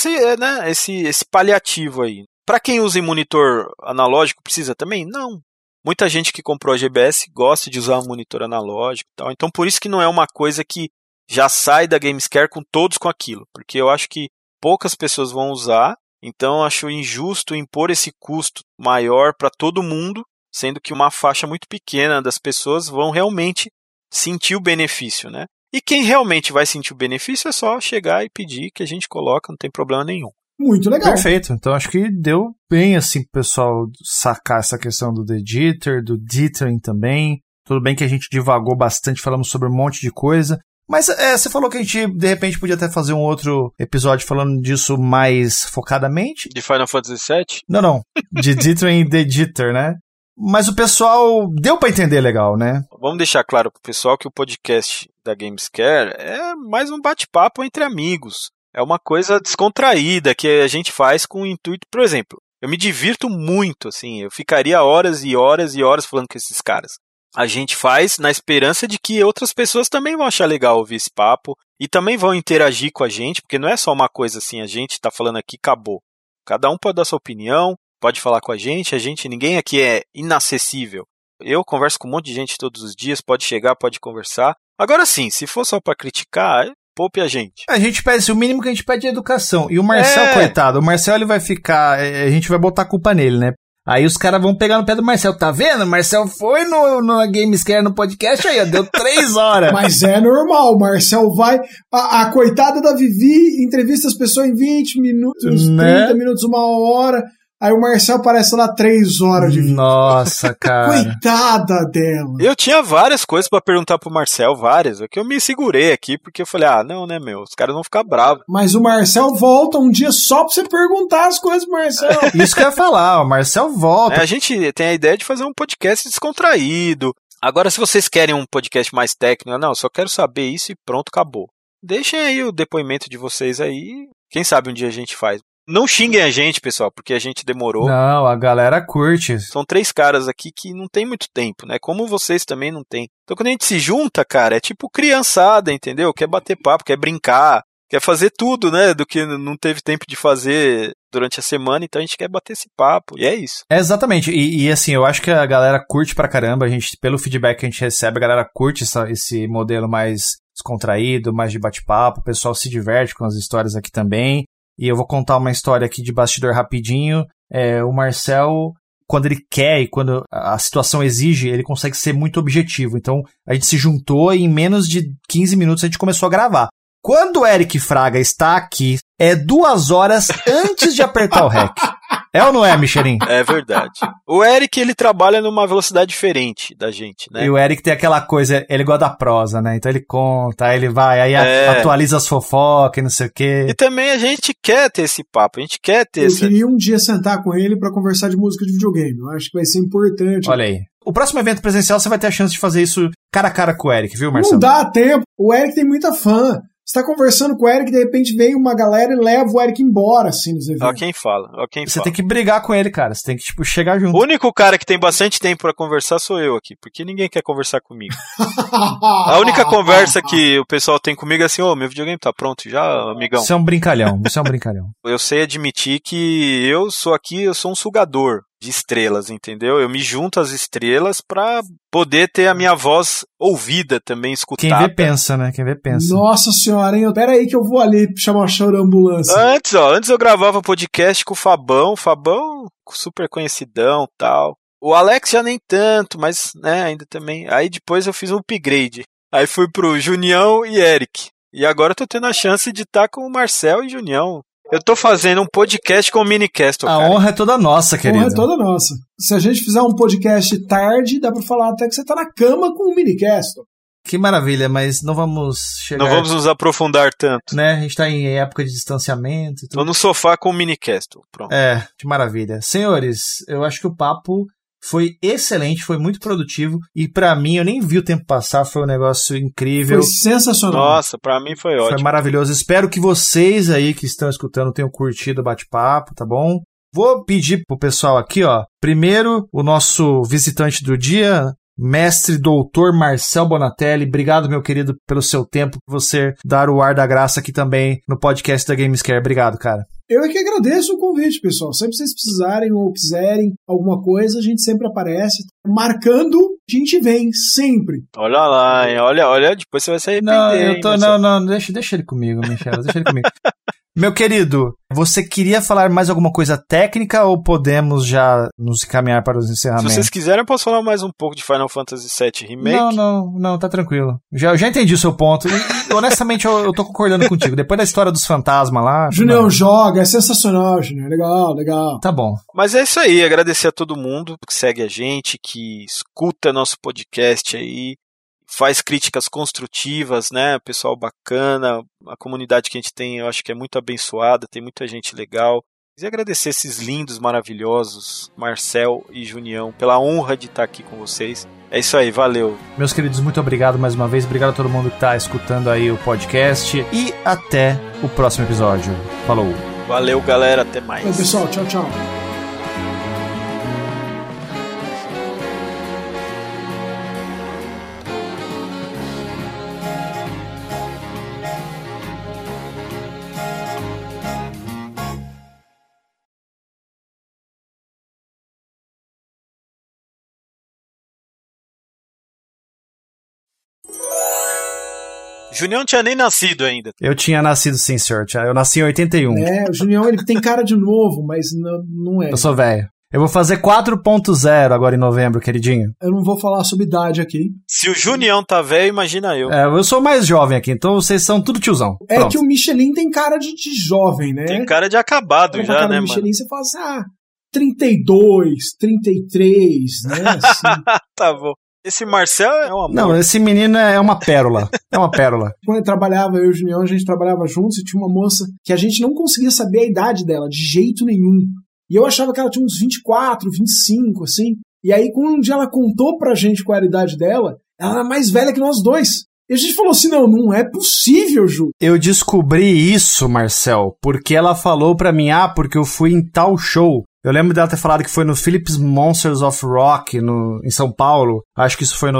esse paliativo aí. Para quem usa em monitor analógico, precisa também? Não. Muita gente que comprou a GBS gosta de usar um monitor analógico e tal. Então, por isso que não é uma coisa que já sai da Gamescare com todos com aquilo. Porque eu acho que poucas pessoas vão usar. Então, eu acho injusto impor esse custo maior para todo mundo, sendo que uma faixa muito pequena das pessoas vão realmente sentir o benefício, né? E quem realmente vai sentir o benefício é só chegar e pedir que a gente coloca, não tem problema nenhum. Muito legal. Perfeito. Então acho que deu bem assim pro pessoal sacar essa questão do Editor, do Dithering também. Tudo bem que a gente divagou bastante, falamos sobre um monte de coisa. Mas você falou que a gente, de repente, podia até fazer um outro episódio falando disso mais focadamente. De Final Fantasy VII? Não. De Dithering e The Editor, né? Mas o pessoal deu pra entender legal, né? Vamos deixar claro pro pessoal que o podcast da Gamescare é mais um bate-papo entre amigos. É uma coisa descontraída que a gente faz com o intuito... Por exemplo, eu me divirto muito, assim. Eu ficaria horas e horas e horas falando com esses caras. A gente faz na esperança de que outras pessoas também vão achar legal ouvir esse papo e também vão interagir com a gente, porque não é só uma coisa assim, a gente tá falando aqui, acabou. Cada um pode dar sua opinião, pode falar com a gente, ninguém aqui é inacessível. Eu converso com um monte de gente todos os dias, pode chegar, pode conversar. Agora sim, se for só pra criticar, poupe a gente. A gente pede, o mínimo que a gente pede é educação. E o Marcel, coitado, o Marcel ele vai ficar, a gente vai botar a culpa nele, né? Aí os caras vão pegar no pé do Marcel, tá vendo? O Marcel foi no Gamescare no podcast aí, ó, deu 3 horas. Mas é normal, o Marcel vai... A coitada da Vivi entrevista as pessoas em 20 minutos, né? 30 minutos, 1 hora... Aí o Marcel aparece lá 3 horas de vídeo. Nossa, cara. Coitada dela. Eu tinha várias coisas pra perguntar pro Marcel, várias. É que eu me segurei aqui, porque eu falei, não, né, meu, os caras vão ficar bravos. Mas o Marcel volta um dia só pra você perguntar as coisas pro Marcel. Isso que eu ia falar, o Marcel volta. A gente tem a ideia de fazer um podcast descontraído. Agora, se vocês querem um podcast mais técnico, não, eu só quero saber isso e pronto, acabou. Deixem aí o depoimento de vocês aí. Quem sabe um dia a gente faz. Não xinguem a gente, pessoal, porque a gente demorou. Não, a galera curte. São 3 caras aqui que não tem muito tempo, né? Como vocês também não tem. Então, quando a gente se junta, cara, é tipo criançada, entendeu? Quer bater papo, quer brincar, quer fazer tudo, né? Do que não teve tempo de fazer durante a semana, então a gente quer bater esse papo, e é isso. É, exatamente, e assim, eu acho que a galera curte pra caramba, a gente, pelo feedback que a gente recebe, a galera curte esse modelo mais descontraído, mais de bate-papo, o pessoal se diverte com as histórias aqui também. E eu vou contar uma história aqui de bastidor rapidinho. O Marcel, quando ele quer e quando a situação exige, ele consegue ser muito objetivo. Então, a gente se juntou e em menos de 15 minutos a gente começou a gravar. Quando o Eric Fraga está aqui, é 2 horas antes de apertar o REC. É ou não é, Michelin? É verdade. O Eric, ele trabalha numa velocidade diferente da gente, né? E o Eric tem aquela coisa, ele gosta da prosa, né? Então ele conta, aí ele vai, aí atualiza as fofocas e não sei o quê. E também a gente quer ter esse papo, a gente quer ter esse... Eu queria um dia sentar com ele pra conversar de música de videogame. Eu acho que vai ser importante. Olha aí. O próximo evento presencial você vai ter a chance de fazer isso cara a cara com o Eric, viu, Marcelo? Não dá tempo. O Eric tem muita fã. Você tá conversando com o Eric, de repente vem uma galera e leva o Eric embora, assim, nos eventos. Ó quem fala. Você tem que brigar com ele, cara. Você tem que, chegar junto. O único cara que tem bastante tempo pra conversar sou eu aqui, porque ninguém quer conversar comigo. A única conversa que o pessoal tem comigo é assim, meu videogame tá pronto já, amigão. Você é um brincalhão, Eu sei admitir que eu sou um sugador de estrelas, entendeu? Eu me junto às estrelas pra poder ter a minha voz ouvida também, escutada. Quem vê pensa, né? Quem vê pensa. Nossa senhora, hein? Pera aí que eu vou ali chamar a ambulância. Antes eu gravava podcast com o Fabão super conhecidão e tal. O Alex já nem tanto, mas, né, ainda também. Aí depois eu fiz um upgrade. Aí fui pro Junião e Eric. E agora eu tô tendo a chance de estar com o Marcel e Junião. Eu tô fazendo um podcast com o Minicast. A honra é toda nossa, querido. A honra é toda nossa. Se a gente fizer um podcast tarde, dá pra falar até que você tá na cama com o Minicast. Que maravilha, mas não vamos chegar... Não vamos nos aprofundar tanto. Né? A gente tá em época de distanciamento e tudo. Tô no sofá com o Minicast. Pronto. Que maravilha. Senhores, eu acho que o papo Foi excelente, foi muito produtivo. E pra mim, eu nem vi o tempo passar, foi um negócio incrível. Foi sensacional. Nossa, pra mim foi ótimo. Foi maravilhoso. Espero que vocês aí que estão escutando tenham curtido o bate-papo, tá bom? Vou pedir pro pessoal aqui, ó. Primeiro, o nosso visitante do dia, mestre doutor Marcel Bonatelli. Obrigado, meu querido, pelo seu tempo, por você dar o ar da graça aqui também no podcast da Gamescare. Obrigado, cara. Eu é que agradeço o convite, pessoal. Sempre que vocês precisarem ou quiserem alguma coisa, a gente sempre aparece. Marcando, a gente vem, sempre. Olha lá, hein? Olha, depois você vai se arrepender. Não, deixa ele comigo, Michel, deixa ele comigo. Meu querido, você queria falar mais alguma coisa técnica ou podemos já nos encaminhar para os encerramentos? Se vocês quiserem, eu posso falar mais um pouco de Final Fantasy VII Remake. Não, tá tranquilo. Já entendi o seu ponto. E honestamente, eu tô concordando contigo. Depois da história dos fantasmas lá... Junião, joga, é sensacional, Junião. Legal. Tá bom. Mas é isso aí, agradecer a todo mundo que segue a gente, que escuta nosso podcast aí, faz críticas construtivas, né, pessoal bacana, a comunidade que a gente tem eu acho que é muito abençoada, tem muita gente legal. E agradecer esses lindos, maravilhosos, Marcel e Junião, pela honra de estar aqui com vocês. É isso aí, valeu. Meus queridos, muito obrigado mais uma vez, obrigado a todo mundo que está escutando aí o podcast e até o próximo episódio. Falou. Valeu, galera, até mais. Oi, pessoal, tchau. Junião não tinha nem nascido ainda. Eu tinha nascido sim, senhor. Eu nasci em 81. O Junião ele tem cara de novo, mas não é. Eu sou velho. Eu vou fazer 4.0 agora em novembro, queridinho. Eu não vou falar sobre idade aqui. Se o Junião tá velho, imagina eu. Eu sou mais jovem aqui, então vocês são tudo tiozão. Pronto. Que o Michelin tem cara de jovem, né? Tem cara de acabado já, né, mano? Michelin, você fala assim, 32, 33, né? Assim. Tá bom. Esse Marcel é um amor. Não, esse menino é uma pérola. É uma pérola. Quando eu trabalhava, eu e o Junião, a gente trabalhava juntos e tinha uma moça que a gente não conseguia saber a idade dela, de jeito nenhum. E eu achava que ela tinha uns 24, 25, assim. E aí, quando um dia ela contou pra gente qual era a idade dela, ela era mais velha que nós dois. E a gente falou assim, não é possível, Ju. Eu descobri isso, Marcel, porque ela falou pra mim, porque eu fui em tal show. Eu lembro dela ter falado que foi no Philips Monsters of Rock, em São Paulo. Acho que isso foi em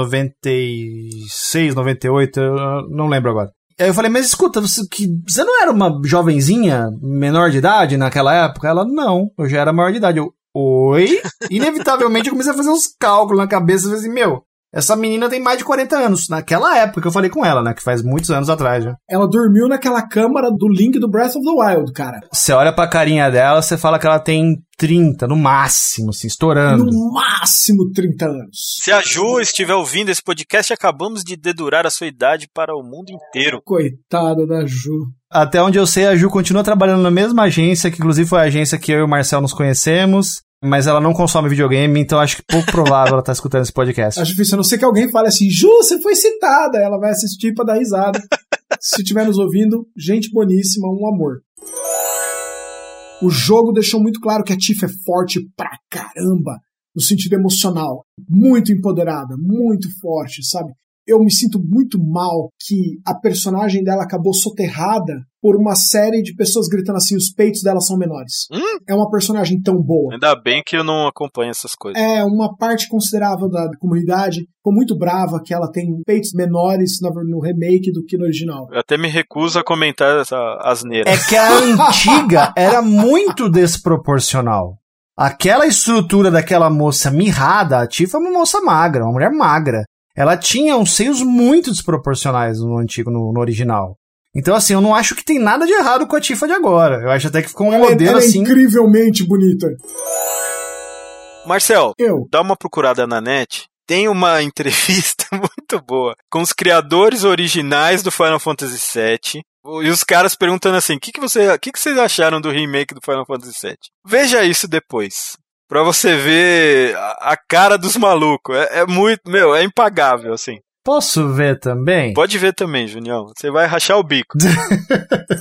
96, 98, eu não lembro agora. Aí eu falei, mas escuta, você não era uma jovenzinha menor de idade naquela época? Ela, não, eu já era maior de idade. Eu, oi? Inevitavelmente eu comecei a fazer uns cálculos na cabeça, e falei assim, essa menina tem mais de 40 anos. Naquela época que eu falei com ela, né? Que faz muitos anos atrás já. Ela dormiu naquela câmara do Link do Breath of the Wild, cara. Você olha pra carinha dela, você fala que ela tem 30, no máximo, assim, estourando. No máximo 30 anos. Se a Ju estiver ouvindo esse podcast, acabamos de dedurar a sua idade para o mundo inteiro. Coitada da Ju. Até onde eu sei, a Ju continua trabalhando na mesma agência, que inclusive foi a agência que eu e o Marcel nos conhecemos. Mas ela não consome videogame, então acho que pouco provável ela tá escutando esse podcast. Acho difícil, a não ser que alguém fale assim, Ju, você foi citada. Ela vai assistir pra dar risada. Se estiver nos ouvindo, gente boníssima, um amor. O jogo deixou muito claro que a Tifa é forte pra caramba, no sentido emocional. Muito empoderada, muito forte, sabe? Eu me sinto muito mal que a personagem dela acabou soterrada por uma série de pessoas gritando assim, os peitos dela são menores. É uma personagem tão boa. Ainda bem que eu não acompanho essas coisas. Uma parte considerável da comunidade ficou muito brava que ela tem peitos menores no remake do que no original. Eu até me recuso a comentar essa asneira. É que a antiga era muito desproporcional. Aquela estrutura daquela moça mirrada, a Tifa é uma moça magra, uma mulher magra. Ela tinha uns seios muito desproporcionais no antigo, no original. Então, assim, eu não acho que tem nada de errado com a Tifa de agora. Eu acho até que ficou um modelo ela assim... é incrivelmente bonita. Marcel, dá uma procurada na net. Tem uma entrevista muito boa com os criadores originais do Final Fantasy VII. E os caras perguntando assim, o que vocês acharam do remake do Final Fantasy VII? Veja isso depois. Pra você ver a cara dos malucos. É muito, é impagável, assim. Posso ver também? Pode ver também, Junião. Você vai rachar o bico.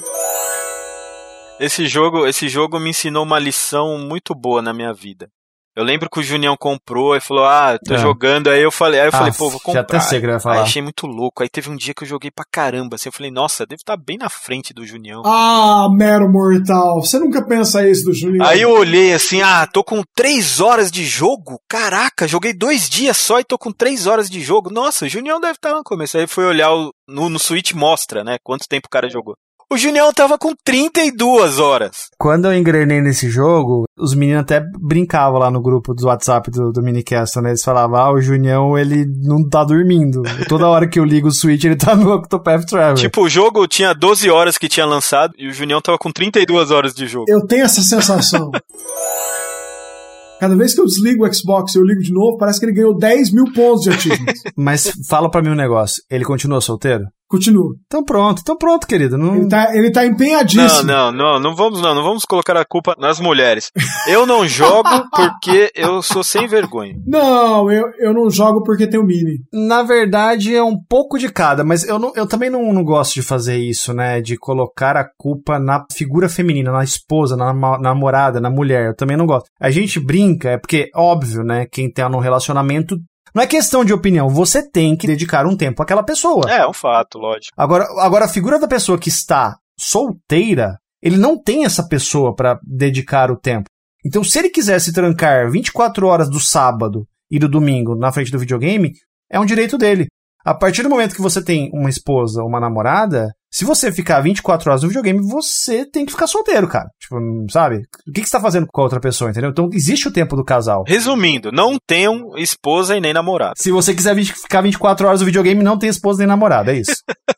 Esse jogo me ensinou uma lição muito boa na minha vida. Eu lembro que o Junião comprou e falou, tô jogando, aí eu falei, pô, vou comprar. Já até sei que ele vai falar. Aí achei muito louco, aí teve um dia que eu joguei pra caramba, assim, eu falei, nossa, deve estar bem na frente do Junião. Mero mortal, você nunca pensa isso do Junião. Aí eu olhei assim, tô com 3 horas de jogo? Caraca, joguei 2 dias só e tô com 3 horas de jogo. Nossa, o Junião deve estar no começo. Aí foi olhar no Switch, mostra, né, quanto tempo o cara jogou. O Junião tava com 32 horas. Quando eu engrenei nesse jogo, os meninos até brincavam lá no grupo do WhatsApp do Minicast, né? Eles falavam, o Junião, ele não tá dormindo. Toda hora que eu ligo o Switch, ele tá no Octopath Traveler. Tipo, o jogo tinha 12 horas que tinha lançado e o Junião tava com 32 horas de jogo. Eu tenho essa sensação. Cada vez que eu desligo o Xbox e eu ligo de novo, parece que ele ganhou 10 mil pontos de achievements. Mas fala pra mim um negócio, ele continua solteiro? Continua. Então pronto, querido. Não... Ele tá empenhadíssimo. Não vamos colocar a culpa nas mulheres. Eu não jogo porque eu sou sem vergonha. Não, eu não jogo porque tenho Mini. Na verdade, é um pouco de cada, mas eu também não gosto de fazer isso, né? De colocar a culpa na figura feminina, na esposa, na namorada, na mulher. Eu também não gosto. A gente brinca, é porque, óbvio, né? Quem tá num relacionamento... Não é questão de opinião, você tem que dedicar um tempo àquela pessoa. É um fato, lógico. Agora a figura da pessoa que está solteira, ele não tem essa pessoa para dedicar o tempo. Então, se ele quiser se trancar 24 horas do sábado e do domingo na frente do videogame, é um direito dele. A partir do momento que você tem uma esposa ou uma namorada, se você ficar 24 horas no videogame, você tem que ficar solteiro, cara. Tipo, sabe? O que você tá fazendo com a outra pessoa, entendeu? Então, existe o tempo do casal. Resumindo, não tenham esposa e nem namorada. Se você quiser ficar 24 horas no videogame, não tem esposa nem namorada, é isso.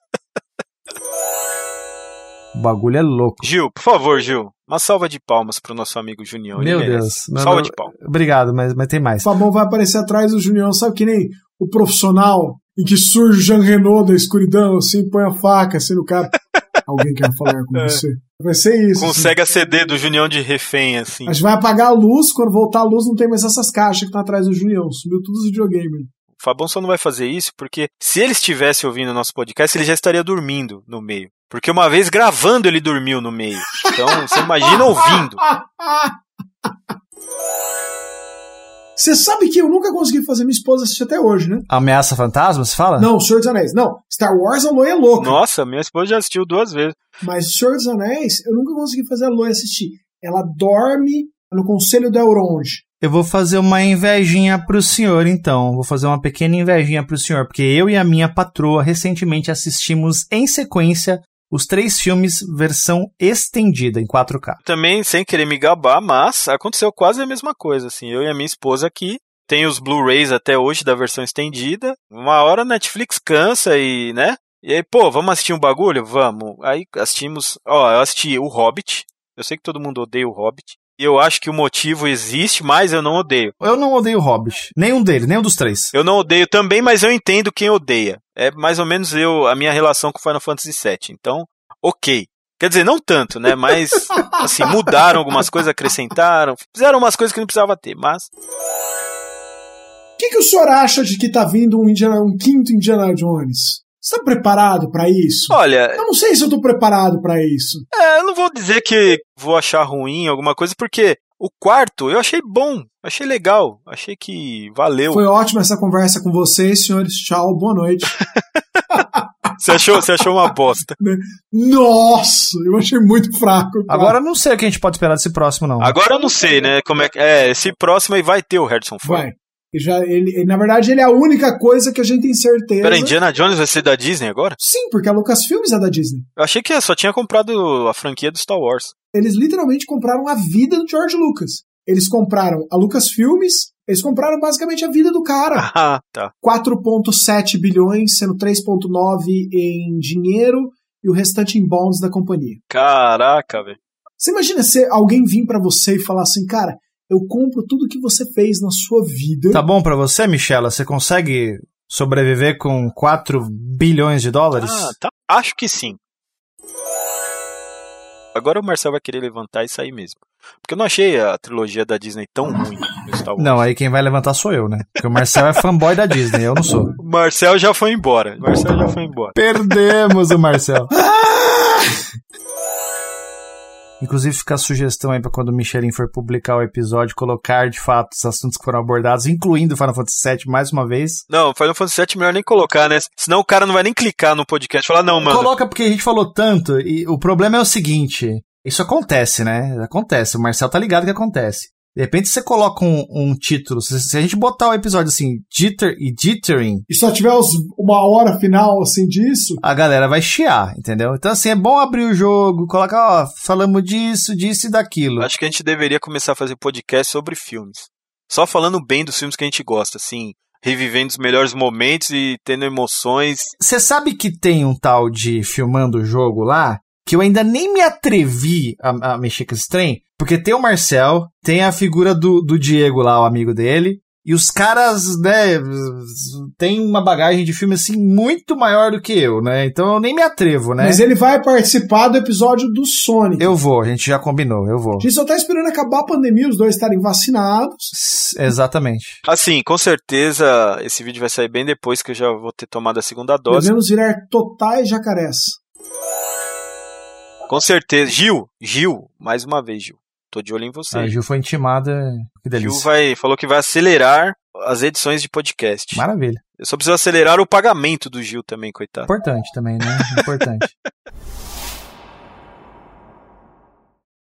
O bagulho é louco. Gil, por favor, Gil, uma salva de palmas pro nosso amigo Junião. Meu Deus. Salva de palmas. Obrigado, mas tem mais. O Fabão vai aparecer atrás do Junião, sabe que nem o profissional em que surge o Jean Renault da escuridão, assim, põe a faca, assim, no cara. Alguém quer falar com você? Vai ser isso. Com o Sega CD do Junião de refém, assim. A gente vai apagar a luz, quando voltar a luz não tem mais essas caixas que estão atrás do Junião. Sumiu tudo os videogames. O Fabão só não vai fazer isso porque se ele estivesse ouvindo o nosso podcast, ele já estaria dormindo no meio. Porque uma vez gravando ele dormiu no meio. Então, você imagina ouvindo. Você sabe que eu nunca consegui fazer minha esposa assistir até hoje, né? Ameaça Fantasma, você fala? Não, Senhor dos Anéis. Não, Star Wars a Loi é louca. Nossa, minha esposa já assistiu 2 vezes. Mas o Senhor dos Anéis, eu nunca consegui fazer a Loi assistir. Ela dorme no Conselho do Elrond. Eu vou fazer uma invejinha pro senhor, então. Vou fazer uma pequena invejinha pro senhor, porque eu e a minha patroa recentemente assistimos em sequência os 3 filmes versão estendida em 4K. Também, sem querer me gabar, mas aconteceu quase a mesma coisa, assim. Eu e a minha esposa aqui, tem os Blu-rays até hoje da versão estendida. Uma hora a Netflix cansa e, né? E aí, pô, vamos assistir um bagulho? Vamos. Aí assistimos, eu assisti O Hobbit. Eu sei que todo mundo odeia O Hobbit. E eu acho que o motivo existe, mas eu não odeio. Eu não odeio o Hobbit. Nenhum deles, nenhum dos 3. Eu não odeio também, mas eu entendo quem odeia. É mais ou menos a minha relação com Final Fantasy VII. Então, ok. Quer dizer, não tanto, né? Mas, assim, mudaram algumas coisas, acrescentaram. Fizeram umas coisas que não precisava ter, mas... O que o senhor acha de que tá vindo um 5º Indiana Jones? Você tá preparado pra isso? Olha... Eu não sei se eu tô preparado pra isso. Eu não vou dizer que vou achar ruim alguma coisa, porque o 4º eu achei bom, achei legal, achei que valeu. Foi ótima essa conversa com vocês, senhores. Tchau, boa noite. Você achou uma bosta. Nossa, eu achei muito fraco. Agora eu não sei o que a gente pode esperar desse próximo, não. Agora eu não sei, né? Como esse próximo aí vai ter o Harrison Ford. Vai. Na verdade, ele é a única coisa que a gente tem certeza. Pera, Indiana Jones vai ser da Disney agora? Sim, porque a Lucasfilmes é da Disney. Eu achei que só tinha comprado a franquia do Star Wars. Eles literalmente compraram a vida do George Lucas. Eles compraram a Lucasfilmes, eles compraram basicamente a vida do cara. Ah, tá. 4,7 bilhões, sendo 3,9 em dinheiro e o restante em bonds da companhia. Caraca, velho. Você imagina se alguém vir pra você e falar assim, cara, eu compro tudo que você fez na sua vida. Tá bom pra você, Michela? Você consegue sobreviver com 4 bilhões de dólares? Tá. Acho que sim. Agora o Marcel vai querer levantar e sair mesmo. Porque eu não achei a trilogia da Disney tão ruim no Star Wars. Não, aí quem vai levantar sou eu, né? Porque o Marcel é fanboy da Disney, eu não sou. O Marcel já foi embora. Perdemos o Marcel. Inclusive fica a sugestão aí pra quando o Michelin for publicar o episódio, colocar de fato os assuntos que foram abordados, incluindo Final Fantasy VII mais uma vez. Não, Final Fantasy VII é melhor nem colocar, né? Senão o cara não vai nem clicar no podcast e falar, não, mano. Coloca porque a gente falou tanto, e o problema é o seguinte, isso acontece, né? Acontece, o Marcel tá ligado que acontece. De repente você coloca um título, se a gente botar o episódio assim, Jitter e Jittering... E só tiver uma hora final assim disso... A galera vai chiar, entendeu? Então assim, é bom abrir o jogo, colocar, ó, falamos disso e daquilo. Acho que a gente deveria começar a fazer podcast sobre filmes. Só falando bem dos filmes que a gente gosta, assim, revivendo os melhores momentos e tendo emoções. Você sabe que tem um tal de filmando o jogo lá, que eu ainda nem me atrevi a mexer com esse trem, porque tem o Marcel, tem a figura do Diego lá, o amigo dele, e os caras, né, tem uma bagagem de filme, assim, muito maior do que eu, né, então eu nem me atrevo, né. Mas ele vai participar do episódio do Sonic. Eu vou, a gente já combinou, eu vou. A gente só tá esperando acabar a pandemia, os dois estarem vacinados. Exatamente. Assim, com certeza, esse vídeo vai sair bem depois que eu já vou ter tomado a segunda dose. Devemos virar totais jacarés. Com certeza. Gil, mais uma vez, Gil. Tô de olho em você. A Gil foi intimada, que delícia. Gil falou que vai acelerar as edições de podcast. Maravilha. Eu só preciso acelerar o pagamento do Gil também, coitado. Importante também, né? Importante.